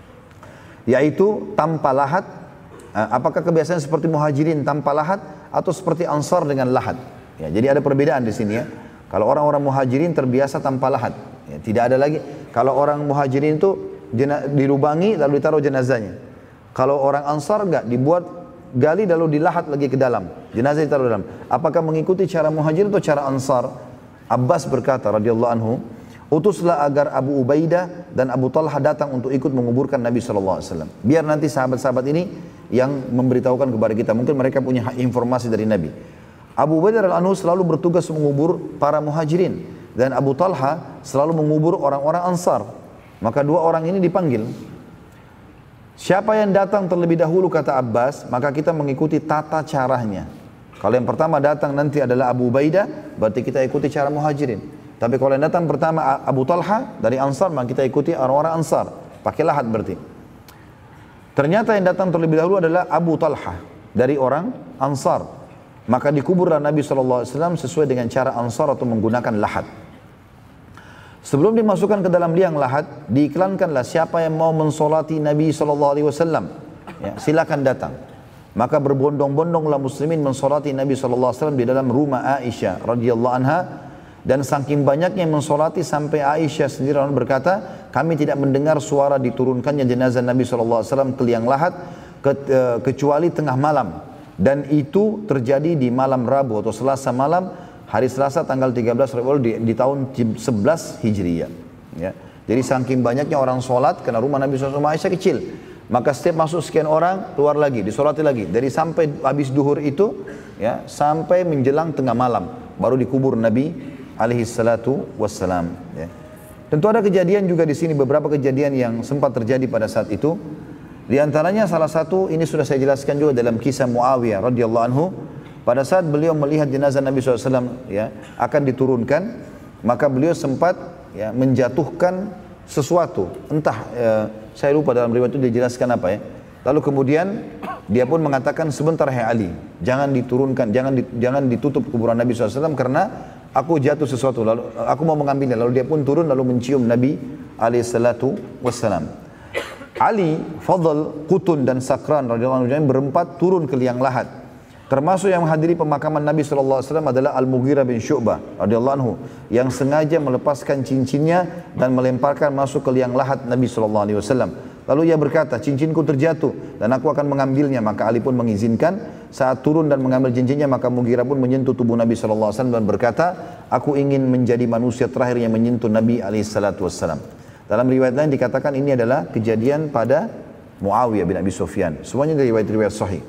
yaitu tanpa lahat. Apakah kebiasaan seperti muhajirin tanpa lahat atau seperti ansar dengan lahat? Ya, jadi ada perbedaan di sini ya. Kalau orang-orang muhajirin terbiasa tanpa lahat, ya, tidak ada lagi. Kalau orang muhajirin itu dilubangi lalu ditaruh jenazahnya. Kalau orang ansar enggak, dibuat gali lalu dilahat lagi ke dalam, jenazah ditaruh dalam. Apakah mengikuti cara muhajirin atau cara ansar? Abbas berkata radhiyallahu anhu, utuslah agar Abu Ubaidah dan Abu Talha datang untuk ikut menguburkan Nabi SAW. Biar nanti sahabat-sahabat ini yang memberitahukan kepada kita. Mungkin mereka punya informasi dari Nabi. Abu Ubaidah radhiyallahu anhu selalu bertugas mengubur para muhajirin. Dan Abu Talha selalu mengubur orang-orang ansar. Maka dua orang ini dipanggil. Siapa yang datang terlebih dahulu kata Abbas, maka kita mengikuti tata caranya. Kalau yang pertama datang nanti adalah Abu Ubaidah, berarti kita ikuti cara muhajirin. Tapi kalau yang datang pertama Abu Talha dari ansar, maka kita ikuti orang-orang ansar. Pakai lahat berarti. Ternyata yang datang terlebih dahulu adalah Abu Talha dari orang ansar. Maka dikuburlah Nabi SAW sesuai dengan cara ansar atau menggunakan lahat. Sebelum dimasukkan ke dalam liang lahat, diiklankanlah siapa yang mau mensolati Nabi SAW, ya, silakan datang. Maka berbondong-bondonglah muslimin mensolati Nabi SAW di dalam rumah Aisyah radhiyallahu anha. Dan saking banyaknya yang mensolati sampai Aisyah sendiri berkata, kami tidak mendengar suara diturunkannya jenazah Nabi SAW ke liang lahat kecuali tengah malam. Dan itu terjadi di malam Rabu atau Selasa malam, hari Selasa tanggal 13 Rabiul di tahun 11 Hijriyah. Ya. Jadi saking banyaknya orang sholat, karena rumah Nabi SAW Aisyah kecil. Maka setiap masuk sekian orang, keluar lagi, disolati lagi. Dari sampai habis duhur itu, ya, sampai menjelang tengah malam, baru dikubur Nabi alaihi salatu wassalam. Ya. Tentu ada kejadian juga di sini, beberapa kejadian yang sempat terjadi pada saat itu. Di antaranya salah satu, ini sudah saya jelaskan juga dalam kisah Muawiyah radhiyallahu anhu. Pada saat beliau melihat jenazah Nabi SAW ya, akan diturunkan, maka beliau sempat ya, menjatuhkan sesuatu. Entah, saya lupa dalam riwayat itu dijelaskan apa ya. Lalu kemudian dia pun mengatakan, sebentar hai Ali, jangan diturunkan, jangan ditutup kuburan Nabi SAW karena aku jatuh sesuatu, lalu aku mau mengambilnya. Lalu dia pun turun lalu mencium Nabi alaihissalatu wassalam. Ali, Fadl, Qutun dan Sakran radhiyallahu anhu berempat turun ke liang lahat. Termasuk yang menghadiri pemakaman Nabi SAW adalah Al-Mughirah bin Syu'bah radhiyallahu anhu yang sengaja melepaskan cincinnya dan melemparkan masuk ke liang lahat Nabi SAW. Lalu ia berkata, cincinku terjatuh dan aku akan mengambilnya. Maka Ali pun mengizinkan. Saat turun dan mengambil cincinnya, maka Mughirah pun menyentuh tubuh Nabi SAW dan berkata, aku ingin menjadi manusia terakhir yang menyentuh Nabi SAW. Dalam riwayat lain dikatakan ini adalah kejadian pada Muawiyah bin Abi Sufyan. Semuanya dari riwayat-riwayat sahih.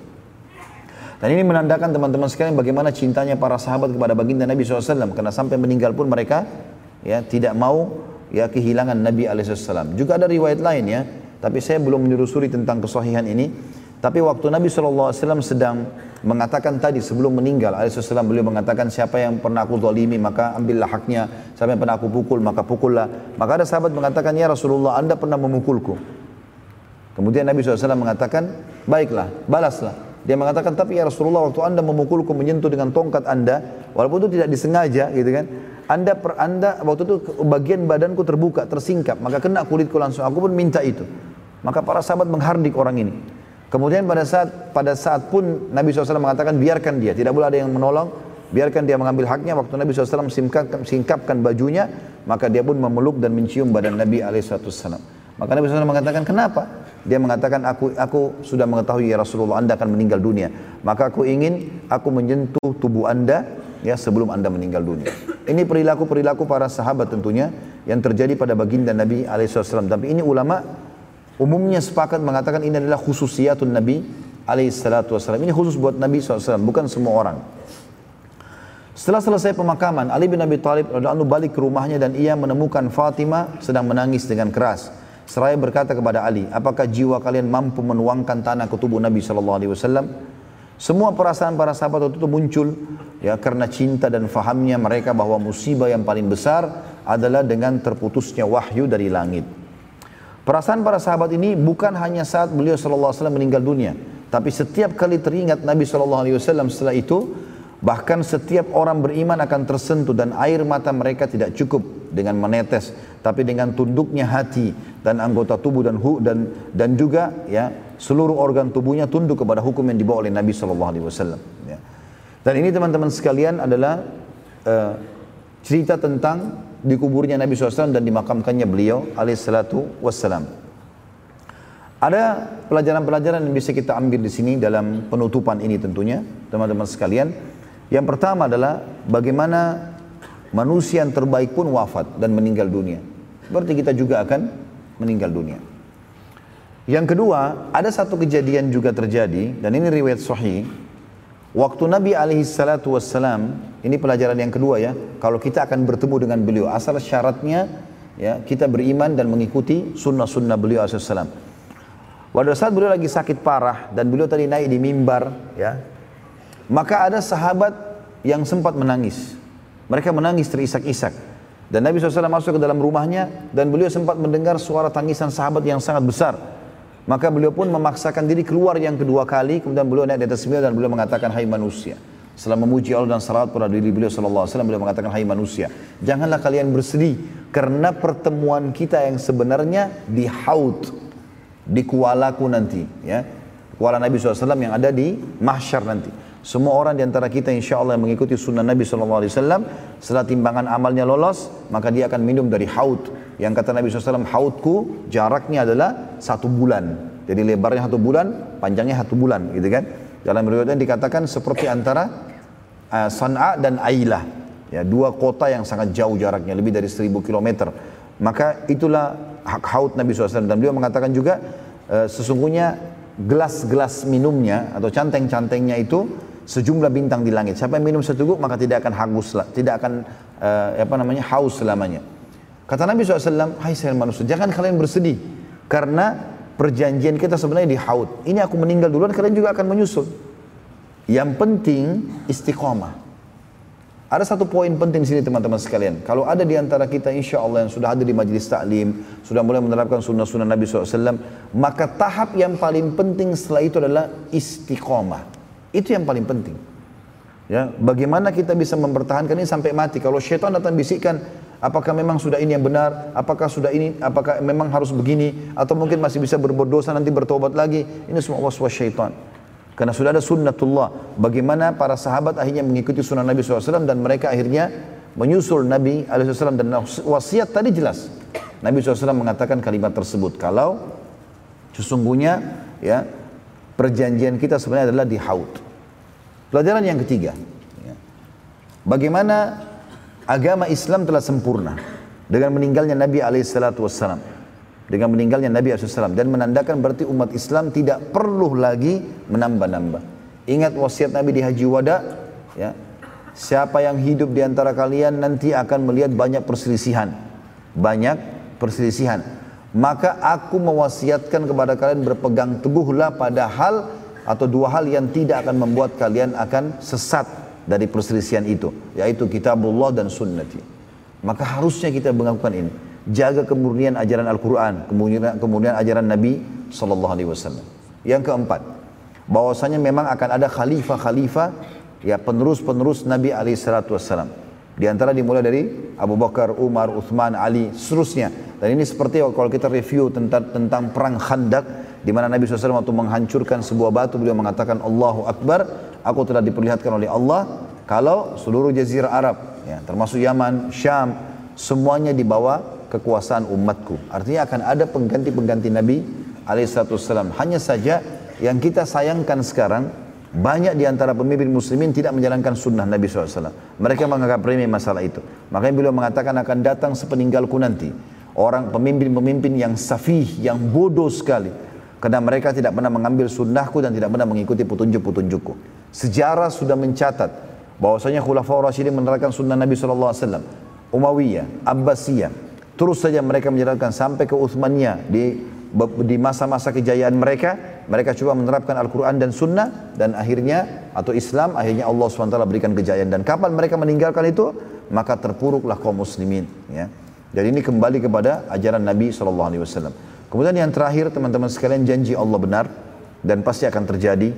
Dan ini menandakan teman-teman sekalian bagaimana cintanya para sahabat kepada baginda Nabi SAW. Karena sampai meninggal pun mereka ya tidak mau ya kehilangan Nabi SAW. Juga ada riwayat lain ya. Tapi saya belum menyusuri tentang kesahihan ini. Tapi waktu Nabi SAW sedang mengatakan tadi sebelum meninggal SAW, beliau mengatakan siapa yang pernah aku zalimi maka ambillah haknya, siapa yang pernah aku pukul maka pukullah. Maka ada sahabat mengatakan, ya Rasulullah, Anda pernah memukulku. Kemudian Nabi SAW mengatakan, baiklah, balaslah. Dia mengatakan, tapi ya Rasulullah, waktu Anda memukulku menyentuh dengan tongkat Anda, walaupun itu tidak disengaja gitu kan, Anda waktu itu bagian badanku terbuka, tersingkap, maka kena kulitku langsung. Aku pun minta itu. Maka para sahabat menghardik orang ini. Kemudian pada saat pun Nabi SAW mengatakan biarkan dia, tidak boleh ada yang menolong, biarkan dia mengambil haknya. Waktu Nabi SAW singkapkan bajunya, maka dia pun memeluk dan mencium badan Nabi SAW. Maka Nabi SAW mengatakan, kenapa? Dia mengatakan, aku sudah mengetahui ya Rasulullah, Anda akan meninggal dunia. Maka aku ingin aku menyentuh tubuh Anda ya sebelum Anda meninggal dunia. Ini perilaku para sahabat tentunya yang terjadi pada baginda Nabi SAW. Tapi ini ulama umumnya sepakat mengatakan ini adalah khususiyatun Nabi SAW. Ini khusus buat Nabi SAW, bukan semua orang. Setelah selesai pemakaman, Ali bin Abi Thalib radhiyallahu anhu balik ke rumahnya dan ia menemukan Fatimah sedang menangis dengan keras. Seraya berkata kepada Ali, apakah jiwa kalian mampu menuangkan tanah ke tubuh Nabi SAW? Semua perasaan para sahabat waktu itu muncul ya karena cinta dan fahamnya mereka bahwa musibah yang paling besar adalah dengan terputusnya wahyu dari langit. Perasaan para sahabat ini bukan hanya saat beliau SAW meninggal dunia, tapi setiap kali teringat Nabi SAW setelah itu, bahkan setiap orang beriman akan tersentuh dan air mata mereka tidak cukup dengan menetes, tapi dengan tunduknya hati dan anggota tubuh dan juga ya seluruh organ tubuhnya tunduk kepada hukum yang dibawa oleh Nabi SAW. Ya. Dan ini teman-teman sekalian adalah cerita tentang dikuburnya Nabi SAW dan dimakamkannya beliau alaihissalam. Ada pelajaran-pelajaran yang bisa kita ambil di sini dalam penutupan ini tentunya, teman-teman sekalian. Yang pertama adalah bagaimana manusia yang terbaik pun wafat dan meninggal dunia. Berarti kita juga akan meninggal dunia. Yang kedua, ada satu kejadian juga terjadi, dan ini riwayat sahih. Waktu Nabi SAW, ini pelajaran yang kedua ya, kalau kita akan bertemu dengan beliau, asal syaratnya ya kita beriman dan mengikuti sunnah-sunnah beliau SAW. Pada saat beliau lagi sakit parah dan beliau tadi naik di mimbar, ya, maka ada sahabat yang sempat menangis. Mereka menangis terisak-isak. Dan Nabi SAW masuk ke dalam rumahnya dan beliau sempat mendengar suara tangisan sahabat yang sangat besar. Maka beliau pun memaksakan diri keluar yang kedua kali, kemudian beliau naik di atas mimbar dan beliau mengatakan, hai manusia. Setelah memuji Allah dan salawat pada diri beliau SAW, beliau mengatakan, hai manusia, janganlah kalian bersedih karena pertemuan kita yang sebenarnya di Haud, di kualaku nanti, ya, kuala Nabi SAW yang ada di mahsyar nanti. Semua orang diantara kita insya Allah yang mengikuti sunnah Nabi SAW, setelah timbangan amalnya lolos, maka dia akan minum dari haud. Yang kata Nabi SAW, haudku jaraknya adalah 1 bulan. Jadi lebarnya 1 bulan, panjangnya 1 bulan, gitu kan. Dalam riwayatnya dikatakan seperti antara San'a dan Ailah, ya, 2 kota yang sangat jauh jaraknya, lebih dari 1000 km. Maka itulah hak haud Nabi SAW. Dan beliau mengatakan juga sesungguhnya gelas-gelas minumnya atau canteng-cantengnya itu sejumlah bintang di langit. Siapa yang minum seteguk maka tidak akan haus selamanya. Kata Nabi SAW, hai sekalian manusia, jangan kalian bersedih karena perjanjian kita sebenarnya di haud. Ini aku meninggal duluan, kalian juga akan menyusul. Yang penting istiqamah. Ada satu poin penting di sini teman-teman sekalian. Kalau ada di antara kita insya Allah yang sudah ada di majlis taklim, sudah mulai menerapkan sunnah-sunnah Nabi SAW, maka tahap yang paling penting setelah itu adalah istiqamah. Itu yang paling penting. Ya, bagaimana kita bisa mempertahankan ini sampai mati? Kalau syaitan datang bisikkan, apakah memang sudah ini yang benar? Apakah sudah ini? Apakah memang harus begini? Atau mungkin masih bisa berbuat dosa nanti bertobat lagi? Ini semua waswas syaitan. Karena sudah ada sunnatullah. Bagaimana para sahabat akhirnya mengikuti sunnah Nabi SAW dan mereka akhirnya menyusul Nabi SAW. Dan wasiat tadi jelas. Nabi SAW mengatakan kalimat tersebut. Kalau sesungguhnya ya perjanjian kita sebenarnya adalah di haud. Pelajaran yang ketiga. Ya, bagaimana agama Islam telah sempurna dengan meninggalnya Nabi SAW. Dengan meninggalnya Nabi SAW dan menandakan berarti umat Islam tidak perlu lagi menambah-nambah. Ingat wasiat Nabi di Haji Wada, ya, siapa yang hidup di antara kalian nanti akan melihat banyak perselisihan, maka aku mewasiatkan kepada kalian berpegang teguhlah pada hal atau 2 hal yang tidak akan membuat kalian akan sesat dari perselisihan itu, yaitu kitabullah dan sunnati. Maka harusnya kita melakukan ini. Jaga kemurnian ajaran Al-Quran, kemudian ajaran Nabi SAW. Yang keempat, bahwasanya memang akan ada khalifah-khalifah, ya, penerus-penerus Nabi SAW. Di antara dimulai dari Abu Bakar, Umar, Uthman, Ali, seterusnya. Dan ini seperti kalau kita review tentang perang Khandak, di mana Nabi SAW waktu menghancurkan sebuah batu, beliau mengatakan Allahu Akbar, aku telah diperlihatkan oleh Allah kalau seluruh jazirah Arab, ya, termasuk Yaman, Syam, semuanya di bawah kekuasaan umatku. Artinya akan ada pengganti-pengganti Nabi alaihissalam. Hanya saja yang kita sayangkan sekarang, banyak di antara pemimpin muslimin tidak menjalankan sunnah Nabi SAW. Mereka menganggap remeh masalah itu. Makanya beliau mengatakan akan datang sepeninggalku nanti orang pemimpin-pemimpin yang safih, yang bodoh sekali. Karena mereka tidak pernah mengambil sunnahku dan tidak pernah mengikuti petunjuk-petunjukku. Sejarah sudah mencatat bahwasanya Khulafaur Rasyidin menerapkan sunnah Nabi SAW. Umayyah, Abbasiyah, terus saja mereka menjalankan sampai ke Uthmaniyah. Di masa-masa kejayaan mereka coba menerapkan Al-Quran dan Sunnah, dan akhirnya atau Islam, akhirnya Allah SWT berikan kejayaan. Dan kapan mereka meninggalkan itu, maka terpuruklah kaum muslimin, ya. Jadi ini kembali kepada ajaran Nabi SAW. Kemudian yang terakhir teman-teman sekalian, janji Allah benar dan pasti akan terjadi.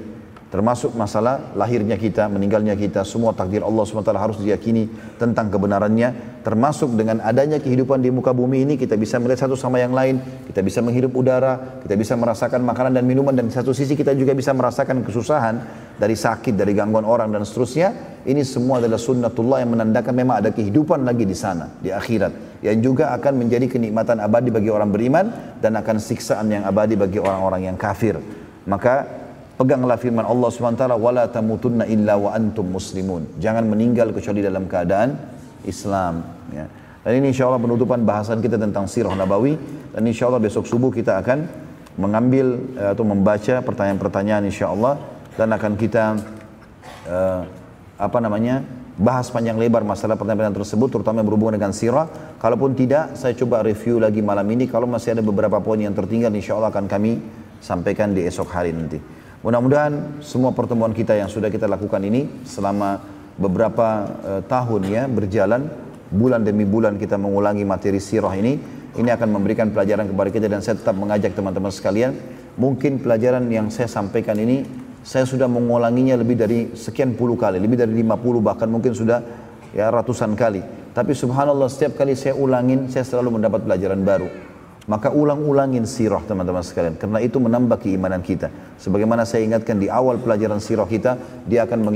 Termasuk masalah lahirnya kita, meninggalnya kita, semua takdir Allah SWT harus diyakini tentang kebenarannya. Termasuk dengan adanya kehidupan di muka bumi ini, kita bisa melihat satu sama yang lain, kita bisa menghirup udara, kita bisa merasakan makanan dan minuman, dan di satu sisi kita juga bisa merasakan kesusahan dari sakit, dari gangguan orang dan seterusnya. Ini semua adalah sunnatullah yang menandakan memang ada kehidupan lagi di sana, di akhirat, yang juga akan menjadi kenikmatan abadi bagi orang beriman dan akan siksaan yang abadi bagi orang-orang yang kafir. Maka peganglah firman Allah SWT, wala tamutunna illa wa antum muslimun. Jangan meninggal kecuali dalam keadaan Islam. Ya. Dan ini insya Allah penutupan bahasan kita tentang sirah Nabawi. Dan insya Allah besok subuh kita akan mengambil atau membaca pertanyaan-pertanyaan insya Allah. Dan akan kita bahas panjang lebar masalah pertanyaan tersebut, terutama yang berhubungan dengan sirah. Kalaupun tidak, saya coba review lagi malam ini. Kalau masih ada beberapa poin yang tertinggal, insya Allah akan kami sampaikan di esok hari nanti. Mudah-mudahan semua pertemuan kita yang sudah kita lakukan ini selama beberapa tahun ya berjalan, bulan demi bulan kita mengulangi materi sirah ini akan memberikan pelajaran kepada kita. Dan saya tetap mengajak teman-teman sekalian, mungkin pelajaran yang saya sampaikan ini saya sudah mengulanginya lebih dari sekian puluh kali, lebih dari 50 bahkan mungkin sudah ya ratusan kali. Tapi subhanallah setiap kali saya ulangin, saya selalu mendapat pelajaran baru. Maka ulang-ulangin sirah teman-teman sekalian, karena itu menambah keimanan kita. Sebagaimana saya ingatkan di awal pelajaran sirah kita, dia akan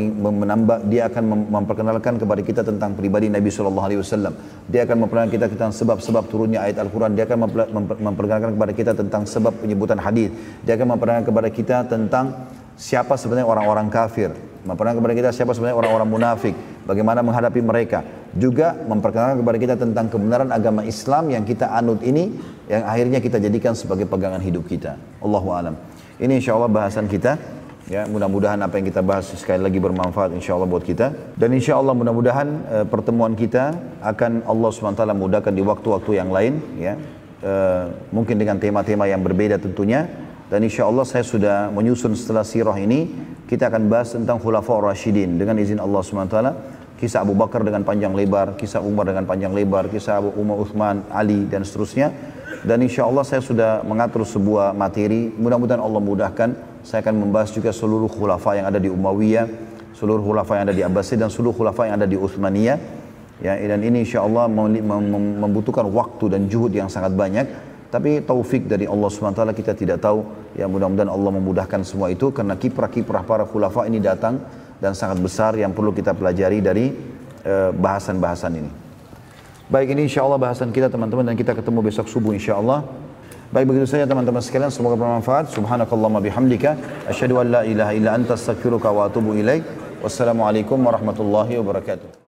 memperkenalkan kepada kita tentang pribadi Nabi SAW. Dia akan memperkenalkan kita tentang sebab-sebab turunnya ayat Al-Quran. Dia akan memperkenalkan kepada kita tentang sebab penyebutan hadis. Dia akan memperkenalkan kepada kita tentang siapa sebenarnya orang-orang kafir, memperkenalkan kepada kita siapa sebenarnya orang-orang munafik, bagaimana menghadapi mereka. Juga memperkenalkan kepada kita tentang kebenaran agama Islam yang kita anut ini, yang akhirnya kita jadikan sebagai pegangan hidup kita. Allahu a'lam. Ini insya Allah bahasan kita. Ya, mudah-mudahan apa yang kita bahas sekali lagi bermanfaat insya Allah buat kita. Dan insya Allah mudah-mudahan pertemuan kita akan Allah SWT mudahkan di waktu-waktu yang lain. Ya, mungkin dengan tema-tema yang berbeda tentunya. Dan insya Allah saya sudah menyusun setelah sirah ini, kita akan bahas tentang Khulafaur Rasyidin dengan izin Allah SWT. Kisah Abu Bakar dengan panjang lebar, kisah Umar dengan panjang lebar, kisah Abu Umar, Uthman, Ali dan seterusnya. Dan insya Allah saya sudah mengatur sebuah materi, mudah-mudahan Allah mudahkan. Saya akan membahas juga seluruh khulafa yang ada di Umayyah, seluruh khulafa yang ada di Abbasiyah, dan seluruh khulafa yang ada di Uthmaniyah. Ya, dan ini insya Allah membutuhkan waktu dan juhud yang sangat banyak. Tapi taufik dari Allah SWT kita tidak tahu. Ya, mudah-mudahan Allah memudahkan semua itu, karena kiprah-kiprah para khulafa ini datang dan sangat besar yang perlu kita pelajari dari bahasan-bahasan ini. Baik, ini insya Allah bahasan kita teman-teman, dan kita ketemu besok subuh insya Allah. Baik, begitu saja teman-teman sekalian, semoga bermanfaat. Subhanakallahumma bihamdika, asyhadu an la ilaha illa anta astaghfiruka wa atubu ilaik. Wassalamualaikum warahmatullahi wabarakatuh.